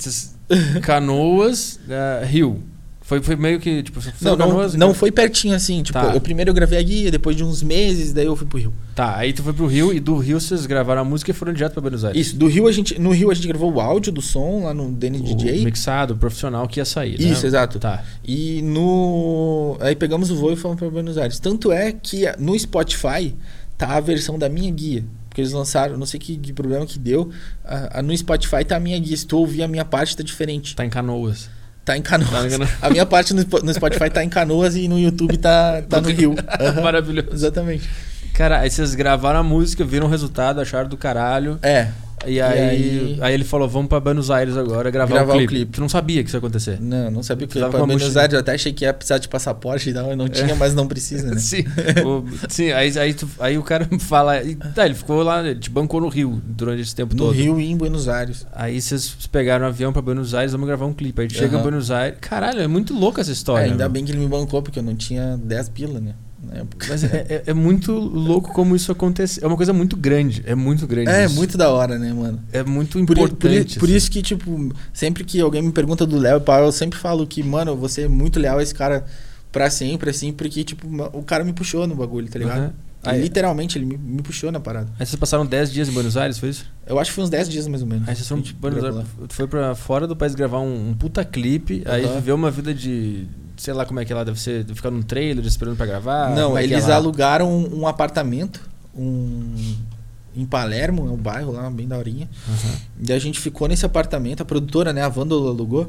Canoas, uh, Rio. Foi, foi meio que, tipo... Não, Canoas, não, não foi pertinho, assim. Tipo, tá. eu primeiro eu gravei a guia, depois de uns meses, daí eu fui pro Rio. Tá, aí tu foi pro Rio e do Rio vocês gravaram a música e foram direto pra Buenos Aires. Isso, do Rio a gente... No Rio a gente gravou o áudio do som, lá no Denis D J. Mixado, profissional que ia sair, né? Isso, exato. Tá. E no... Aí pegamos o voo e fomos pra Buenos Aires. Tanto é que no Spotify tá a versão da minha guia. Porque eles lançaram, não sei que, que problema que deu. A, a, no Spotify tá a minha guia. Se tu ouvir a minha parte, tá diferente. Tá em Canoas. Tá em Canoas. Tá em Canoas. A minha parte no, no Spotify tá em Canoas e no YouTube tá, tá no Rio. Uhum. Maravilhoso. Exatamente. Cara, aí vocês gravaram a música, viram o resultado, acharam do caralho. É. E aí, e aí... aí ele falou, vamos pra Buenos Aires agora gravar, gravar o, clipe. o clipe. Tu não sabia que isso ia acontecer? Não, não sabia que ia pra Buenos mochila. Aires. Eu até achei que ia precisar de passaporte e não, não tinha, é. mas não precisa, né? Sim, o, sim aí, aí, tu, aí o cara fala... E, tá, ele ficou lá, ele te bancou no Rio durante esse tempo no todo. No Rio e em Buenos Aires. Aí vocês pegaram um avião pra Buenos Aires, vamos gravar um clipe. Aí a gente uhum. chega em Buenos Aires... Caralho, é muito louca essa história. É, ainda meu. bem que ele me bancou, porque eu não tinha dez pila, né? Mas é, é, é muito louco como isso acontece. É uma coisa muito grande. É muito grande. É, isso. muito da hora, né, mano? É muito importante. Por, por, assim. por isso que, tipo, sempre que alguém me pergunta do Léo, eu sempre falo que, mano, você é muito leal a esse cara pra sempre, assim, porque, tipo, o cara me puxou no bagulho, tá ligado? Uhum. Aí, literalmente, ele me, me puxou na parada. Aí vocês passaram dez dias em Buenos Aires, foi isso? Eu acho que foi uns dez dias, mais ou menos. Aí vocês foram Buenos Aires, foi pra fora do país gravar um, um puta clipe, uhum. aí viveu uma vida de... Sei lá como é que ela deve ser, ficar num trailer esperando pra gravar. Não, é eles é alugaram um, um apartamento um, em Palermo, é um bairro lá, bem daorinha. Uhum. E a gente ficou nesse apartamento, a produtora, né, a Vândalo alugou.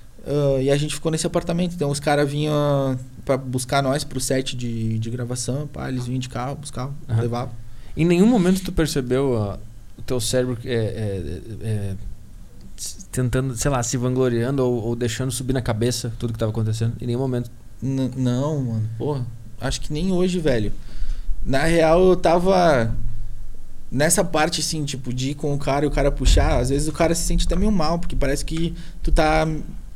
Uh, e a gente ficou nesse apartamento. Então os caras vinham pra buscar nós pro set de, de gravação. Pá, eles vinham de carro, buscavam, uhum. levavam. Em nenhum momento tu percebeu uh, o teu cérebro é, é, é, tentando, sei lá, se vangloriando ou, ou deixando subir na cabeça tudo que tava acontecendo? Em nenhum momento. N- não, mano. Porra. Acho que nem hoje, velho. Na real, eu tava nessa parte, assim, tipo, de ir com o cara e o cara puxar. Às vezes o cara se sente até meio mal, porque parece que tu tá...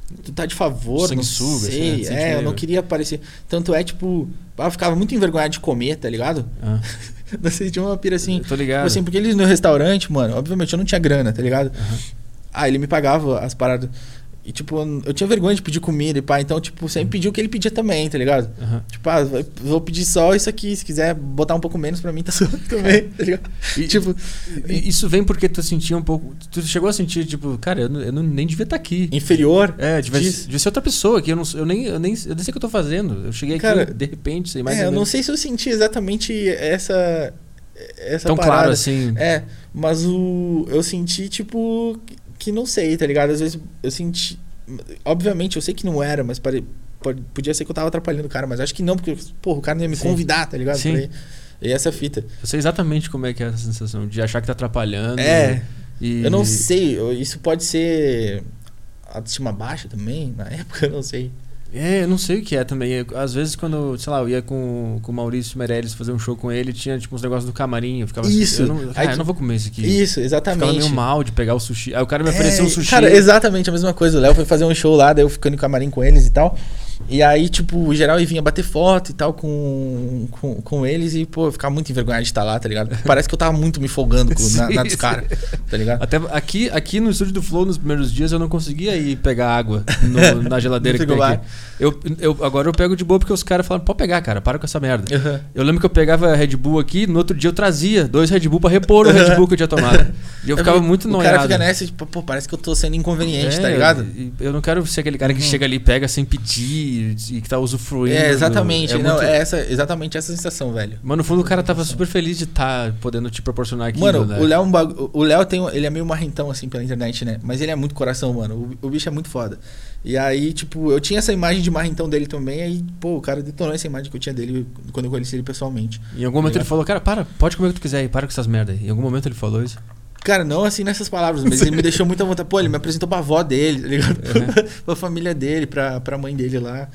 tu tá de favor, não suga, sei. Assim, né? É, eu não queria aparecer. Tanto é, tipo, eu ficava muito envergonhado de comer, tá ligado? Ah. Não sei, tinha uma pira assim. Eu tô ligado. Tipo assim, porque eles no restaurante, mano, obviamente eu não tinha grana, tá ligado? Uhum. Ah, ele me pagava as paradas. E, tipo, eu tinha vergonha de pedir comida e pá, então, tipo, sempre pediu o que ele pedia também, tá ligado? Uhum. Tipo, ah, vou pedir só isso aqui, se quiser botar um pouco menos pra mim, tá suave também, tá ligado? E, tipo, isso vem porque tu sentia um pouco... Tu chegou a sentir, tipo, cara, eu, não, eu não, nem devia estar aqui. Inferior? É, devia, devia ser outra pessoa aqui, eu, não, eu, nem, eu, nem, eu nem sei o que eu tô fazendo. Eu cheguei cara, aqui, de repente, sei mais... É, eu não sei se eu senti exatamente essa... essa Tão parada. Claro assim. É, mas o... eu senti, tipo... que não sei, tá ligado? Às vezes eu senti... Obviamente, eu sei que não era, mas pare, pode, podia ser que eu tava atrapalhando o cara, mas acho que não, porque, porra, o cara não ia me Sim. convidar, tá ligado? Sim. E essa fita. Eu sei exatamente como é que é essa sensação, de achar que tá atrapalhando. É, e... eu não sei, isso pode ser autoestima baixa também, na época, eu não sei. É, eu não sei o que é também. Eu, às vezes, quando, sei lá, eu ia com, com o Maurício Meirelles fazer um show com ele, tinha tipo uns negócios do camarim. Eu ficava isso. assim, eu não, ah, eu não vou comer isso aqui. Isso, exatamente. Eu ficava meio mal de pegar o sushi. Aí o cara me ofereceu é, um sushi. Cara, exatamente a mesma coisa. O Léo foi fazer um show lá, daí eu ficando no camarim com eles e tal. E aí, tipo, o geral vinha bater foto e tal com, com, com eles e, pô, eu ficava muito envergonhado de estar lá, tá ligado? Parece que eu tava muito me folgando com, sim, na, na dos caras, tá ligado? Até aqui, aqui no estúdio do Flow, nos primeiros dias, eu não conseguia ir pegar água no, na geladeira que tem aqui. Eu, eu, agora eu pego de boa porque os caras falam, pode pegar, cara, para com essa merda. Uhum. Eu lembro que eu pegava Red Bull aqui, no outro dia eu trazia dois Red Bull pra repor o Red Bull que eu tinha tomado. E eu ficava muito noiado. O cara fica nessa, tipo, pô, parece que eu tô sendo inconveniente, é, tá ligado? Eu, eu não quero ser aquele cara que uhum. chega ali e pega sem pedir e que tá usufruindo. É, exatamente. É, não, muito... é essa, exatamente essa sensação, velho. Mas no fundo o cara tava super feliz de estar tá podendo te proporcionar aquilo. Mano, né? o Léo, o Léo tem, ele é meio marrentão assim pela internet, né? Mas ele é muito coração, mano. O, o bicho é muito foda. E aí, tipo, eu tinha essa imagem de marrentão dele também, aí, pô, o cara detonou essa imagem que eu tinha dele quando eu conheci ele pessoalmente. Em algum momento tá ele falou, cara, para, pode comer o que tu quiser aí, para com essas merda aí. Em algum momento ele falou isso? Cara, não assim nessas palavras, mas ele me deixou muito à vontade. Pô, ele me apresentou pra avó dele, tá ligado? Uhum. Pra família dele, pra, pra mãe dele lá.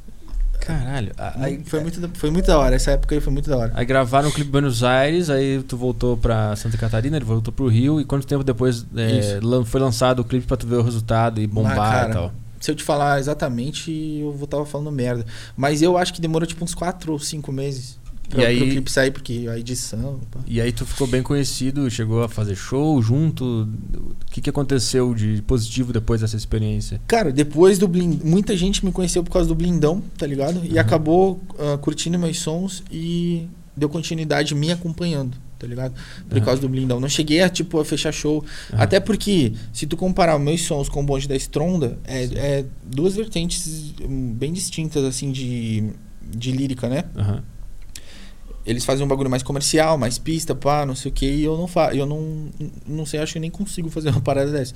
Caralho. Aí, foi, muito, foi muito da hora, essa época aí foi muito da hora. Aí gravaram o clipe em Buenos Aires, aí tu voltou pra Santa Catarina, ele voltou pro Rio, e quanto tempo depois é, foi lançado o clipe pra tu ver o resultado e bombar ah, cara, e tal? Se eu te falar exatamente, eu vou estar falando merda. Mas eu acho que demorou tipo uns quatro ou cinco meses pra, e aí, pro clipe sair, porque a edição... Pá. E aí tu ficou bem conhecido, chegou a fazer show junto. O que, que aconteceu de positivo depois dessa experiência? Cara, depois do Blindão, muita gente me conheceu por causa do Blindão, tá ligado? E uhum. acabou uh, curtindo meus sons e deu continuidade me acompanhando, tá ligado? Por uhum. causa do Blindão. Não cheguei a, tipo, a fechar show. Uhum. Até porque, se tu comparar meus sons com o Bonde da Stronda, é, é duas vertentes bem distintas, assim, de, de lírica, né? Uhum. Eles fazem um bagulho mais comercial, mais pista, pá, não sei o que, e eu não faço. Eu não, não sei, acho que nem consigo fazer uma parada dessa.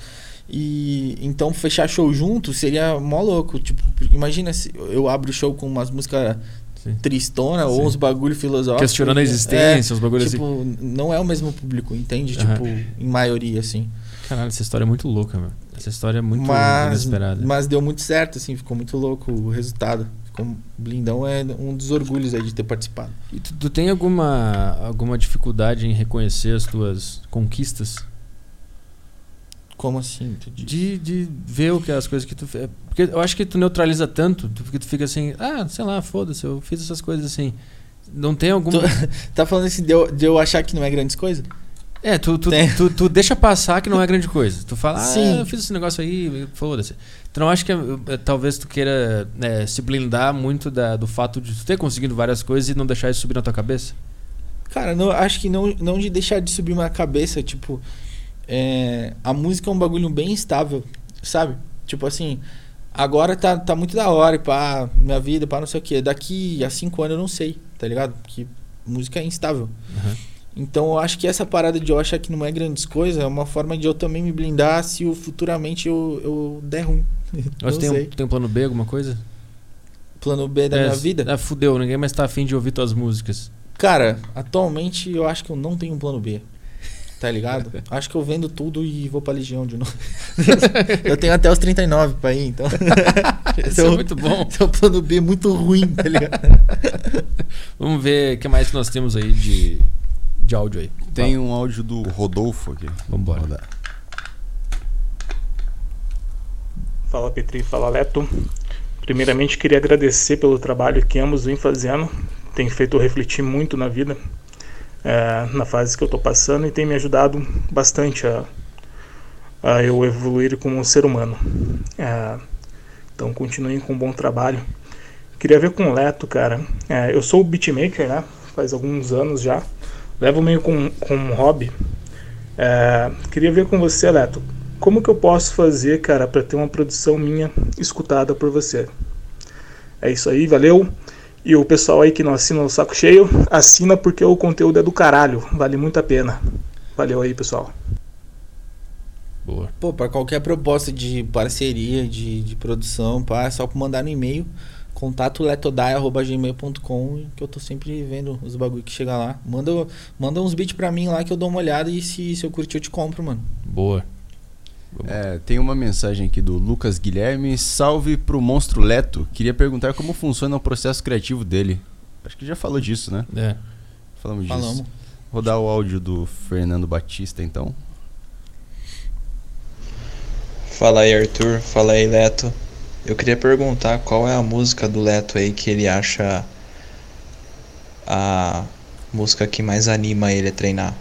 E então fechar show junto seria mó louco. Tipo, imagina se eu abro o show com umas músicas Sim. tristona Sim. ou uns bagulho filosóficos. Questionando a existência, é, os bagulhos tipo, assim. Não é o mesmo público, entende? Uhum. Tipo, em maioria, assim. Caralho, essa história é muito louca, mano. Essa história é muito mas, inesperada. Mas deu muito certo, assim, ficou muito louco o resultado. Como Blindão é um dos orgulhos aí de ter participado. E tu, tu tem alguma, alguma dificuldade em reconhecer as tuas conquistas? Como assim? Tu diz? De, de ver o que as coisas que tu fez. Porque eu acho que tu neutraliza tanto, porque tu fica assim, ah, sei lá, foda-se, eu fiz essas coisas assim. Não tem algum. Tu, tá falando assim de eu, de eu achar que não é grandes coisas? É, tu, tu, tu, tu deixa passar que não é grande coisa. Tu fala, ah, eu fiz esse negócio aí, foda-se. Então eu acho que é, talvez tu queira né, se blindar muito da, do fato de tu ter conseguido várias coisas e não deixar isso subir na tua cabeça? Cara, não, acho que não, não de deixar de subir na cabeça, tipo, é, a música é um bagulho bem estável, sabe? Tipo assim, agora tá, tá muito da hora, pá, minha vida, pá, não sei o quê. Daqui a cinco anos eu não sei, tá ligado? Porque música é instável. Uhum. Então eu acho que essa parada de eu achar que não é grandes coisas é uma forma de eu também me blindar se eu, futuramente eu, eu der ruim. Você tem um, tem um plano B, alguma coisa? Plano B da é, minha vida? Ah, fudeu, ninguém mais tá afim de ouvir tuas músicas. Cara, atualmente eu acho que eu não tenho um plano B. Tá ligado? Acho que eu vendo tudo e vou pra Legião de novo. Eu tenho até os trinta e nove pra ir, então. Isso é muito bom. Esse é um plano B muito ruim, tá ligado? Vamos ver o que mais que nós temos aí de, de áudio aí. Tem um áudio do Rodolfo aqui. Vamos embora. Fala Petri, fala Leto. Primeiramente queria agradecer pelo trabalho que ambos vêm fazendo. Tem feito eu refletir muito na vida, é, na fase que eu estou passando, e tem me ajudado bastante a, a eu evoluir como um ser humano. É, então continuem com um bom trabalho. Queria ver com o Leto, cara. É, eu sou beatmaker, né? Faz alguns anos já. Levo meio com, com um hobby. É, queria ver com você, Leto, como que eu posso fazer, cara, para ter uma produção minha escutada por você. É isso aí, valeu. E o pessoal aí que não assina o Saco Cheio, assina porque o conteúdo é do caralho. Vale muito a pena. Valeu aí, pessoal. Boa. Pô, para qualquer proposta de parceria, de, de produção, pá, é só mandar no e-mail. Contato letodai arroba gmail ponto com, que eu tô sempre vendo os bagulho que chega lá. Manda, manda uns beats pra mim lá que eu dou uma olhada e se, se eu curtir eu te compro, mano. Boa. É, tem uma mensagem aqui do Lucas Guilherme. Salve pro Monstro Leto. Queria perguntar como funciona o processo criativo dele. Acho que já falou disso, né? É. Falamos, Falamos. disso. Vou dar o áudio do Fernando Batista, então. Fala aí, Arthur. Fala aí, Leto. Eu queria perguntar qual é a música do Leto aí que ele acha a música que mais anima ele a treinar.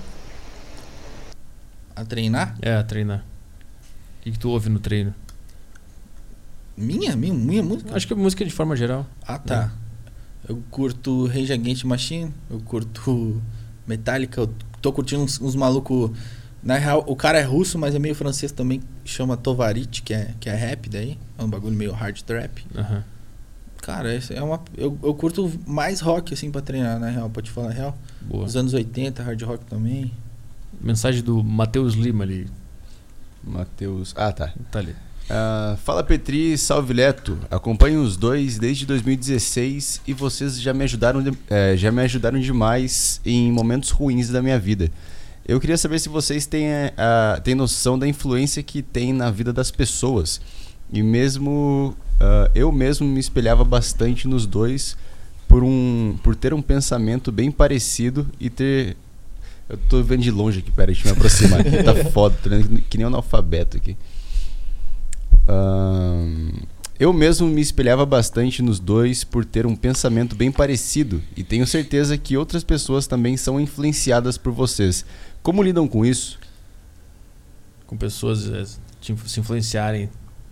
A treinar? É, a treinar. O que, que tu ouve no treino? Minha? Minha, minha música? Acho que é música de forma geral. Ah, tá. É. Eu curto Rage Against the Machine, eu curto Metallica, eu tô curtindo uns, uns malucos... Na real, o cara é russo, mas é meio francês também, chama Tovarit, que é, que é rap daí. É um bagulho meio hard trap. Uhum. Cara, esse é uma, eu, eu curto mais rock, assim, pra treinar, na real, pra te falar a real. Boa. Os anos oitenta, hard rock também. Mensagem do Matheus Lima ali. Matheus... Ah, tá. Tá ali. Uh, fala Petri, salve Leto. Acompanho os dois desde dois mil e dezesseis e vocês já me ajudaram, de, eh, já me ajudaram demais em momentos ruins da minha vida. Eu queria saber se vocês têm, uh, têm noção da influência que tem na vida das pessoas. E mesmo uh, eu mesmo me espelhava bastante nos dois por, um, por ter um pensamento bem parecido e ter... Eu tô vendo de longe aqui, peraí, deixa eu me aproximar. Tá foda, tô lendo que nem um analfabeto aqui. Uh, eu mesmo me espelhava bastante nos dois por ter um pensamento bem parecido e tenho certeza que outras pessoas também são influenciadas por vocês. Como lidam com isso? Com pessoas é, te, se influenciarem.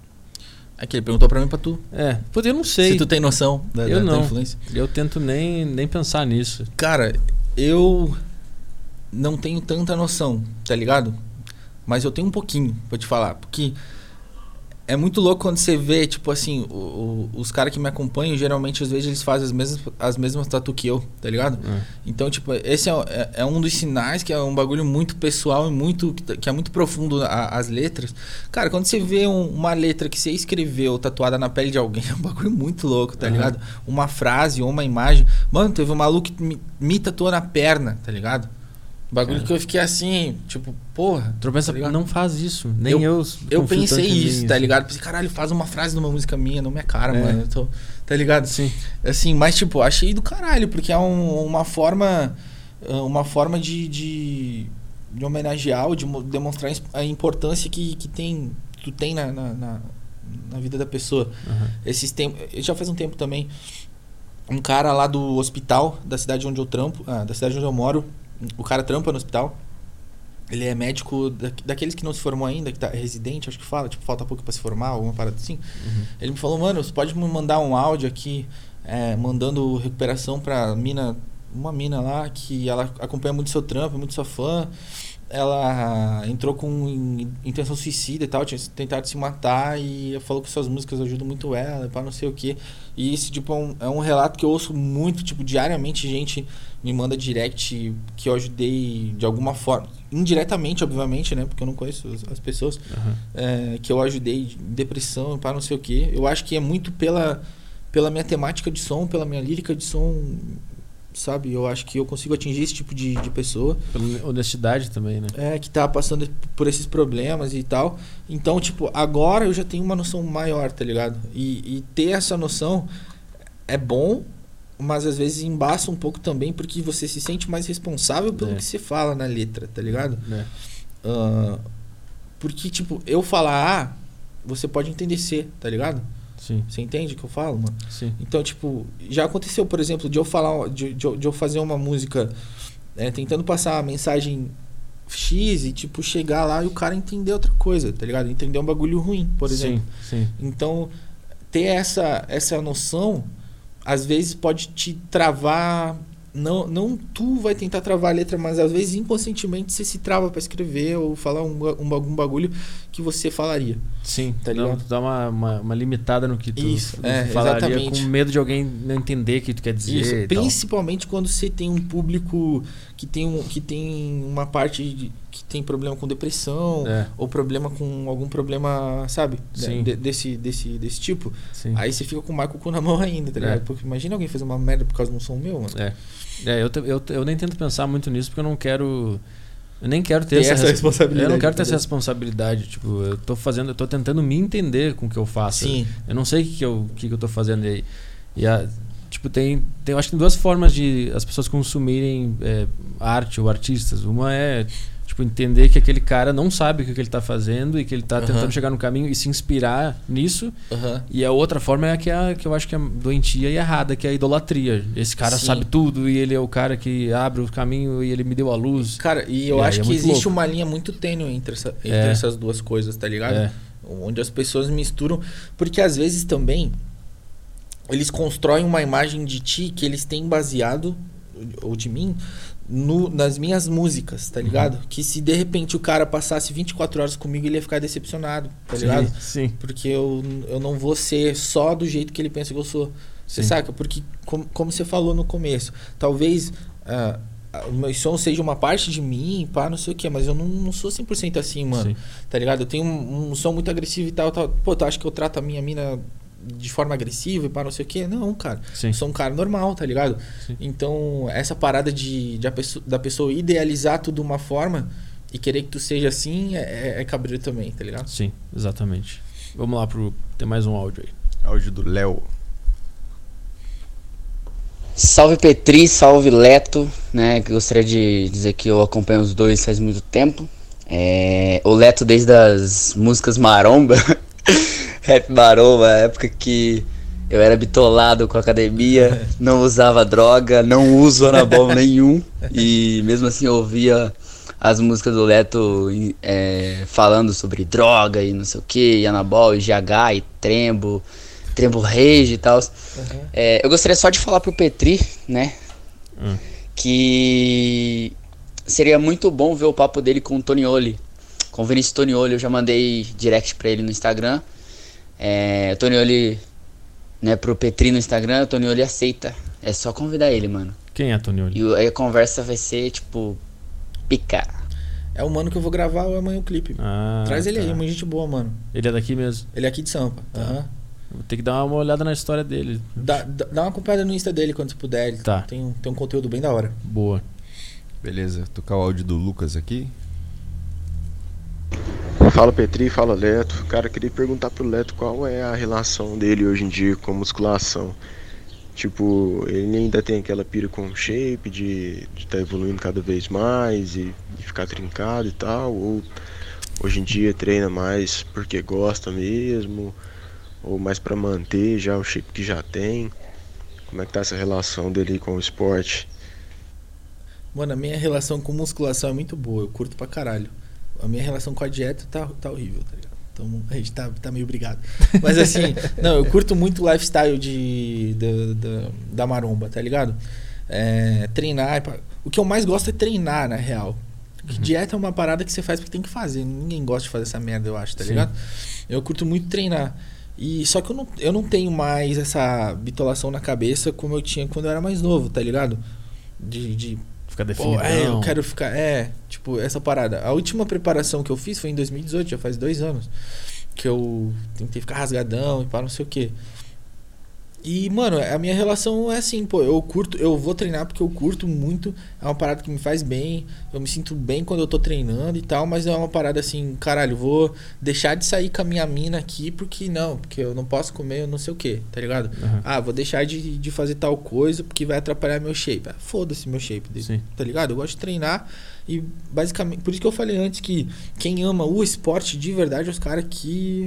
Aqui, ele perguntou pra mim pra tu. É, pô, eu não sei. Se tu tem noção da, eu da, não. da influência. Eu tento nem, nem pensar nisso. Cara, eu não tenho tanta noção, tá ligado? Mas eu tenho um pouquinho pra te falar. Porque é muito louco quando você vê, tipo assim, o, o, os caras que me acompanham, geralmente, às vezes, eles fazem as mesmas, as mesmas tatu que eu, tá ligado? É. Então, tipo, esse é, é, é um dos sinais que é um bagulho muito pessoal e muito, que é muito profundo a, as letras. Cara, quando você vê um, uma letra que você escreveu tatuada na pele de alguém, é um bagulho muito louco, tá uhum. ligado? Uma frase ou uma imagem. Mano, teve um maluco que me, me tatuou na perna, tá ligado? Bagulho é. que eu fiquei assim, tipo, porra. Tu pensa, tá não faz isso. Nem eu. Eu, eu pensei isso, tá ligado? Pensei, caralho, faz uma frase de uma música minha, não minha cara, é. mano. Eu tô, tá ligado? Sim. Assim, mas tipo, achei do caralho, porque é um, uma forma. Uma forma de, de, de homenagear ou de demonstrar a importância que, que tem, tu tem na, na, na, na vida da pessoa. Uhum. Esses tempos. Já faz um tempo também. Um cara lá do hospital, da cidade onde eu trampo, ah, da cidade onde eu moro. O cara trampa no hospital. Ele é médico da, daqueles que não se formou ainda, que tá residente, acho que fala, tipo, falta pouco pra se formar, alguma parada assim. Uhum. Ele me falou, mano, você pode me mandar um áudio aqui, é, mandando recuperação pra mina, uma mina lá, que ela acompanha muito seu trampo, muito sua fã. Ela entrou com intenção suicida e tal, tinha tentado se matar e falou que suas músicas ajudam muito ela, para não sei o que. E esse tipo é um, é um relato que eu ouço muito, tipo, diariamente gente me manda direct que eu ajudei de alguma forma, indiretamente, obviamente, né, porque eu não conheço as, as pessoas, uhum. é, que eu ajudei em depressão, para não sei o que. Eu acho que é muito pela, pela minha temática de som, pela minha lírica de som, sabe? Eu acho que eu consigo atingir esse tipo de, de pessoa. Pela honestidade também, né? É, que tá passando por esses problemas e tal. Então, tipo, agora eu já tenho uma noção maior, tá ligado? E, e ter essa noção é bom, mas às vezes embaça um pouco também, porque você se sente mais responsável pelo é. que você fala na letra, tá ligado? É. Uh, porque, tipo, eu falar A, você pode entender ser, tá ligado? Sim. Você entende o que eu falo, mano? Sim. Então, tipo, já aconteceu, por exemplo, de eu falar, de, de, de eu fazer uma música é, tentando passar a mensagem X e, tipo, chegar lá e o cara entender outra coisa, tá ligado? Entender um bagulho ruim, por exemplo. Sim, sim. Então, ter essa, essa noção, às vezes pode te travar... Não, não tu vai tentar travar a letra, mas às vezes inconscientemente você se trava pra escrever ou falar um, um, algum bagulho que você falaria. Sim, tá ligado? Tu dá uma, uma, uma limitada no que tu, Isso, tu é, falaria, exatamente. com medo de alguém não entender o que tu quer dizer. Isso, e principalmente tal. Quando você tem um público que tem, um, que tem uma parte de, que tem problema com depressão, é. ou problema com algum problema, sabe? Sim. De, desse, desse, desse tipo. Sim. Aí você fica com o Marco com na mão ainda, tá ligado? É. Porque imagina alguém fazer uma merda por causa de um som meu, mano. É. É, eu, eu, eu nem tento pensar muito nisso porque eu não quero. Eu nem quero ter Tem essa, essa responsabilidade. Eu não quero ter essa responsabilidade. Tipo, eu tô fazendo, eu tô tentando me entender com o que eu faço. Sim. Eu não sei o que, que, eu, que, que eu tô fazendo aí. E a, tipo, tem, tem. Eu acho que tem duas formas de as pessoas consumirem é, arte ou artistas. Uma é tipo, entender que aquele cara não sabe o que, que ele tá fazendo e que ele tá Uhum. tentando chegar no caminho e se inspirar nisso. Uhum. E a outra forma é a que, é a que eu acho que é doentia e errada, que é a idolatria. Esse cara Sim. sabe tudo e ele é o cara que abre o caminho e ele me deu a luz. Cara, e eu E aí acho é que muito existe louco. uma linha muito tênue entre, essa, entre É. essas duas coisas, tá ligado? É. Onde as pessoas misturam. Porque às vezes também eles constroem uma imagem de ti que eles têm baseado, ou de mim, no, nas minhas músicas, tá ligado? Uhum. Que se de repente o cara passasse vinte e quatro horas comigo, ele ia ficar decepcionado, tá Sim, ligado? sim. Porque eu, eu não vou ser só do jeito que ele pensa que eu sou. Você Sim. saca? Porque, como, como você falou no começo, talvez uh, o meu som seja uma parte de mim, pá, não sei o que, mas eu não, não sou cem por cento assim, mano. Sim. Tá ligado? Eu tenho um, um som muito agressivo e tal, tal. Pô, tu acha que eu trato a minha mina de forma agressiva e pá, não sei o que? Não, cara. Sim. Eu sou um cara normal, tá ligado? Sim. Então, essa parada de, de a pessoa, da pessoa idealizar tudo de uma forma e querer que tu seja assim é, é cabreiro também, tá ligado? Sim, exatamente. Vamos lá pro... Tem mais um áudio aí. Áudio do Léo. Salve Petri, salve Leto, né? Gostaria de dizer que eu acompanho os dois faz muito tempo. É, o Leto desde as músicas maromba, rap maromba, a época que eu era bitolado com a academia, não usava droga, não uso anabol nenhum, e mesmo assim eu ouvia as músicas do Leto é, falando sobre droga e não sei o que, e anabol, e G H, e trembo, trembo rage e tal. Uhum. É, eu gostaria só de falar pro Petri, né, hum. que seria muito bom ver o papo dele com o Tonioli, com o Vinícius Tonioli. Eu já mandei direct pra ele no Instagram. É, o Tonioli, né, pro Petri no Instagram, o Tonioli aceita. É só convidar ele, mano. Quem é Tonioli? E aí a conversa vai ser, tipo, pica. É o mano que eu vou gravar amanhã o clipe. Ah, Traz ele tá. aí, uma gente boa, mano. Ele é daqui mesmo? Ele é aqui de Sampa. Tá. Uhum. Vou ter que dar uma olhada na história dele. Dá, dá uma acompanhada no Insta dele quando você puder. Ele tá. tem, um, tem um conteúdo bem da hora. Boa. Beleza, tocar o áudio do Lucas aqui. Fala Petri, fala Leto. Cara, queria perguntar pro Leto qual é a relação dele hoje em dia com musculação. Tipo, ele ainda tem aquela pira com shape de estar tá evoluindo cada vez mais e, e ficar trincado e tal, ou hoje em dia treina mais porque gosta mesmo, ou mais pra manter já o shape que já tem. Como é que tá essa relação dele com o esporte? Mano, a minha relação com musculação é muito boa, eu curto pra caralho. A minha relação com a dieta tá, tá horrível, tá ligado? Então a gente tá, tá meio brigado. Mas assim, não, eu curto muito o lifestyle de, de, de, da maromba, tá ligado? É, treinar. O que eu mais gosto é treinar, na real. Uhum. Dieta é uma parada que você faz porque tem que fazer. Ninguém gosta de fazer essa merda, eu acho, tá Sim. ligado? Eu curto muito treinar. E, só que eu não, eu não tenho mais essa bitolação na cabeça como eu tinha quando eu era mais novo, tá ligado? De... de ficar definido. É, eu quero ficar... É, tipo, essa parada. A última preparação que eu fiz foi em dois mil e dezoito, já faz dois anos. Que eu tentei ficar rasgadão e pá, não sei o quê. E, mano, a minha relação é assim, pô, eu curto, eu vou treinar porque eu curto muito, é uma parada que me faz bem, eu me sinto bem quando eu tô treinando e tal, mas é uma parada assim, caralho, vou deixar de sair com a minha mina aqui porque não, porque eu não posso comer não sei o que, tá ligado? Uhum. Ah, vou deixar de, de fazer tal coisa porque vai atrapalhar meu shape. Ah, foda-se meu shape, dele, tá ligado? Eu gosto de treinar e basicamente, por isso que eu falei antes que quem ama o esporte de verdade é os caras que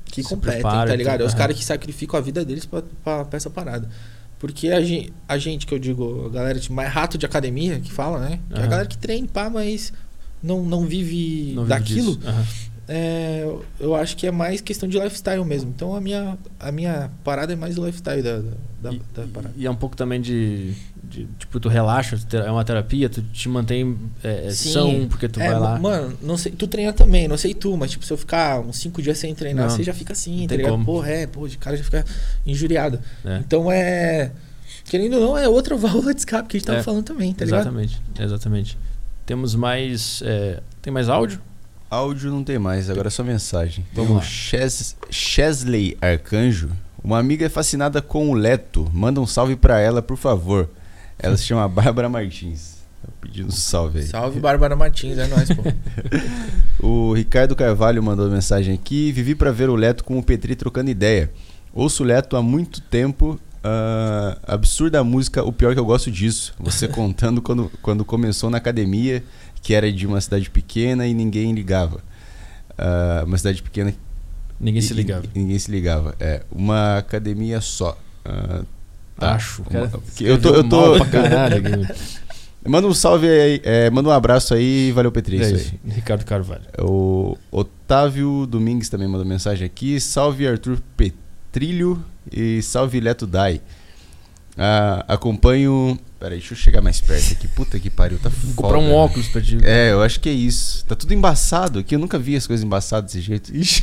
que competem, tá ligado? É os caras que sacrificam a vida deles pra, pra, pra essa parada. Porque a gente, a gente, que eu digo, a galera tipo, mais rato de academia, que fala, né? Que uhum. é a galera que treina, pá, mas não, não vive não daquilo. Vive uhum. é, eu acho que é mais questão de lifestyle mesmo. Então a minha, a minha parada é mais o lifestyle da, da, e, da parada. E é um pouco também de, de tipo, tu relaxa, é uma terapia, tu te mantém é, são, porque tu é, vai lá. Mano, não sei, tu treina também, não sei tu, mas tipo, se eu ficar uns cinco dias sem treinar, não, você já fica assim, tá ligado? Porra, é, pô, o cara já fica injuriado. É. Então é... Querendo ou não, é outra válvula de escape que a gente tava é, falando também, tá exatamente, ligado? Exatamente. Temos mais... É, tem mais áudio? Áudio não tem mais, agora é só mensagem. Vamos Ches, Chesley Arcanjo. Uma amiga é fascinada com o Leto. Manda um salve pra ela, por favor. Ela se chama Bárbara Martins. Tô pedindo um salve aí. Salve, Bárbara Martins, é nóis, pô. O Ricardo Carvalho mandou mensagem aqui. Vivi pra ver o Leto com o Petri trocando ideia. Ouço o Leto há muito tempo... Uh, absurda a música, o pior que eu gosto disso. Você contando quando, quando começou na academia, que era de uma cidade pequena e ninguém ligava. Uh, uma cidade pequena. Ninguém e, se ligava. E, ninguém se ligava. É, uma academia só. Uh, tá. Acho. Uma, que eu tô. Eu tô manda um salve aí, é, manda um abraço aí, valeu Petri. É isso aí. Ricardo Carvalho. O Otávio Domingues também mandou mensagem aqui. Salve Arthur Petrilho. E salve Leto Dai. Ah, acompanho. Peraí, deixa eu chegar mais perto aqui. Puta que pariu, tá foda. Comprar um óculos pra ti. É, eu acho que é isso. Tá tudo embaçado aqui. Eu nunca vi as coisas embaçadas desse jeito. Ixi.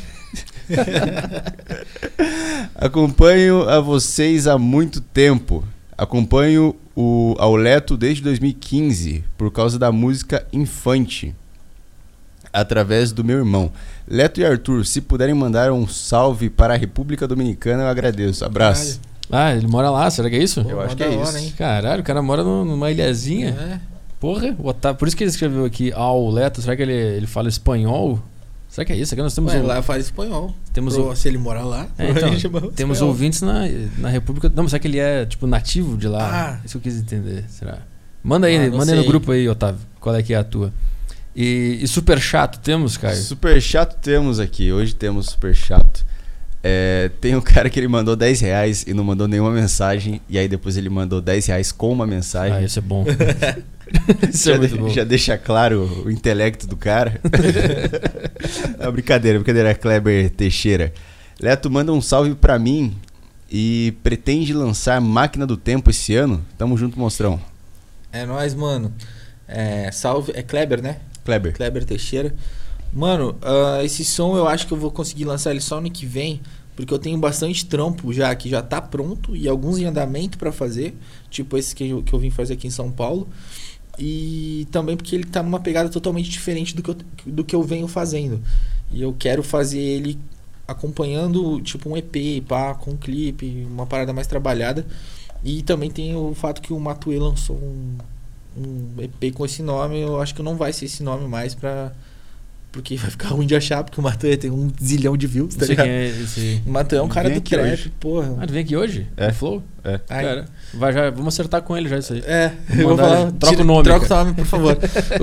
Acompanho a vocês há muito tempo. Acompanho o, ao Leto desde dois mil e quinze por causa da música Infante. Através do meu irmão. Leto e Arthur, se puderem mandar um salve para a República Dominicana, eu agradeço. Abraço. Caralho. Ah, ele mora lá, será que é isso? Pô, eu acho que é hora, isso. Hein? Caralho, o cara mora no, numa ilhazinha. É. Porra, o Otávio, por isso que ele escreveu aqui ao Leto. Será que ele, ele fala espanhol? Será que é isso? Aqui nós temos Ué, um... lá fala espanhol. Temos Pro, o... Se ele mora lá, é, então, temos ouvintes na, na República... Não, mas será que ele é tipo nativo de lá? Ah. Isso que eu quis entender, será? Manda aí, ah, manda aí no grupo aí, Otávio. Qual é que é a tua? E, e super chato temos, Caio? Super chato temos aqui. Hoje temos super chato. É, tem um cara que ele mandou dez reais e não mandou nenhuma mensagem. E aí depois ele mandou dez reais com uma mensagem. Ah, isso é bom. Isso já, é muito de, bom. Já deixa claro o intelecto do cara. É brincadeira, brincadeira, Kleber Teixeira. Leto, manda um salve pra mim e pretende lançar Máquina do Tempo esse ano. Tamo junto, monstrão. É nóis, mano. É, salve, é Kleber, né? Kleber. Kleber Teixeira. Mano, uh, esse som eu acho que eu vou conseguir lançar ele só ano que vem, porque eu tenho bastante trampo já, que já tá pronto, e alguns em andamento pra fazer, tipo esse que eu, que eu vim fazer aqui em São Paulo. E também porque ele tá numa pegada totalmente diferente do que eu, do que eu venho fazendo. E eu quero fazer ele acompanhando, tipo, um E P, pá, com um clipe, uma parada mais trabalhada. E também tem o fato que o Matuê lançou um... um E P com esse nome, eu acho que não vai ser esse nome mais pra... Porque vai ficar ruim de achar, porque o Matuê tem um zilhão de views, tá ligado? É esse... O Matuê é um cara do trap, hoje. Porra. Ah, tu vem aqui hoje? É. O Flow? É. Cara, vai já, vamos acertar com ele já isso aí. É, eu vou falar, troca tira, o nome. Troca o nome, por favor.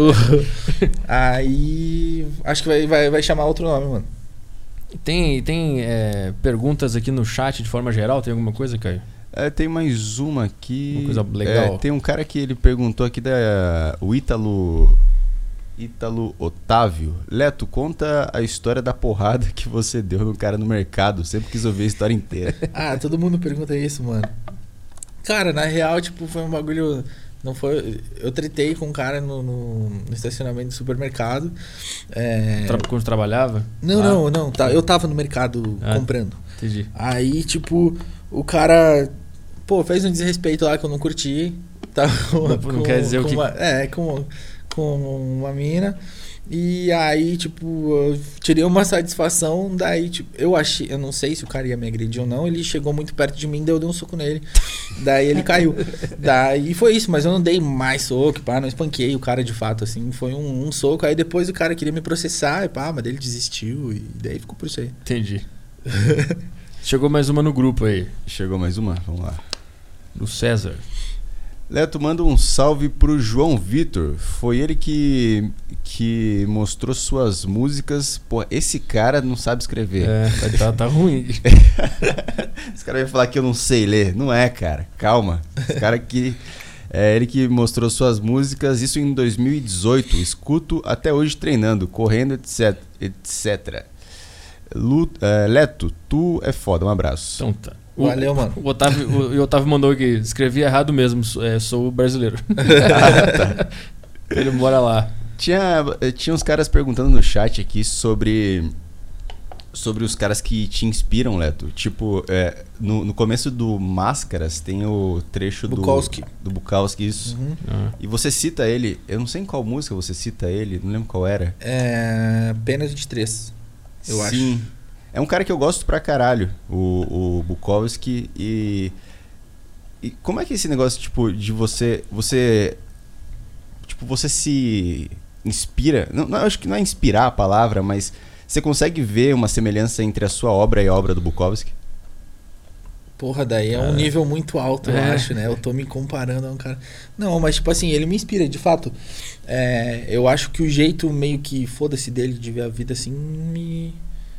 Aí, acho que vai, vai, vai chamar outro nome, mano. Tem, tem é, perguntas aqui no chat de forma geral? Tem alguma coisa, Caio? É, tem mais uma aqui. Uma coisa legal. É, tem um cara que ele perguntou aqui da o Ítalo Ítalo Otávio. Leto, conta a história da porrada que você deu no cara no mercado. Sempre quis ouvir a história inteira. Ah, todo mundo pergunta isso, mano. Cara, na real, tipo, foi um bagulho... Não foi... Eu tretei com um cara no, no, no estacionamento do supermercado. É... Tra quando trabalhava? Não, ah. não, não. Tá, eu tava no mercado ah, comprando. Entendi. Aí, tipo, o cara... Pô, fez um desrespeito lá que eu não curti. Tava com, não, com, não quer dizer com o que... Uma, é, com, com uma mina. E aí, tipo, eu tirei uma satisfação. Daí, tipo, eu achei... Eu não sei se o cara ia me agredir ou não. Ele chegou muito perto de mim, daí eu dei um soco nele. Daí ele caiu. Daí foi isso, mas eu não dei mais soco, pá, não espanquei o cara de fato, assim. Foi um, um soco. Aí depois o cara queria me processar, e pá, mas ele desistiu. E daí ficou por isso aí. Entendi. Chegou mais uma no grupo aí. Chegou mais uma? Vamos lá. Do César. Leto, manda um salve pro João Vitor. Foi ele que, que mostrou suas músicas. Pô, esse cara não sabe escrever. É, tá, tá ruim. Esse cara vai falar que eu não sei ler. Não é, cara. Calma. Esse cara que... É ele que mostrou suas músicas, isso em dois mil e dezoito. Escuto até hoje treinando, correndo, etc. etc. Lu, é, Leto, tu é foda. Um abraço. Então tá. O, Valeu, mano. O Otávio, o, o Otávio mandou aqui. Escrevi errado mesmo, sou, é, sou brasileiro. Ah, tá. Ele mora lá. Tinha, tinha uns caras perguntando no chat aqui sobre... Sobre os caras que te inspiram, Leto. Tipo, é, no, no começo do Máscaras tem o trecho Bukowski. do, do Bukowski, isso. Uhum. Ah. E você cita ele, eu não sei em qual música você cita ele, não lembro qual era. É... Pena vinte e três, eu Sim. acho. Sim. É um cara que eu gosto pra caralho, o, o Bukowski. E, e como é que é esse negócio, tipo, de você... Você... Tipo, você se inspira... Não, não, acho que não é inspirar a palavra, mas... Você consegue ver uma semelhança entre a sua obra e a obra do Bukowski? Porra, daí é um nível muito alto, eu é. acho, né? Eu tô me comparando a um cara... Não, mas tipo assim, ele me inspira, de fato. É, eu acho que o jeito meio que foda-se dele de ver a vida assim, me...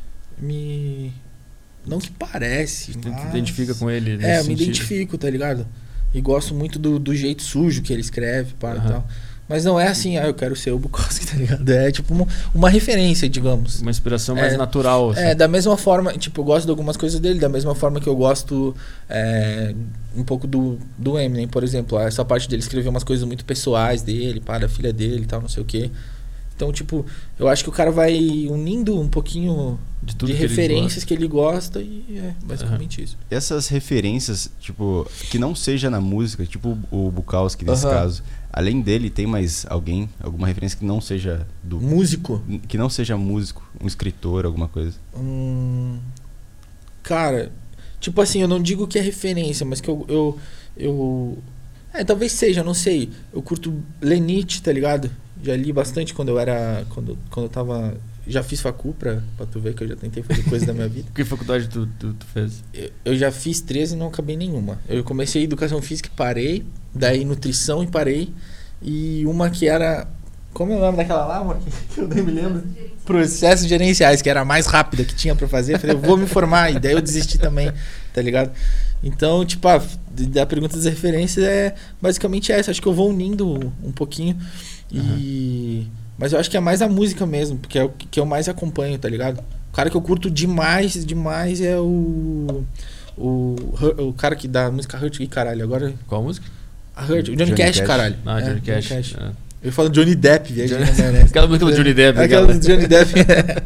Me... Não que parece, Você mas... te identifica com ele nesse É, eu me sentido. identifico, tá ligado? E gosto muito do, do jeito sujo que ele escreve, para uhum. e tal. Mas não é assim, ah, eu quero ser o Bukowski, tá ligado? É tipo uma, uma referência, digamos. Uma inspiração mais é, natural. Assim. É, da mesma forma, tipo, eu gosto de algumas coisas dele, da mesma forma que eu gosto é, um pouco do, do Eminem, por exemplo. Essa parte dele escrever umas coisas muito pessoais dele, para a filha dele e tal, não sei o quê. Então, tipo, eu acho que o cara vai unindo um pouquinho de, tudo de que referências ele que ele gosta e é basicamente uhum. isso. Essas referências, tipo, que não seja na música, tipo o Bukowski nesse uhum. caso, além dele, tem mais alguém, alguma referência que não seja do... Músico? Que não seja músico, um escritor, alguma coisa? Hum, cara, tipo assim, eu não digo que é referência, mas que eu... eu, eu é, talvez seja, não sei. Eu curto Lenite, tá ligado? Já li bastante quando eu era... Quando, quando eu tava... Já fiz facu pra, pra tu ver que eu já tentei fazer coisa da minha vida. Que faculdade tu, tu, tu fez? Eu, eu já fiz três e não acabei nenhuma. Eu comecei educação física e parei. Daí nutrição e parei. E uma que era... Como é o nome daquela lá, amor? Que eu nem me lembro. Processos gerenciais, que era a mais rápida que tinha pra fazer. Eu falei, eu vou me formar. E daí eu desisti também, tá ligado? Então, tipo, a, da pergunta das referências é basicamente essa. Acho que eu vou unindo um pouquinho. E... Uhum. Mas eu acho que é mais a música mesmo, porque é o que eu mais acompanho, tá ligado? O cara que eu curto demais, demais é o... O, o cara que dá a música Hurt e caralho. Agora... Qual a música? A Hurt, o Johnny, Johnny Cash, Cash, caralho. Ah, é, Johnny Cash. Johnny Cash. É. Eu falo Johnny Depp, viu? Johnny... Aquela música do Johnny Depp. Aquela do Johnny Depp.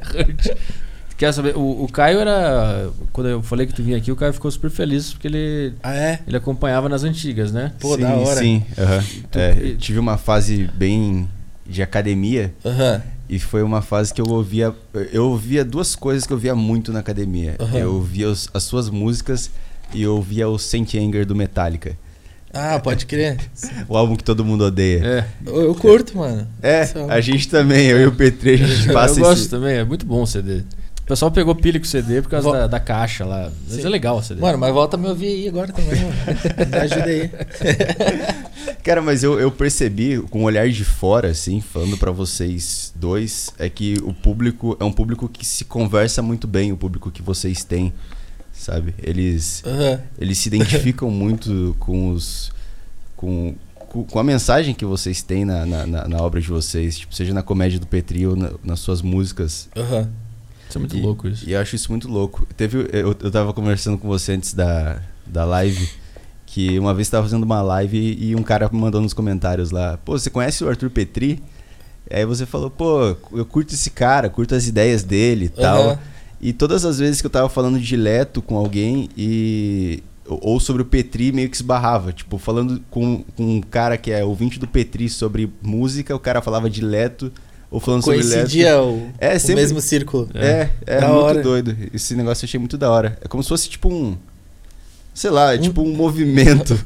Quer saber? O, o Caio era... Quando eu falei que tu vinha aqui, o Caio ficou super feliz porque ele... Ah, é? Ele acompanhava nas antigas, né? Pô, sim, da hora. Sim, uhum. tu... é, eu tive uma fase bem... de academia. Uhum. E foi uma fase que eu ouvia... Eu ouvia duas coisas que eu ouvia muito na academia. Uhum. Eu ouvia os, as suas músicas e eu ouvia o Saint Anger do Metallica. Ah, pode crer. O álbum que todo mundo odeia. É. Eu, eu curto, mano. É, Só... a gente também. Eu e o Petri, a gente passa Eu gosto esse... também, é muito bom o C D. O pessoal pegou pilha com o C D por causa Vol... da, da caixa lá. Mas Sim. é legal o C D. Mano, mas volta a me ouvir aí agora também, mano. Me ajuda aí. Cara, mas eu, eu percebi, com o olhar de fora, assim, falando pra vocês dois, é que o público é um público que se conversa muito bem, o público que vocês têm, sabe? Eles, uhum. eles se identificam muito com os... Com, com a mensagem que vocês têm na, na, na, na obra de vocês, tipo, seja na comédia do Petri ou na, nas suas músicas. Aham. Uhum. Isso é muito e, louco isso. E eu acho isso muito louco. Teve, eu, eu tava conversando com você antes da, da live, que uma vez você tava fazendo uma live e um cara mandou nos comentários lá, pô, você conhece o Arthur Petri? Aí você falou, pô, eu curto esse cara, curto as ideias dele e tal. Uhum. E todas as vezes que eu tava falando de Leto com alguém e... ou sobre o Petri, meio que esbarrava. Tipo, falando com, com um cara que é ouvinte do Petri sobre música, o cara falava de Leto, ou falando sobre Leto. Coincidia o, é, o sempre, mesmo círculo. É, é, é da muito hora. doido. Esse negócio eu achei muito da hora. É como se fosse tipo um... Sei lá, é tipo um movimento.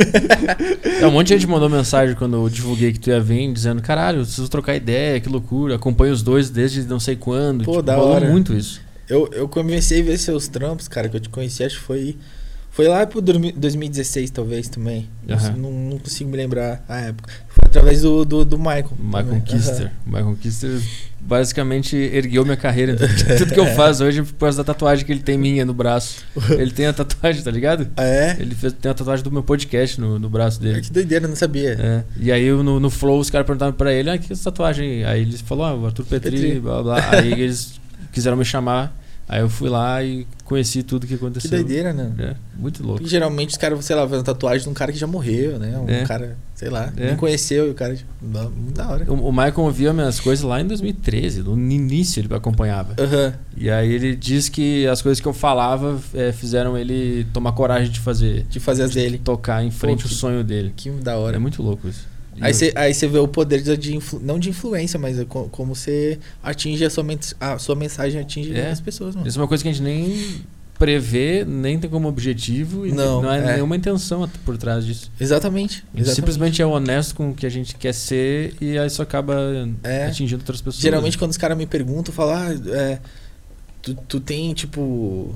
É, um monte de gente mandou mensagem quando eu divulguei que tu ia vir, dizendo, caralho, eu preciso trocar ideia, que loucura, acompanho os dois desde não sei quando. Pô, tipo, da rolou hora. muito isso. Eu, eu comecei a ver seus trampos, cara, que eu te conheci, acho que foi Foi lá pro dois mil e dezesseis, talvez, também. Uhum. Não, não consigo me lembrar a época. Foi através do, do, do Michael. Michael Kister. Uhum. Michael Kister basicamente ergueu minha carreira. Tudo que eu faço hoje é por causa da tatuagem que ele tem minha no braço. Ele tem a tatuagem, tá ligado? Ah, é? Ele fez, tem a tatuagem do meu podcast no, no braço dele. É, que doideira, eu não sabia. É. E aí no, no Flow os caras perguntaram pra ele, ah, que essa tatuagem? Aí ele falou, ah, o Arthur Petri, Petri. blá blá. Aí eles quiseram me chamar. Aí eu fui lá e conheci tudo que aconteceu. Que doideira, né? É, muito louco. Porque geralmente os caras, sei lá, fazem tatuagem de um cara que já morreu, né? Um é. cara, sei lá, é. nem conheceu e o cara... Muito da hora. O, o Michael ouvia minhas coisas lá em dois mil e treze, no início ele acompanhava. Uhum. E aí ele diz que as coisas que eu falava é, fizeram ele tomar coragem de fazer... De fazer as de dele. Tocar em frente Pô, que, o sonho dele. Que da hora. É muito louco isso. Aí você aí vê o poder de, de influ, não de influência, mas como você atinge a sua, a sua mensagem, atinge é. as pessoas, mano. Isso é uma coisa que a gente nem prevê, nem tem como objetivo e não, não é, é nenhuma intenção por trás disso. Exatamente. A gente simplesmente é honesto com o que a gente quer ser e aí isso acaba é. atingindo outras pessoas. Geralmente quando os caras me perguntam, falam, ah, é, tu, tu tem, tipo,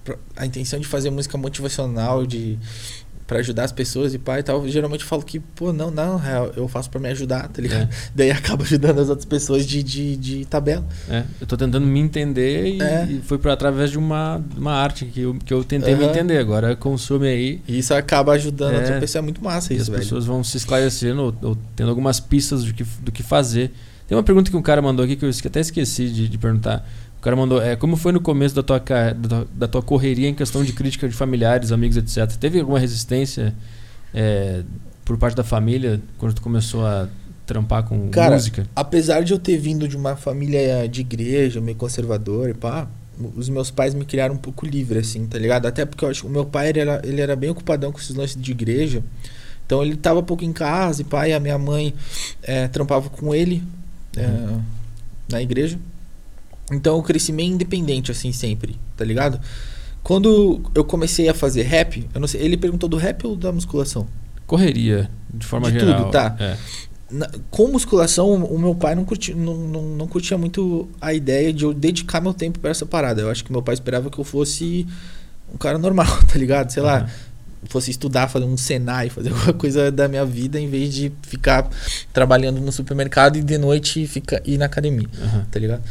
a intenção de fazer música motivacional, de... pra ajudar as pessoas e pá e tal, geralmente eu falo que, pô, não, não, eu faço pra me ajudar, tá ligado? É. Daí acaba ajudando as outras pessoas de, de, de tabela. É, eu tô tentando me entender e, é. e foi por através de uma, uma arte que eu, que eu tentei uhum. me entender, agora consome aí. E isso acaba ajudando é. a outra pessoa, é muito massa e isso, as velho. As pessoas vão se esclarecendo ou, ou tendo algumas pistas do que, do que fazer. Tem uma pergunta que um cara mandou aqui que eu até esqueci de, de perguntar. O cara mandou, é, como foi no começo da tua, da, da tua correria em questão de crítica de familiares, amigos, etcétera? Teve alguma resistência é, por parte da família quando tu começou a trampar com cara, música? Apesar de eu ter vindo de uma família de igreja, meio conservadora e pá, os meus pais me criaram um pouco livre, assim, tá ligado? Até porque eu acho que o meu pai, ele era, ele era bem ocupadão com esses lances de igreja. Então ele tava pouco em casa e pá, e a minha mãe é, trampava com ele é, uhum. na igreja. Então eu cresci meio independente, assim, sempre, tá ligado? Quando eu comecei a fazer rap, eu não sei, ele perguntou do rap ou da musculação? Correria, de forma de geral. Tudo, tá. É. Na, com musculação, o meu pai não curtia, não, não, não curtia muito a ideia de eu dedicar meu tempo pra essa parada. Eu acho que meu pai esperava que eu fosse um cara normal, tá ligado? Sei uhum. lá, fosse estudar, fazer um Senai, fazer alguma coisa da minha vida, em vez de ficar trabalhando no supermercado e de noite ficar, ir na academia, uhum. tá ligado?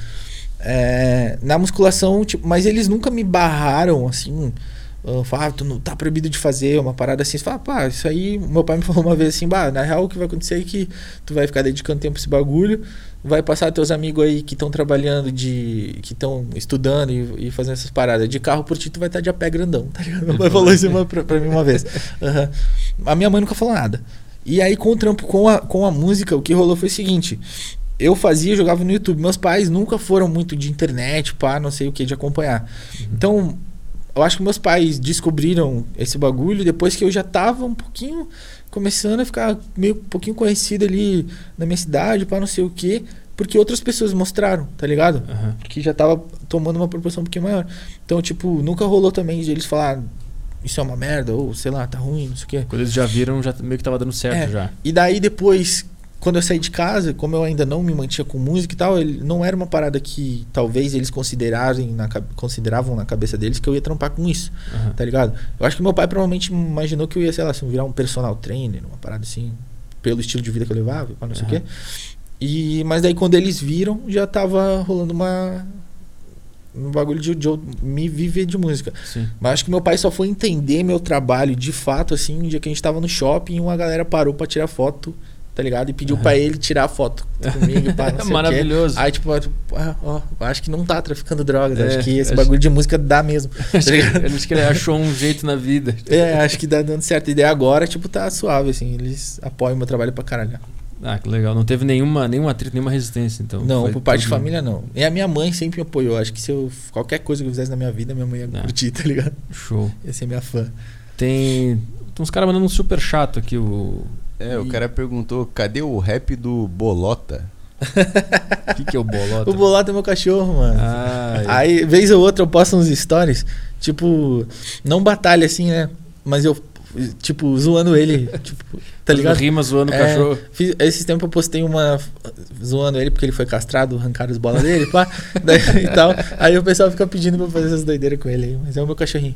É, na musculação, tipo, mas eles nunca me barraram, assim, uh, falaram, ah, tu não tá proibido de fazer uma parada assim. Você fala, pá, isso aí, meu pai me falou uma vez assim, bah, na real o que vai acontecer é que tu vai ficar dedicando tempo a esse bagulho, vai passar teus amigos aí que estão trabalhando, de que estão estudando e, e fazendo essas paradas de carro por ti, tu vai estar de a pé grandão, tá ligado? Meu pai falou isso uma, pra, pra mim uma vez. Uhum. A minha mãe nunca falou nada. E aí com o trampo, com a, com a música, o que rolou foi o seguinte... Eu fazia, jogava no YouTube. Meus pais nunca foram muito de internet, pá, não sei o que, de acompanhar. Uhum. Então, eu acho que meus pais descobriram esse bagulho depois que eu já tava um pouquinho começando a ficar meio um pouquinho conhecido ali na minha cidade, pá, não sei o que, porque outras pessoas mostraram, tá ligado? Uhum. Que já tava tomando uma proporção um pouquinho maior. Então, tipo, nunca rolou também de eles falar isso é uma merda, ou sei lá, tá ruim, não sei o que. Quando eles já viram, já meio que tava dando certo é. já. E daí depois... Quando eu saí de casa, como eu ainda não me mantinha com música e tal, ele não era uma parada que talvez eles considerassem na, consideravam na cabeça deles que eu ia trampar com isso, uhum. tá ligado? Eu acho que meu pai provavelmente imaginou que eu ia, sei lá, assim, virar um personal trainer, uma parada assim, pelo estilo de vida que eu levava, não sei o uhum. quê. E, mas daí quando eles viram, já tava rolando uma... um bagulho de, de eu me viver de música. Sim. Mas acho que meu pai só foi entender meu trabalho de fato, assim, um dia que a gente tava no shopping e uma galera parou pra tirar foto, tá ligado? E pediu uhum. pra ele tirar a foto comigo, pá, não sei maravilhoso. O quê. Aí, tipo, ah, ó, acho que não tá traficando drogas, é, acho que esse acho... bagulho de música dá mesmo. Acho, tá que, acho que ele achou um jeito na vida. É, acho que dá dando certo. E daí agora, tipo, tá suave, assim, eles apoiam meu trabalho pra caralho. Ah, que legal. Não teve nenhuma, nenhum atrito, nenhuma resistência, então. Não, por parte de família, não. E a minha mãe sempre me apoiou. Acho que se eu qualquer coisa que eu fizesse na minha vida, minha mãe ia ah, curtir, tá ligado? Show. Ia ser minha fã. Tem, tem uns caras mandando um super chato aqui, o... É, o cara perguntou, cadê o rap do Bolota? O que, que é o Bolota? O Bolota é meu cachorro, mano. Ah, aí, vez ou outra, eu posto uns stories, tipo, não batalha assim, né? Mas eu, tipo, zoando ele, tipo, tá ligado? Rima zoando o é, cachorro. Fiz, esse tempo eu postei uma zoando ele porque ele foi castrado, arrancaram as bolas dele, pá, daí, e tal. Aí o pessoal fica pedindo pra eu fazer essas doideiras com ele aí, mas é o meu cachorrinho.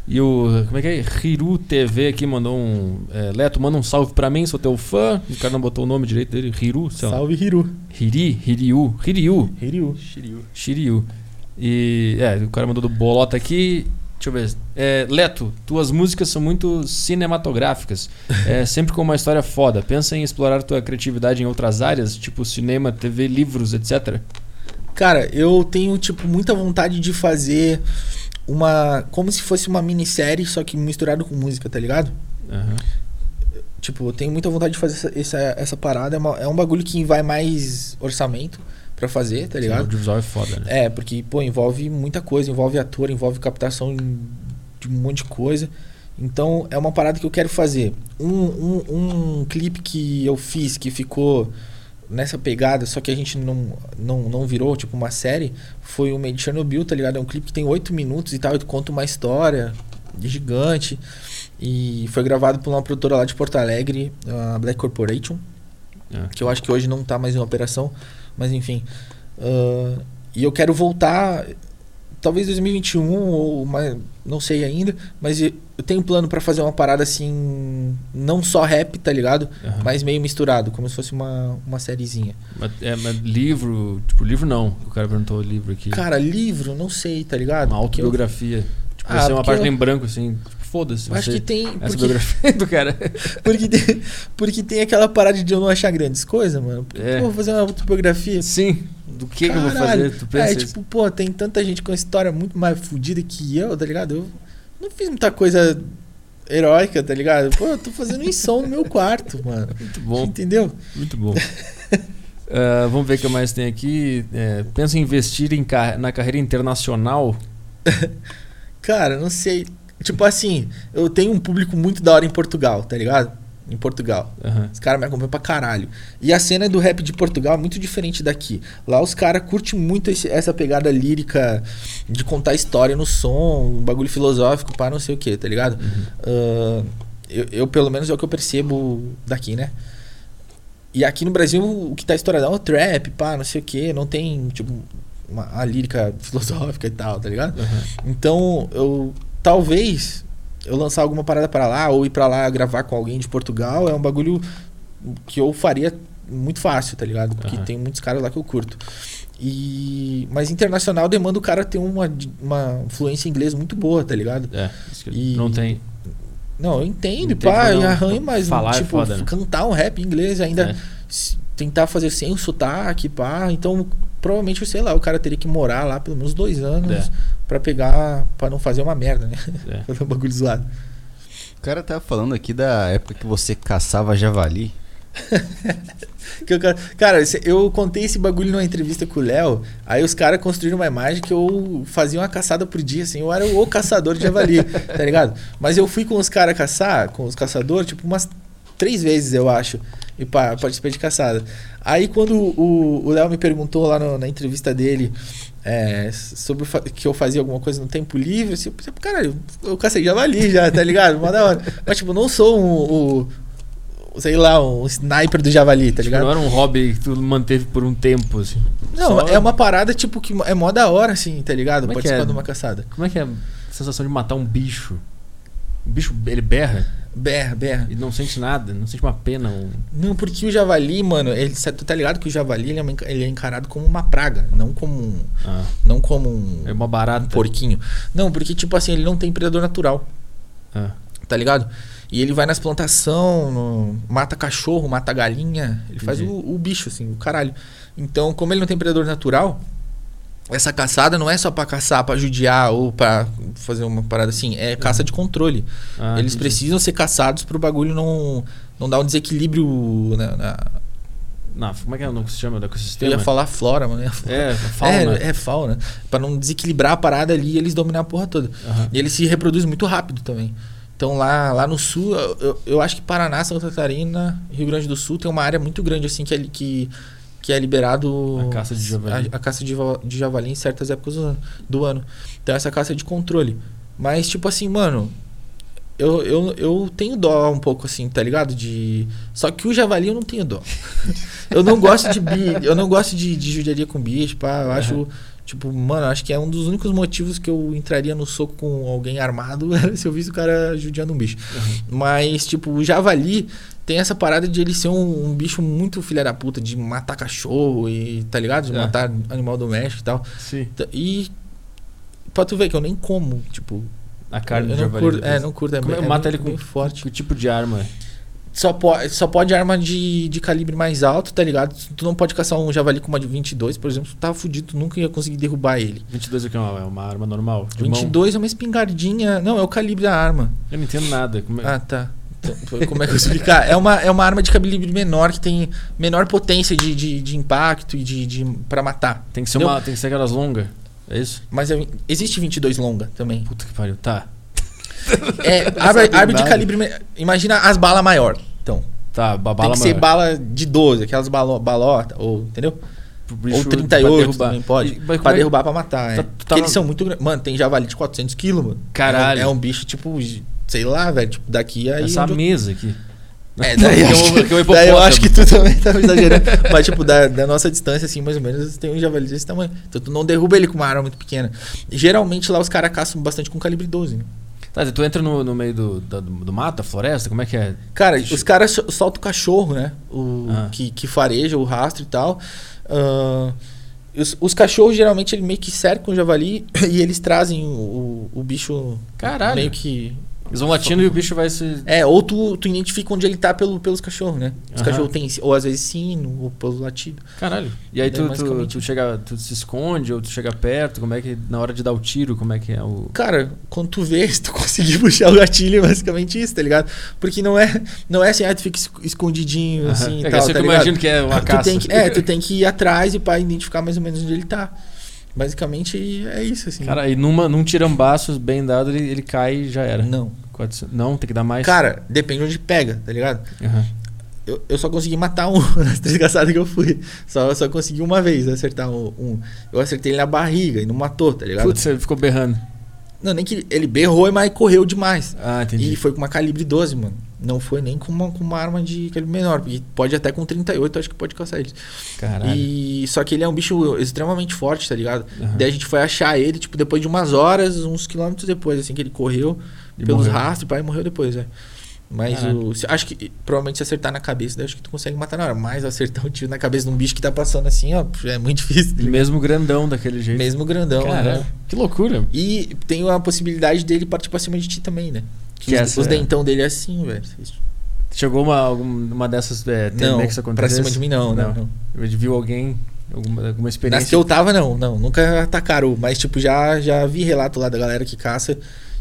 E o... Como é que é? Hiru T V aqui mandou um... É, Leto, manda um salve pra mim, sou teu fã. O cara não botou o nome direito dele. Hiru, sei lá. Salve, Hiru. Hiri, Hiryu. Hiryu. Hiryu. Shiryu. Shiryu. E... É, o cara mandou do Bolota aqui. Deixa eu ver. É, Leto, tuas músicas são muito cinematográficas. É, sempre com uma história foda. Pensa em explorar tua criatividade em outras áreas, tipo cinema, T V, livros, etcétera. Cara, eu tenho, tipo, muita vontade de fazer uma... Como se fosse uma minissérie, só que misturado com música, tá ligado? Uhum. Tipo, eu tenho muita vontade de fazer essa, essa, essa parada. É, uma, é um bagulho que vai mais orçamento pra fazer, tá ligado? O audiovisual é foda, né? É, porque, pô, envolve muita coisa. Envolve ator, envolve captação de um monte de coisa. Então, é uma parada que eu quero fazer. Um, um, um clipe que eu fiz que ficou... nessa pegada, só que a gente não, não, não virou, tipo, uma série, foi o Made Chernobyl, tá ligado? É um clipe que tem oito minutos e tal, e conta uma história gigante, e foi gravado por uma produtora lá de Porto Alegre, a Black Corporation, é. que eu acho que hoje não tá mais em operação, mas enfim. Uh, e eu quero voltar, talvez dois mil e vinte e um, ou mais, não sei ainda, mas eu tenho um plano pra fazer uma parada assim, não só rap, tá ligado? Uhum. Mas meio misturado, como se fosse uma, uma sériezinha. Mas, é, mas livro, tipo, livro não. O cara perguntou livro aqui. Cara, livro, não sei, tá ligado? Uma autobiografia. Eu... Tipo, ah, vai ser uma página eu... em branco, assim. Tipo, foda-se. Acho que tem. Essa porque... biografia do cara. porque, tem, porque tem aquela parada de eu não achar grandes coisas, mano. É. Pô, vou fazer uma autobiografia. Sim. Do que, que eu vou fazer? Tu pensa é, tipo, pô, tem tanta gente com história muito mais fodida que eu, tá ligado? Eu não fiz muita coisa heróica, tá ligado? Pô, eu tô fazendo em som no meu quarto, mano. Muito bom. Entendeu? Muito bom. uh, vamos ver o que mais tem aqui. É, pensa em investir em car- na carreira internacional? Cara, não sei. Tipo assim, eu tenho um público muito da hora em Portugal, tá ligado? Em Portugal. Uhum. Os caras me acompanham pra caralho. E a cena do rap de Portugal é muito diferente daqui. Lá os caras curtem muito esse, essa pegada lírica de contar história no som, um bagulho filosófico, pá, não sei o que, tá ligado? Uhum. Uh, eu, eu, pelo menos, é o que eu percebo daqui, né? E aqui no Brasil, o que tá estourado é o trap, pá, não sei o que. Não tem, tipo, uma, uma lírica filosófica e tal, tá ligado? Uhum. Então, eu... Talvez... eu lançar alguma parada pra lá, ou ir pra lá gravar com alguém de Portugal, é um bagulho que eu faria muito fácil, tá ligado? Porque uhum. tem muitos caras lá que eu curto. E... Mas internacional demanda o cara ter uma, uma fluência em inglês muito boa, tá ligado? É, isso que e... não tem. Não, eu entendo, não pá, e arranho, mas falar tipo, é foda, né? Cantar um rap em inglês, ainda é. tentar fazer sem o sotaque, pá. Então, provavelmente, sei lá, o cara teria que morar lá pelo menos dois anos é. pra pegar, pra não fazer uma merda, né? É. Fazer um bagulho zoado. O cara tá falando aqui da época que você caçava javali. que eu, cara, eu contei esse bagulho numa entrevista com o Léo. Aí os caras construíram uma imagem que eu fazia uma caçada por dia, assim. Eu era o caçador de javali, tá ligado? Mas eu fui com os caras caçar, com os caçadores, tipo, umas três vezes, eu acho. E pá, participei de caçada. Aí quando o Léo me perguntou lá no, na entrevista dele é, sobre que eu fazia alguma coisa no tempo livre, assim, eu pensei, caralho, eu cacei javali já, tá ligado? Mó da hora. Mas tipo, não sou um, um, sei lá, um sniper do javali, tá ligado? Tipo, não era um hobby que tu manteve por um tempo, assim. Não, Só... é uma parada tipo que é mó da hora, assim, tá ligado? Como é Participar é? de uma caçada. Como é que é a sensação de matar um bicho? O bicho, ele berra? Berra, berra. E não sente nada, não sente uma pena. Um... Não, porque o javali, mano, ele, tu tá ligado que o javali ele é, ele é encarado como uma praga, não como um. Ah. Não como um. É uma barata. Um porquinho. Não, porque, tipo assim, ele não tem predador natural. Ah. Tá ligado? E ele vai nas plantações, mata cachorro, mata galinha. Ele Entendi. faz o, o bicho, assim, o caralho. Então, como ele não tem predador natural, essa caçada não é só pra caçar, pra judiar ou pra fazer uma parada assim. É caça de controle. Ah, Eles entendi. precisam ser caçados pro bagulho não, não dar um desequilíbrio na, na... Não, como é que é o nome que se chama do ecossistema? Eu ia falar flora, mano. É, fauna. É, é fauna. Pra não desequilibrar a parada ali e eles dominar a porra toda. Uhum. E eles se reproduzem muito rápido também. Então lá, lá no sul, eu, eu acho que Paraná, Santa Catarina, Rio Grande do Sul tem uma área muito grande assim que é, que, que é liberado a caça de javali, a, a caça de, de javali em certas épocas do ano, do ano. Então essa caça é de controle. Mas tipo assim, mano, Eu, eu, eu tenho dó um pouco, assim, tá ligado? De... Só que o javali eu não tenho dó. Eu não gosto de bi... Eu não gosto de, de judiaria com bicho, pá. Eu acho, uhum. tipo, mano, acho que é um dos únicos motivos que eu entraria no soco com alguém armado era se eu visse o cara judiando um bicho. Uhum. Mas, tipo, o javali tem essa parada de ele ser um, um bicho muito filha da puta, de matar cachorro e, tá ligado? De é. matar animal doméstico e tal. Sim. E pra tu ver que eu nem como, tipo... A carne eu do não javali. Curto, é, não curto. É, Como é mata bem, ele com forte. Que tipo de arma? Só pode, só pode arma de, de calibre mais alto, tá ligado? Tu não pode caçar um javali com uma de vinte e dois, por exemplo, tu tava fudido, tu nunca ia conseguir derrubar ele. vinte e dois é o que? É uma arma normal? De vinte e dois mão? É uma espingardinha. Não, é o calibre da arma. Eu não entendo nada. Como é? Ah, tá. Então, como é que eu explicar? É uma, é uma arma de calibre menor, que tem menor potência de, de, de impacto e de, de, pra matar. Tem que ser, uma, tem que ser aquelas longas, é isso? Mas é, existe vinte e dois longa também. Puta que pariu, tá. É, arma, arma de calibre... Imagina as balas maior. Então, tá, bala tem que maior. ser bala de doze, aquelas balo, balotas, ou, entendeu? Ou trinta e oito também pode. E, pra é... derrubar, pra matar, é. Tá, tá Porque eles são muito grandes. Mano, tem javali de quatrocentos quilos, mano. Caralho. É um, é um bicho, tipo, sei lá, velho, tipo, daqui aí... Essa mesa eu... aqui. É, daí, eu, acho que, que daí eu acho que tu também tá exagerando. Mas, tipo, da, da nossa distância, assim, mais ou menos, tem um javali desse tamanho. Então, tu não derruba ele com uma arma muito pequena. E, geralmente, lá os caras caçam bastante com calibre doze, né? Tá, tu entra no, no meio do, do, do mato, da floresta, como é que é? Cara, os caras soltam o cachorro, né? O, ah. que, que fareja o rastro e tal. Uh, os, os cachorros, geralmente, eles meio que cercam o javali e eles trazem o, o bicho... Caralho. Meio que... Eles vão latindo e o bicho vai se... É, ou tu, tu identifica onde ele tá pelo, pelos cachorros, né? Os Uhum. cachorros têm, ou às vezes sino, ou pelo latido. Caralho. E aí tu, tu, tu chega, tu se esconde, ou tu chega perto, como é que... Na hora de dar o tiro, como é que é o... Cara, quando tu vê, se tu conseguir puxar o gatilho, é basicamente isso, tá ligado? Porque não é, não é assim, ah, tu fica escondidinho, assim, uhum. e é tal, que eu tá ligado? imagino que é uma tu caça. Tem que, é, tu tem que ir atrás e pra identificar mais ou menos onde ele tá. Basicamente é isso, assim. Cara, e numa, num tirambaço bem dado, ele, ele cai e já era. Não. quatrocentos Não, tem que dar mais. Cara, depende onde pega, tá ligado? Uhum. Eu, eu só consegui matar um nas três caçadas que eu fui. Só, só consegui uma vez acertar um, um. Eu acertei ele na barriga e não matou, tá ligado? Putz, ele ficou berrando. Não, nem que ele berrou, mas correu demais. Ah, entendi. E foi com uma calibre doze, mano. Não foi nem com uma, com uma arma de calibre menor. Porque pode até com trinta e oito, acho que pode caçar ele. Caralho. E, só que ele é um bicho extremamente forte, tá ligado? Uhum. Daí a gente foi achar ele, tipo, depois de umas horas, uns quilômetros depois, assim, que ele correu e pelos morreu. rastros, e pai morreu depois, é. Mas o, acho que provavelmente se acertar na cabeça, daí acho que tu consegue matar na hora. Mas acertar um tiro na cabeça de um bicho que tá passando assim, ó, é muito difícil. E mesmo grandão daquele jeito. Mesmo grandão, cara. Né? Que loucura. E tem a possibilidade dele partir pra cima de ti também, né? Que, que os, essa, os dentão é. dele é assim, velho. Chegou uma, uma dessas é, não, que isso pra cima de mim não, não, não. não. Viu alguém, alguma, alguma experiência? Nas que eu tava não, não, nunca atacaram. Mas tipo, já, já vi relato lá da galera que caça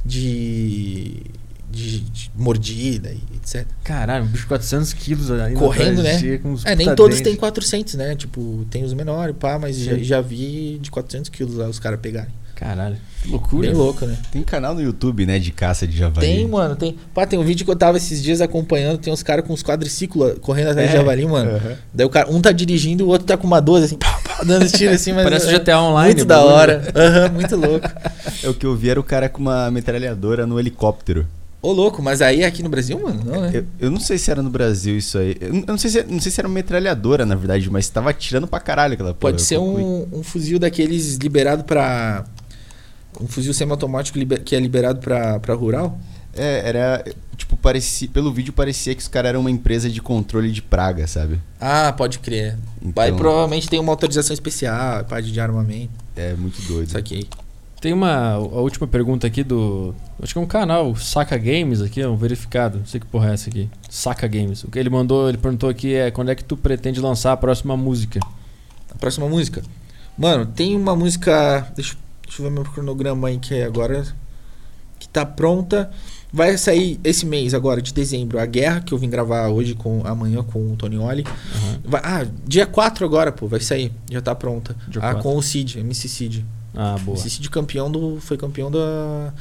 de... De, de mordida e etcétera. Caralho, um bicho de quatrocentos quilos ainda correndo, né? Com é, nem todos têm quatrocentos, né? Tipo, tem os menores, pá, mas já, já vi de quatrocentos quilos lá os caras pegarem. Caralho, que loucura. Bem louco, né? Tem canal no YouTube, né, de caça de javali. Tem, mano, tem. Pá, tem um vídeo que eu tava esses dias acompanhando, tem uns caras com os quadriciclos correndo atrás é. de javali, mano. Uhum. Daí o cara, um tá dirigindo, o outro tá com uma doze, assim, pá, pá, dando tiro assim, mas... Parece o G T A Online. Muito da hora. Aham, uhum, muito louco. É o que eu vi, era o cara com uma metralhadora no helicóptero. Ô, louco, mas aí é aqui no Brasil, mano? Não, né? Eu, eu não sei se era no Brasil isso aí. Eu não sei se, não sei se era uma metralhadora, na verdade, mas tava atirando pra caralho aquela porra. Pode ser um, um fuzil daqueles liberado pra... Um fuzil semiautomático liber, que é liberado pra, pra rural? É, era... Tipo, parecia, pelo vídeo parecia que os caras eram uma empresa de controle de praga, sabe? Ah, pode crer. Então, aí provavelmente tem uma autorização especial, parte de armamento. É, muito doido. Isso aqui. Tem uma a última pergunta aqui do... Acho que é um canal, Saca Games aqui, é um verificado. Não sei que porra é essa aqui. Saca Games. O que ele mandou, ele perguntou aqui é quando é que tu pretende lançar a próxima música? A próxima música? Mano, tem uma música... Deixa, deixa eu ver meu cronograma aí que é agora... Que tá pronta. Vai sair esse mês agora, de dezembro, A Guerra, que eu vim gravar hoje, com amanhã com o Tonioli. Uhum. Vai, ah, dia quatro agora, pô, vai sair. Já tá pronta. Ah, com o Cid, M C Cid. Ah, boa. Esse Cid campeão do, foi campeão da,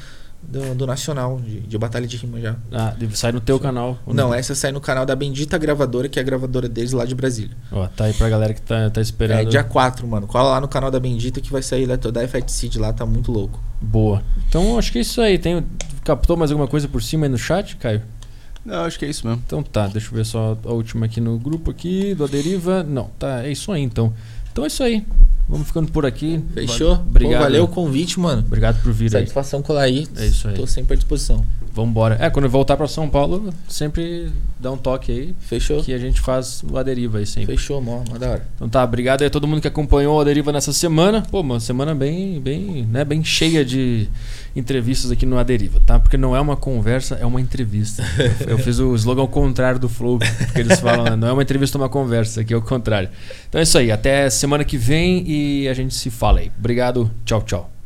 do, do Nacional, de, de Batalha de Rima já. Ah, sai no teu Sim. canal. Não, não, essa sai no canal da Bendita Gravadora, que é a gravadora deles lá de Brasília. Ó, tá aí pra galera que tá, tá esperando. É dia quatro, mano. Cola lá no canal da Bendita que vai sair Letodai Faticide lá, tá muito louco. Boa. Então acho que é isso aí. Tem, captou mais alguma coisa por cima aí no chat, Caio? Não, acho que é isso mesmo. Então tá, deixa eu ver só a última aqui no grupo aqui, do Aderiva. Não, tá, é isso aí então. Então é isso aí. Vamos ficando por aqui. Fechou? Obrigado. Pô, valeu o convite, mano. Obrigado por vir. Satisfação aí. colar aí. É isso aí. Tô sempre à disposição. Vambora. É, quando eu voltar pra São Paulo, sempre dá um toque aí. Fechou. Que a gente faz o Aderiva aí sempre. Fechou, mó, mó da hora. Então tá, obrigado aí a todo mundo que acompanhou o Aderiva nessa semana. Pô, uma semana bem, bem, né, bem cheia de entrevistas aqui no Aderiva, tá? Porque não é uma conversa, é uma entrevista. Eu, eu fiz o slogan ao contrário do Flow, porque eles falam, né? Não é uma entrevista, é uma conversa, aqui é o contrário. Então é isso aí, até semana que vem e a gente se fala aí. Obrigado, tchau, tchau.